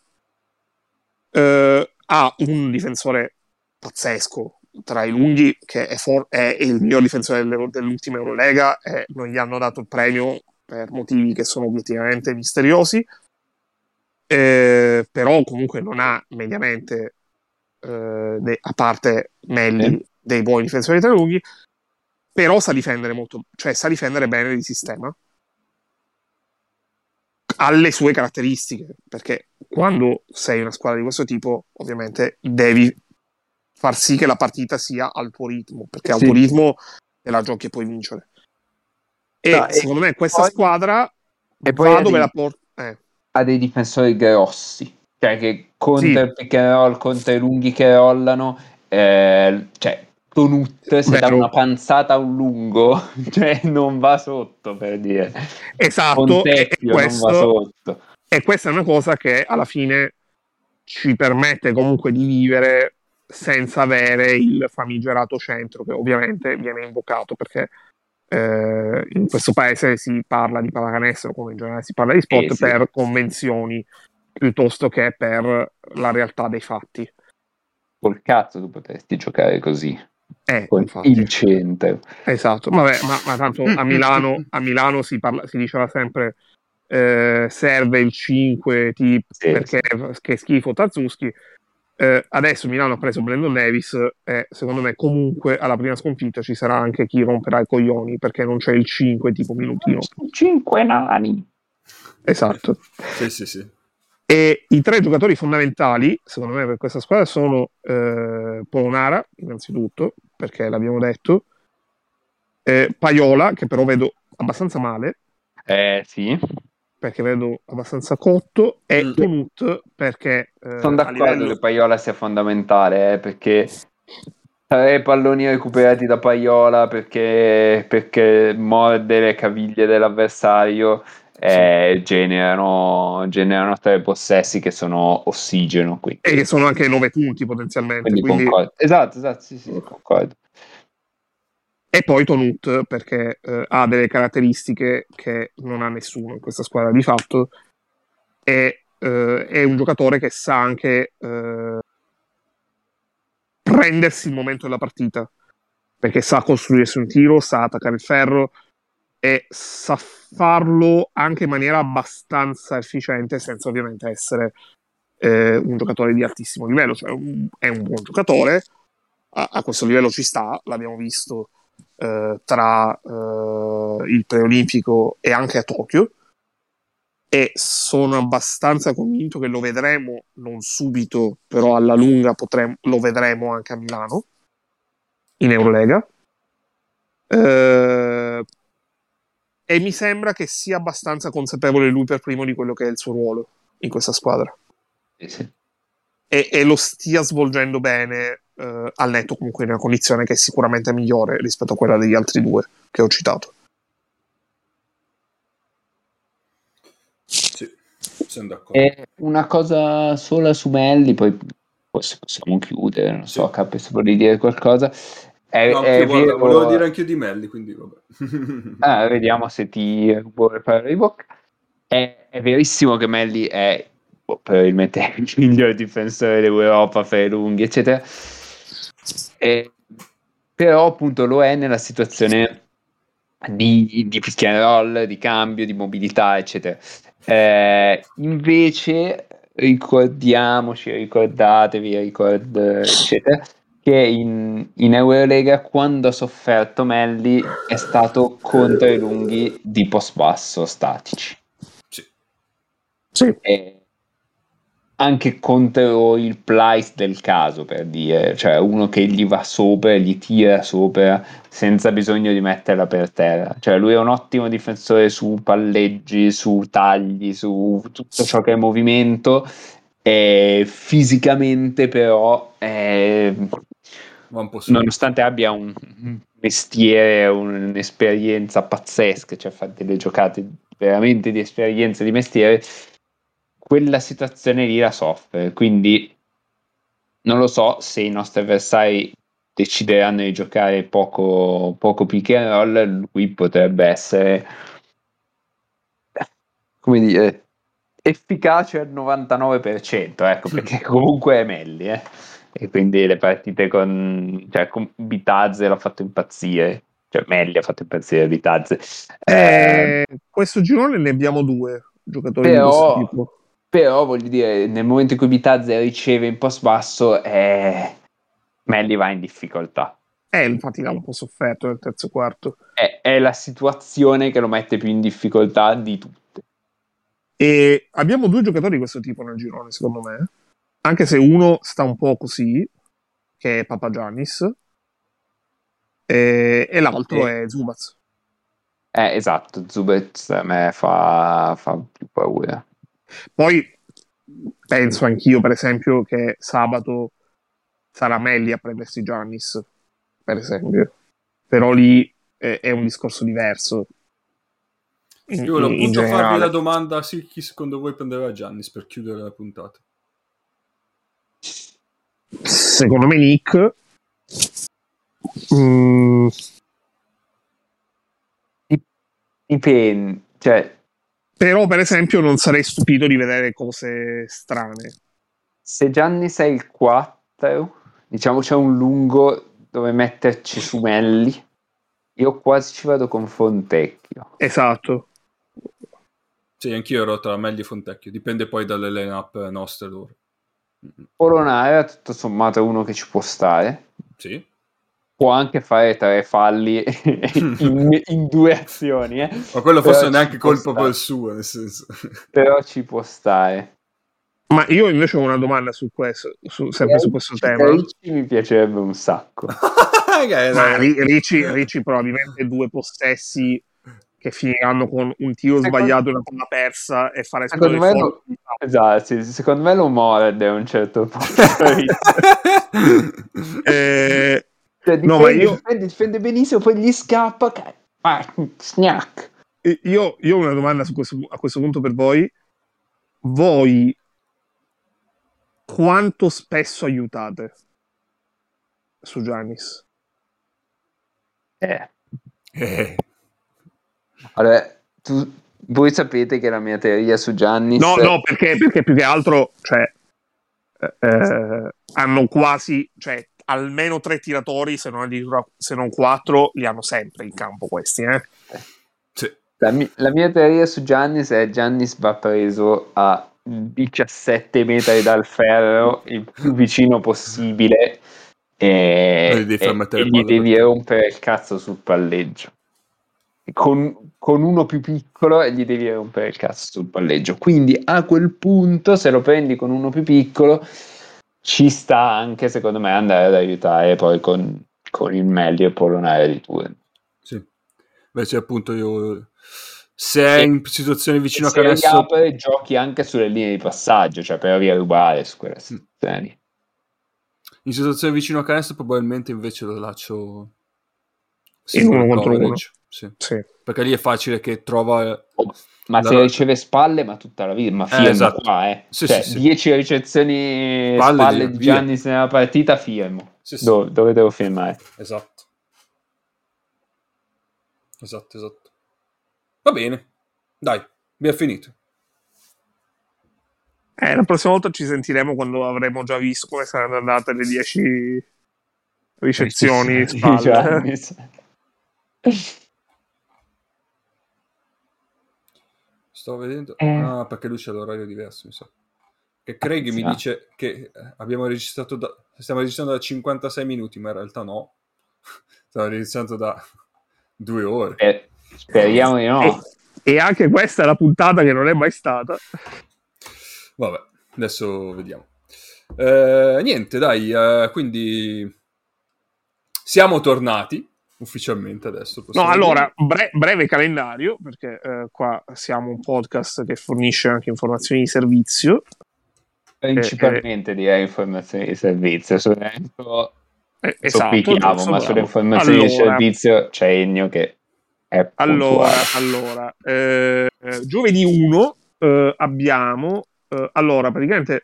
[SPEAKER 2] ha un difensore pazzesco tra i lunghi che è il miglior difensore dell'ultima Eurolega, e non gli hanno dato il premio per motivi che sono obiettivamente misteriosi, però comunque non ha mediamente a parte Melli dei buoni difensori tra i lunghi, però sa difendere molto, cioè sa difendere bene di sistema, alle sue caratteristiche, perché quando sei una squadra di questo tipo ovviamente devi far sì che la partita sia al tuo ritmo, perché al tuo ritmo te la giochi e puoi vincere. E secondo me questa squadra va dove la porta.
[SPEAKER 3] Ha dei difensori grossi, cioè che contro il pick and roll, contro i lunghi che rollano, cioè Tonut se dà una panzata a un lungo, cioè non va sotto, per dire.
[SPEAKER 2] Esatto,
[SPEAKER 3] non va sotto.
[SPEAKER 2] E questa è una cosa che alla fine ci permette comunque di vivere senza avere il famigerato centro, che ovviamente viene invocato perché in questo paese si parla di pallacanestro, come in generale si parla di sport, per convenzioni piuttosto che per la realtà dei fatti.
[SPEAKER 3] Col cazzo tu potresti giocare così, con
[SPEAKER 2] infatti.
[SPEAKER 3] il centro.
[SPEAKER 2] Esatto, vabbè, ma tanto a Milano si diceva sempre serve il 5 perché che schifo Tarzuski. Adesso Milano ha preso Brandon Davis e secondo me comunque alla prima sconfitta ci sarà anche chi romperà i coglioni perché non c'è il 5 tipo minutino.
[SPEAKER 3] 5 nani.
[SPEAKER 2] Esatto.
[SPEAKER 1] Sì.
[SPEAKER 2] E i 3 giocatori fondamentali, secondo me, per questa squadra sono Polonara, innanzitutto, perché l'abbiamo detto, Paiola, che però vedo abbastanza male,
[SPEAKER 3] Sì.
[SPEAKER 2] perché vedo abbastanza cotto, e Tonut, perché
[SPEAKER 3] sono d'accordo che Paiola sia fondamentale, perché 3 palloni recuperati da Paiola perché morde le caviglie dell'avversario, generano 3 possessi che sono ossigeno, quindi.
[SPEAKER 2] E che sono anche 9 punti potenzialmente. Quindi...
[SPEAKER 3] concordo. Esatto, sì, concordo.
[SPEAKER 2] E poi Tonut, perché ha delle caratteristiche che non ha nessuno in questa squadra di fatto. È un giocatore che sa anche prendersi il momento della partita, perché sa costruirsi un tiro, sa attaccare il ferro e sa farlo anche in maniera abbastanza efficiente, senza ovviamente essere un giocatore di altissimo livello. Cioè è un buon giocatore, a questo livello ci sta, l'abbiamo visto tra il preolimpico e anche a Tokyo, e sono abbastanza convinto che lo vedremo, non subito, però alla lunga lo vedremo anche a Milano, in Eurolega. E mi sembra che sia abbastanza consapevole lui per primo di quello che è il suo ruolo in questa squadra.
[SPEAKER 3] Sì.
[SPEAKER 2] E lo stia svolgendo bene, al netto comunque in una condizione che è sicuramente migliore rispetto a quella degli altri 2 che ho citato.
[SPEAKER 1] Sì, sono d'accordo.
[SPEAKER 3] Una cosa sola su Melli, poi forse possiamo chiudere, non so, Cap, se volevi dire qualcosa.
[SPEAKER 1] Guarda, volevo dire anche io di Melli, quindi vabbè.
[SPEAKER 3] Vediamo se ti vuole fare di bocca. È verissimo che Melli è probabilmente il miglior difensore d'Europa per i lunghi, eccetera. Però appunto lo è nella situazione di pick and roll, di cambio, di mobilità, eccetera. Invece ricordatevi, eccetera, che in Eurolega, quando ha sofferto Melli, è stato contro i lunghi di post basso statici.
[SPEAKER 2] Sì.
[SPEAKER 3] Anche contro il Plyce del caso, per dire, cioè uno che gli va sopra e gli tira sopra senza bisogno di metterla per terra. Cioè lui è un ottimo difensore su palleggi, su tagli, su tutto ciò che è movimento, e fisicamente però nonostante abbia un mestiere, un'esperienza pazzesca, cioè fa delle giocate veramente di esperienza di mestiere, quella situazione lì la soffre, quindi non lo so se i nostri avversari decideranno di giocare poco pick and roll, lui potrebbe essere, come dire, efficace al 99%, ecco, perché comunque è Melli, e quindi le partite con Bitadze l'ha fatto impazzire, cioè Melli ha fatto impazzire Bitadze.
[SPEAKER 2] Questo girone ne abbiamo 2 giocatori di questo tipo.
[SPEAKER 3] Però voglio dire, nel momento in cui Bitadze riceve in post basso, Melli va in difficoltà.
[SPEAKER 2] Infatti l'ha un po' sofferto nel terzo quarto.
[SPEAKER 3] È la situazione che lo mette più in difficoltà di tutte.
[SPEAKER 2] E abbiamo 2 giocatori di questo tipo nel girone, secondo me. Anche se uno sta un po' così, che è Papagiannis, e l'altro è Zubac.
[SPEAKER 3] Esatto, Zubac a me fa più paura.
[SPEAKER 2] Poi penso anch'io, per esempio, che sabato sarà Melli a prendersi Giannis, per esempio. Però lì è un discorso diverso.
[SPEAKER 1] Io volevo appunto farvi la domanda, chi secondo voi prenderà Giannis per chiudere la puntata?
[SPEAKER 2] Secondo me Nick.
[SPEAKER 3] Dipende, cioè,
[SPEAKER 2] però per esempio non sarei stupito di vedere cose strane.
[SPEAKER 3] Se Giannis è il 4, diciamo c'è un lungo dove metterci su Melli, io quasi ci vado con Fontecchio.
[SPEAKER 2] Esatto.
[SPEAKER 1] Sì, anch'io ero tra Melli e Fontecchio, dipende poi dalle line-up nostre loro.
[SPEAKER 3] Polonara tutto sommato è uno che ci può stare.
[SPEAKER 1] Sì.
[SPEAKER 3] Può anche fare 3 falli in 2 azioni,
[SPEAKER 1] Ma quello forse neanche colpa per il suo, nel senso.
[SPEAKER 3] Però ci può stare.
[SPEAKER 2] Ma io invece ho una domanda su questo, sempre su questo tema.
[SPEAKER 3] Ricci mi piacerebbe un sacco.
[SPEAKER 2] Ma Ricci probabilmente 2 possessi che finiranno con un tiro sbagliato e una palla persa e fare esplodere il fuoco.
[SPEAKER 3] Esatto, sì, secondo me lo muore a un certo punto.
[SPEAKER 2] No, ma io
[SPEAKER 3] difende benissimo, poi gli scappa. Snack.
[SPEAKER 2] Io ho una domanda a questo punto per voi. Voi quanto spesso aiutate su Giannis?
[SPEAKER 3] Allora, voi sapete che la mia teoria su Giannis...
[SPEAKER 2] No, perché più che altro, cioè, hanno quasi, cioè, almeno 3 tiratori, se non 4, li hanno sempre in campo questi,
[SPEAKER 1] Sì.
[SPEAKER 3] La mia teoria su Giannis è Giannis va preso a 17 metri dal ferro, il più vicino possibile, e gli devi rompere il cazzo sul palleggio. Con uno più piccolo e gli devi rompere il cazzo sul palleggio. Quindi a quel punto, se lo prendi con uno più piccolo, ci sta anche, secondo me, andare ad aiutare poi con il meglio Polonare di turno.
[SPEAKER 1] Sì. Invece appunto io, se è in situazione vicino a canestro,
[SPEAKER 3] se riapre, giochi anche sulle linee di passaggio, cioè per rubare su quelle situazioni.
[SPEAKER 1] In situazione vicino a canestro probabilmente invece lo lascio
[SPEAKER 2] in uno contro uno.
[SPEAKER 1] Sì.
[SPEAKER 2] Perché
[SPEAKER 1] lì è facile che trova
[SPEAKER 3] ma se riceve spalle, ma tutta la vita, ma firmo
[SPEAKER 1] esatto.
[SPEAKER 3] qua,
[SPEAKER 1] Sì,
[SPEAKER 3] cioè,
[SPEAKER 1] sì.
[SPEAKER 3] 10 ricezioni spalle di Giannis nella partita, firmo.
[SPEAKER 1] Sì, sì.
[SPEAKER 3] Dove devo firmare?
[SPEAKER 1] Esatto. Va bene, dai, abbiamo finito.
[SPEAKER 2] La prossima volta ci sentiremo quando avremo già visto come saranno andate le 10 ricezioni spalle.
[SPEAKER 1] Sto vedendo perché lui c'è l'orario diverso, mi sa. Che Craig mi dice che stiamo registrando da 56 minuti, ma in realtà no. Stiamo registrando da 2 ore.
[SPEAKER 3] Speriamo di no.
[SPEAKER 2] E anche questa è la puntata che non è mai stata.
[SPEAKER 1] Vabbè, adesso vediamo. Niente, dai, quindi siamo tornati ufficialmente adesso.
[SPEAKER 2] No, allora, breve calendario, perché qua siamo un podcast che fornisce anche informazioni di servizio.
[SPEAKER 3] Principalmente direi informazioni di servizio,
[SPEAKER 2] esatto,
[SPEAKER 3] ma sulle informazioni di servizio c'è Ennio che è
[SPEAKER 2] allora, giovedì 1 abbiamo allora praticamente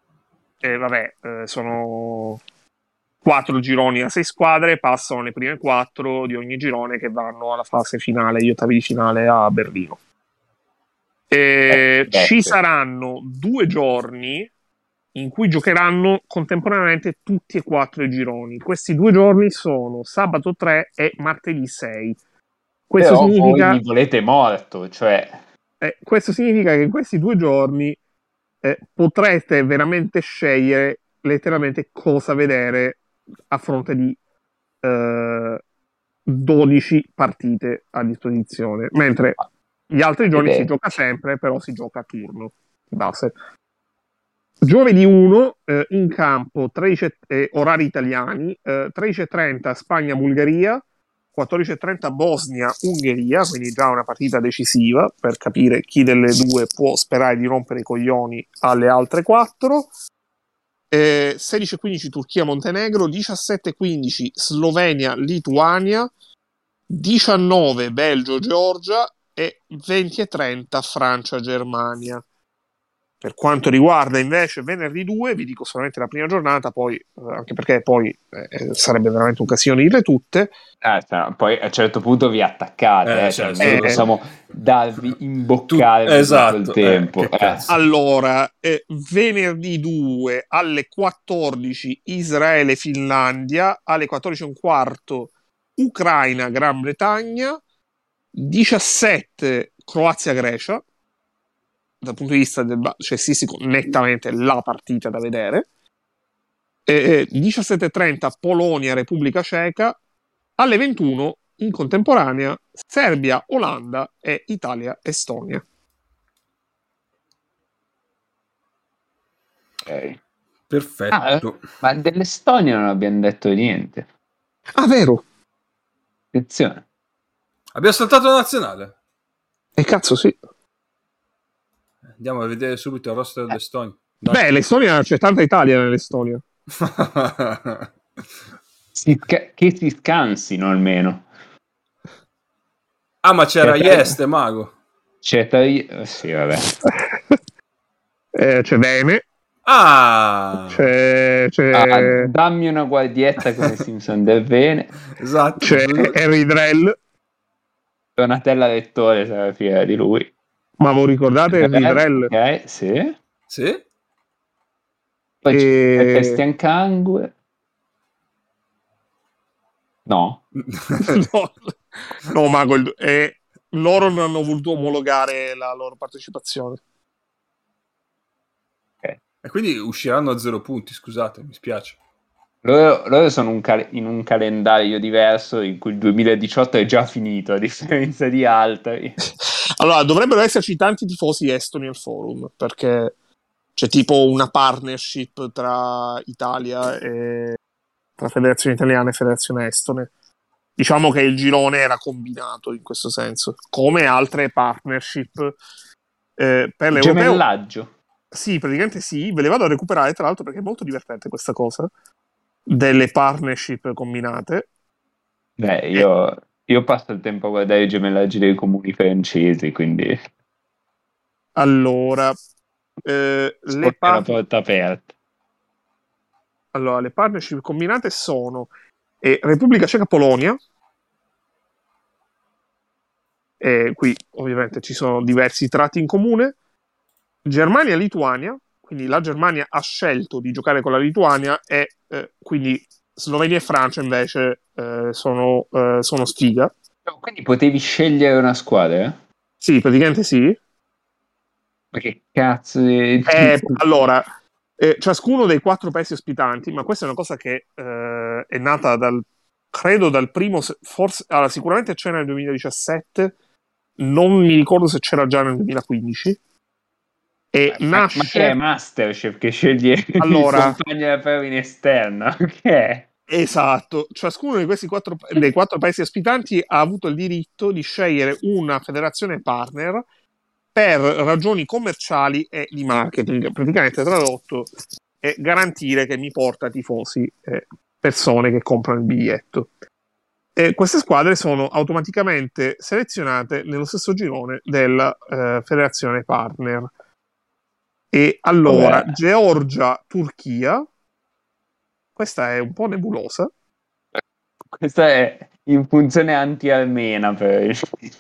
[SPEAKER 2] sono 4 gironi a 6 squadre, passano le prime 4 di ogni girone che vanno alla fase finale, gli ottavi di finale a Berlino. Ci saranno 2 giorni in cui giocheranno contemporaneamente tutti e 4 i gironi. Questi 2 giorni sono sabato 3 e martedì 6.
[SPEAKER 3] Questo significa voi mi volete morto, cioè
[SPEAKER 2] questo significa che in questi 2 giorni potrete veramente scegliere letteralmente cosa vedere a fronte di 12 partite a disposizione, mentre gli altri giorni si gioca sempre, però si gioca a turno di base. Giovedì 1 in campo 13, orari italiani, 13:30 Spagna-Bulgaria, 14:30 Bosnia-Ungheria, quindi già una partita decisiva per capire chi delle due può sperare di rompere i coglioni alle altre 4. 16:15 Turchia-Montenegro, 17:15 Slovenia-Lituania, 19 Belgio-Georgia e 20:30 Francia-Germania. Per quanto riguarda invece venerdì 2, vi dico solamente la prima giornata, poi anche perché poi sarebbe veramente un casino dirle tutte.
[SPEAKER 3] Poi a un certo punto vi attaccate,
[SPEAKER 1] certo.
[SPEAKER 3] possiamo darvi imboccare tutto il tempo.
[SPEAKER 2] Allora, venerdì 2 alle 14 Israele-Finlandia, alle 14:15 Ucraina-Gran Bretagna, 17 Croazia-Grecia. Dal punto di vista cestistico, nettamente la partita da vedere. 17:30 Polonia-Repubblica Ceca, alle 21 in contemporanea Serbia-Olanda e Italia-Estonia.
[SPEAKER 3] Ok.
[SPEAKER 1] Perfetto.
[SPEAKER 3] Ma dell'Estonia non abbiamo detto niente.
[SPEAKER 2] Ah, vero.
[SPEAKER 3] Attenzione.
[SPEAKER 1] Abbiamo saltato la nazionale.
[SPEAKER 2] Cazzo, sì.
[SPEAKER 1] Andiamo a vedere subito il roster dell'Estonia. Dai.
[SPEAKER 2] Beh, l'Estonia, c'è tanta Italia nell'Estonia.
[SPEAKER 3] Che si scansino almeno.
[SPEAKER 1] Ah, ma c'era Ieste, Mago.
[SPEAKER 3] Sì, vabbè.
[SPEAKER 2] C'è Vene.
[SPEAKER 1] Ah!
[SPEAKER 2] C'è...
[SPEAKER 3] dammi una guardietta come Simpson del Bene.
[SPEAKER 1] Esatto.
[SPEAKER 2] C'è Harry Drell.
[SPEAKER 3] Donatella Lettore sarà fiera di lui.
[SPEAKER 2] Ma voi ricordate Harry Drell?
[SPEAKER 3] Ok, sì.
[SPEAKER 1] Sì?
[SPEAKER 3] Poi c'è Christian Kangue. No.
[SPEAKER 2] No, Mago, loro non hanno voluto omologare la loro partecipazione.
[SPEAKER 3] Okay.
[SPEAKER 1] E quindi usciranno a 0 punti, scusate, mi spiace.
[SPEAKER 3] Loro sono in un calendario diverso in cui il 2018 è già finito, a differenza di altri.
[SPEAKER 2] Allora, dovrebbero esserci tanti tifosi estoni al forum, perché c'è tipo una partnership tra Italia e tra Federazione Italiana e Federazione Estone. Diciamo che il girone era combinato in questo senso, come altre partnership per l'Europeo.
[SPEAKER 3] Gemellaggio.
[SPEAKER 2] Sì, praticamente sì, ve le vado a recuperare tra l'altro perché è molto divertente questa cosa delle partnership combinate.
[SPEAKER 3] Beh, io passo il tempo a guardare i gemellaggi dei comuni francesi, quindi
[SPEAKER 2] Allora,
[SPEAKER 3] la porta aperta.
[SPEAKER 2] Allora, le partnership combinate sono Repubblica Ceca-Polonia. Qui ovviamente ci sono diversi tratti in comune. Germania-Lituania, quindi la Germania ha scelto di giocare con la Lituania e quindi Slovenia e Francia invece sono sfiga.
[SPEAKER 3] Quindi potevi scegliere una squadra?
[SPEAKER 2] Sì, praticamente sì.
[SPEAKER 3] Ma che cazzo di...
[SPEAKER 2] Allora, ciascuno dei 4 paesi ospitanti, ma questa è una cosa che è nata credo dal primo, forse, allora, sicuramente c'era nel 2017, non mi ricordo se c'era già nel 2015. E
[SPEAKER 3] ma che è Masterchef che sceglie il compagno da fare in esterna? Che è?
[SPEAKER 2] Esatto, ciascuno di questi dei 4 paesi ospitanti ha avuto il diritto di scegliere una federazione partner per ragioni commerciali e di marketing. Praticamente tradotto è garantire che mi porta tifosi e persone che comprano il biglietto. E queste squadre sono automaticamente selezionate nello stesso girone della federazione partner. E allora,
[SPEAKER 3] Vabbè.
[SPEAKER 2] Georgia, Turchia, questa è un po' nebulosa.
[SPEAKER 3] Questa è in funzione anti-almena per...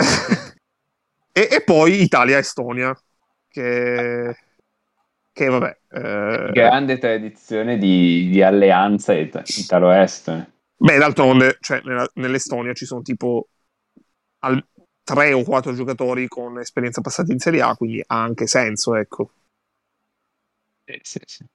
[SPEAKER 2] e poi Italia-Estonia, che vabbè.
[SPEAKER 3] Grande tradizione di alleanza italo-est.
[SPEAKER 2] Beh, d'altronde, cioè, nell'Estonia ci sono tipo 3 o 4 giocatori con esperienza passata in Serie A, quindi ha anche senso, ecco.
[SPEAKER 3] Sì.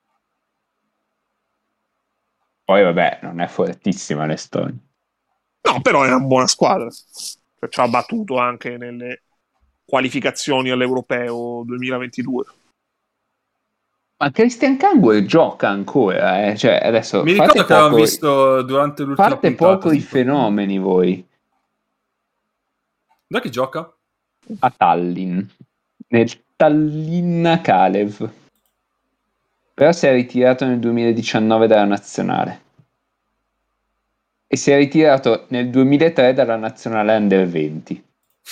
[SPEAKER 3] Poi vabbè, non è fortissima l'Estonia.
[SPEAKER 2] No, però è una buona squadra. Cioè, ci ha battuto anche nelle qualificazioni all'Europeo 2022.
[SPEAKER 3] Ma Christian Kangue gioca ancora, Cioè, adesso
[SPEAKER 1] mi ricordo che l'avevamo visto durante l'ultima
[SPEAKER 3] fate
[SPEAKER 1] puntata.
[SPEAKER 3] Poco i fenomeni voi.
[SPEAKER 1] Da chi gioca?
[SPEAKER 3] A Tallinn. Nel Tallinna Kalev. Però si è ritirato nel 2019 dalla nazionale. E si è ritirato nel 2003 dalla nazionale Under 20.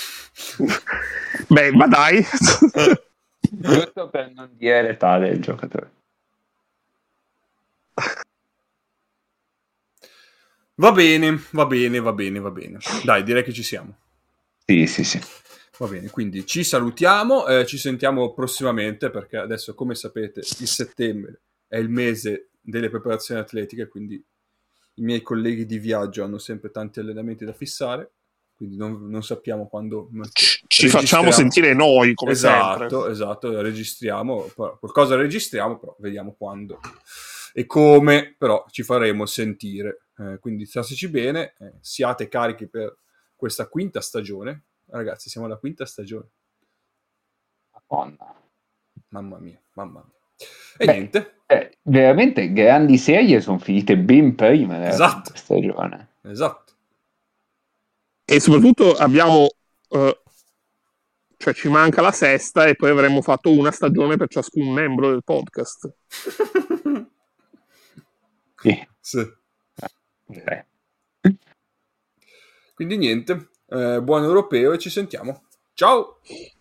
[SPEAKER 2] Beh, ma dai.
[SPEAKER 3] Giusto per non dire l'età del giocatore.
[SPEAKER 1] Va bene. Dai, direi che ci siamo.
[SPEAKER 3] Sì.
[SPEAKER 1] Va bene, quindi ci salutiamo, ci sentiamo prossimamente perché adesso, come sapete, il settembre è il mese delle preparazioni atletiche, quindi i miei colleghi di viaggio hanno sempre tanti allenamenti da fissare, quindi non sappiamo quando
[SPEAKER 2] ci facciamo sentire noi, come sempre.
[SPEAKER 1] Esatto, registriamo, qualcosa registriamo, però vediamo quando e come, però ci faremo sentire. Quindi stateci bene, siate carichi per questa quinta stagione. Ragazzi, siamo alla quinta stagione.
[SPEAKER 3] Madonna.
[SPEAKER 1] Mamma mia. E niente.
[SPEAKER 3] Veramente grandi serie sono finite ben prima della stagione.
[SPEAKER 1] Esatto.
[SPEAKER 2] E soprattutto abbiamo... cioè ci manca la sesta e poi avremmo fatto una stagione per ciascun membro del podcast.
[SPEAKER 1] Sì. Quindi niente, buon europeo e ci sentiamo. Ciao!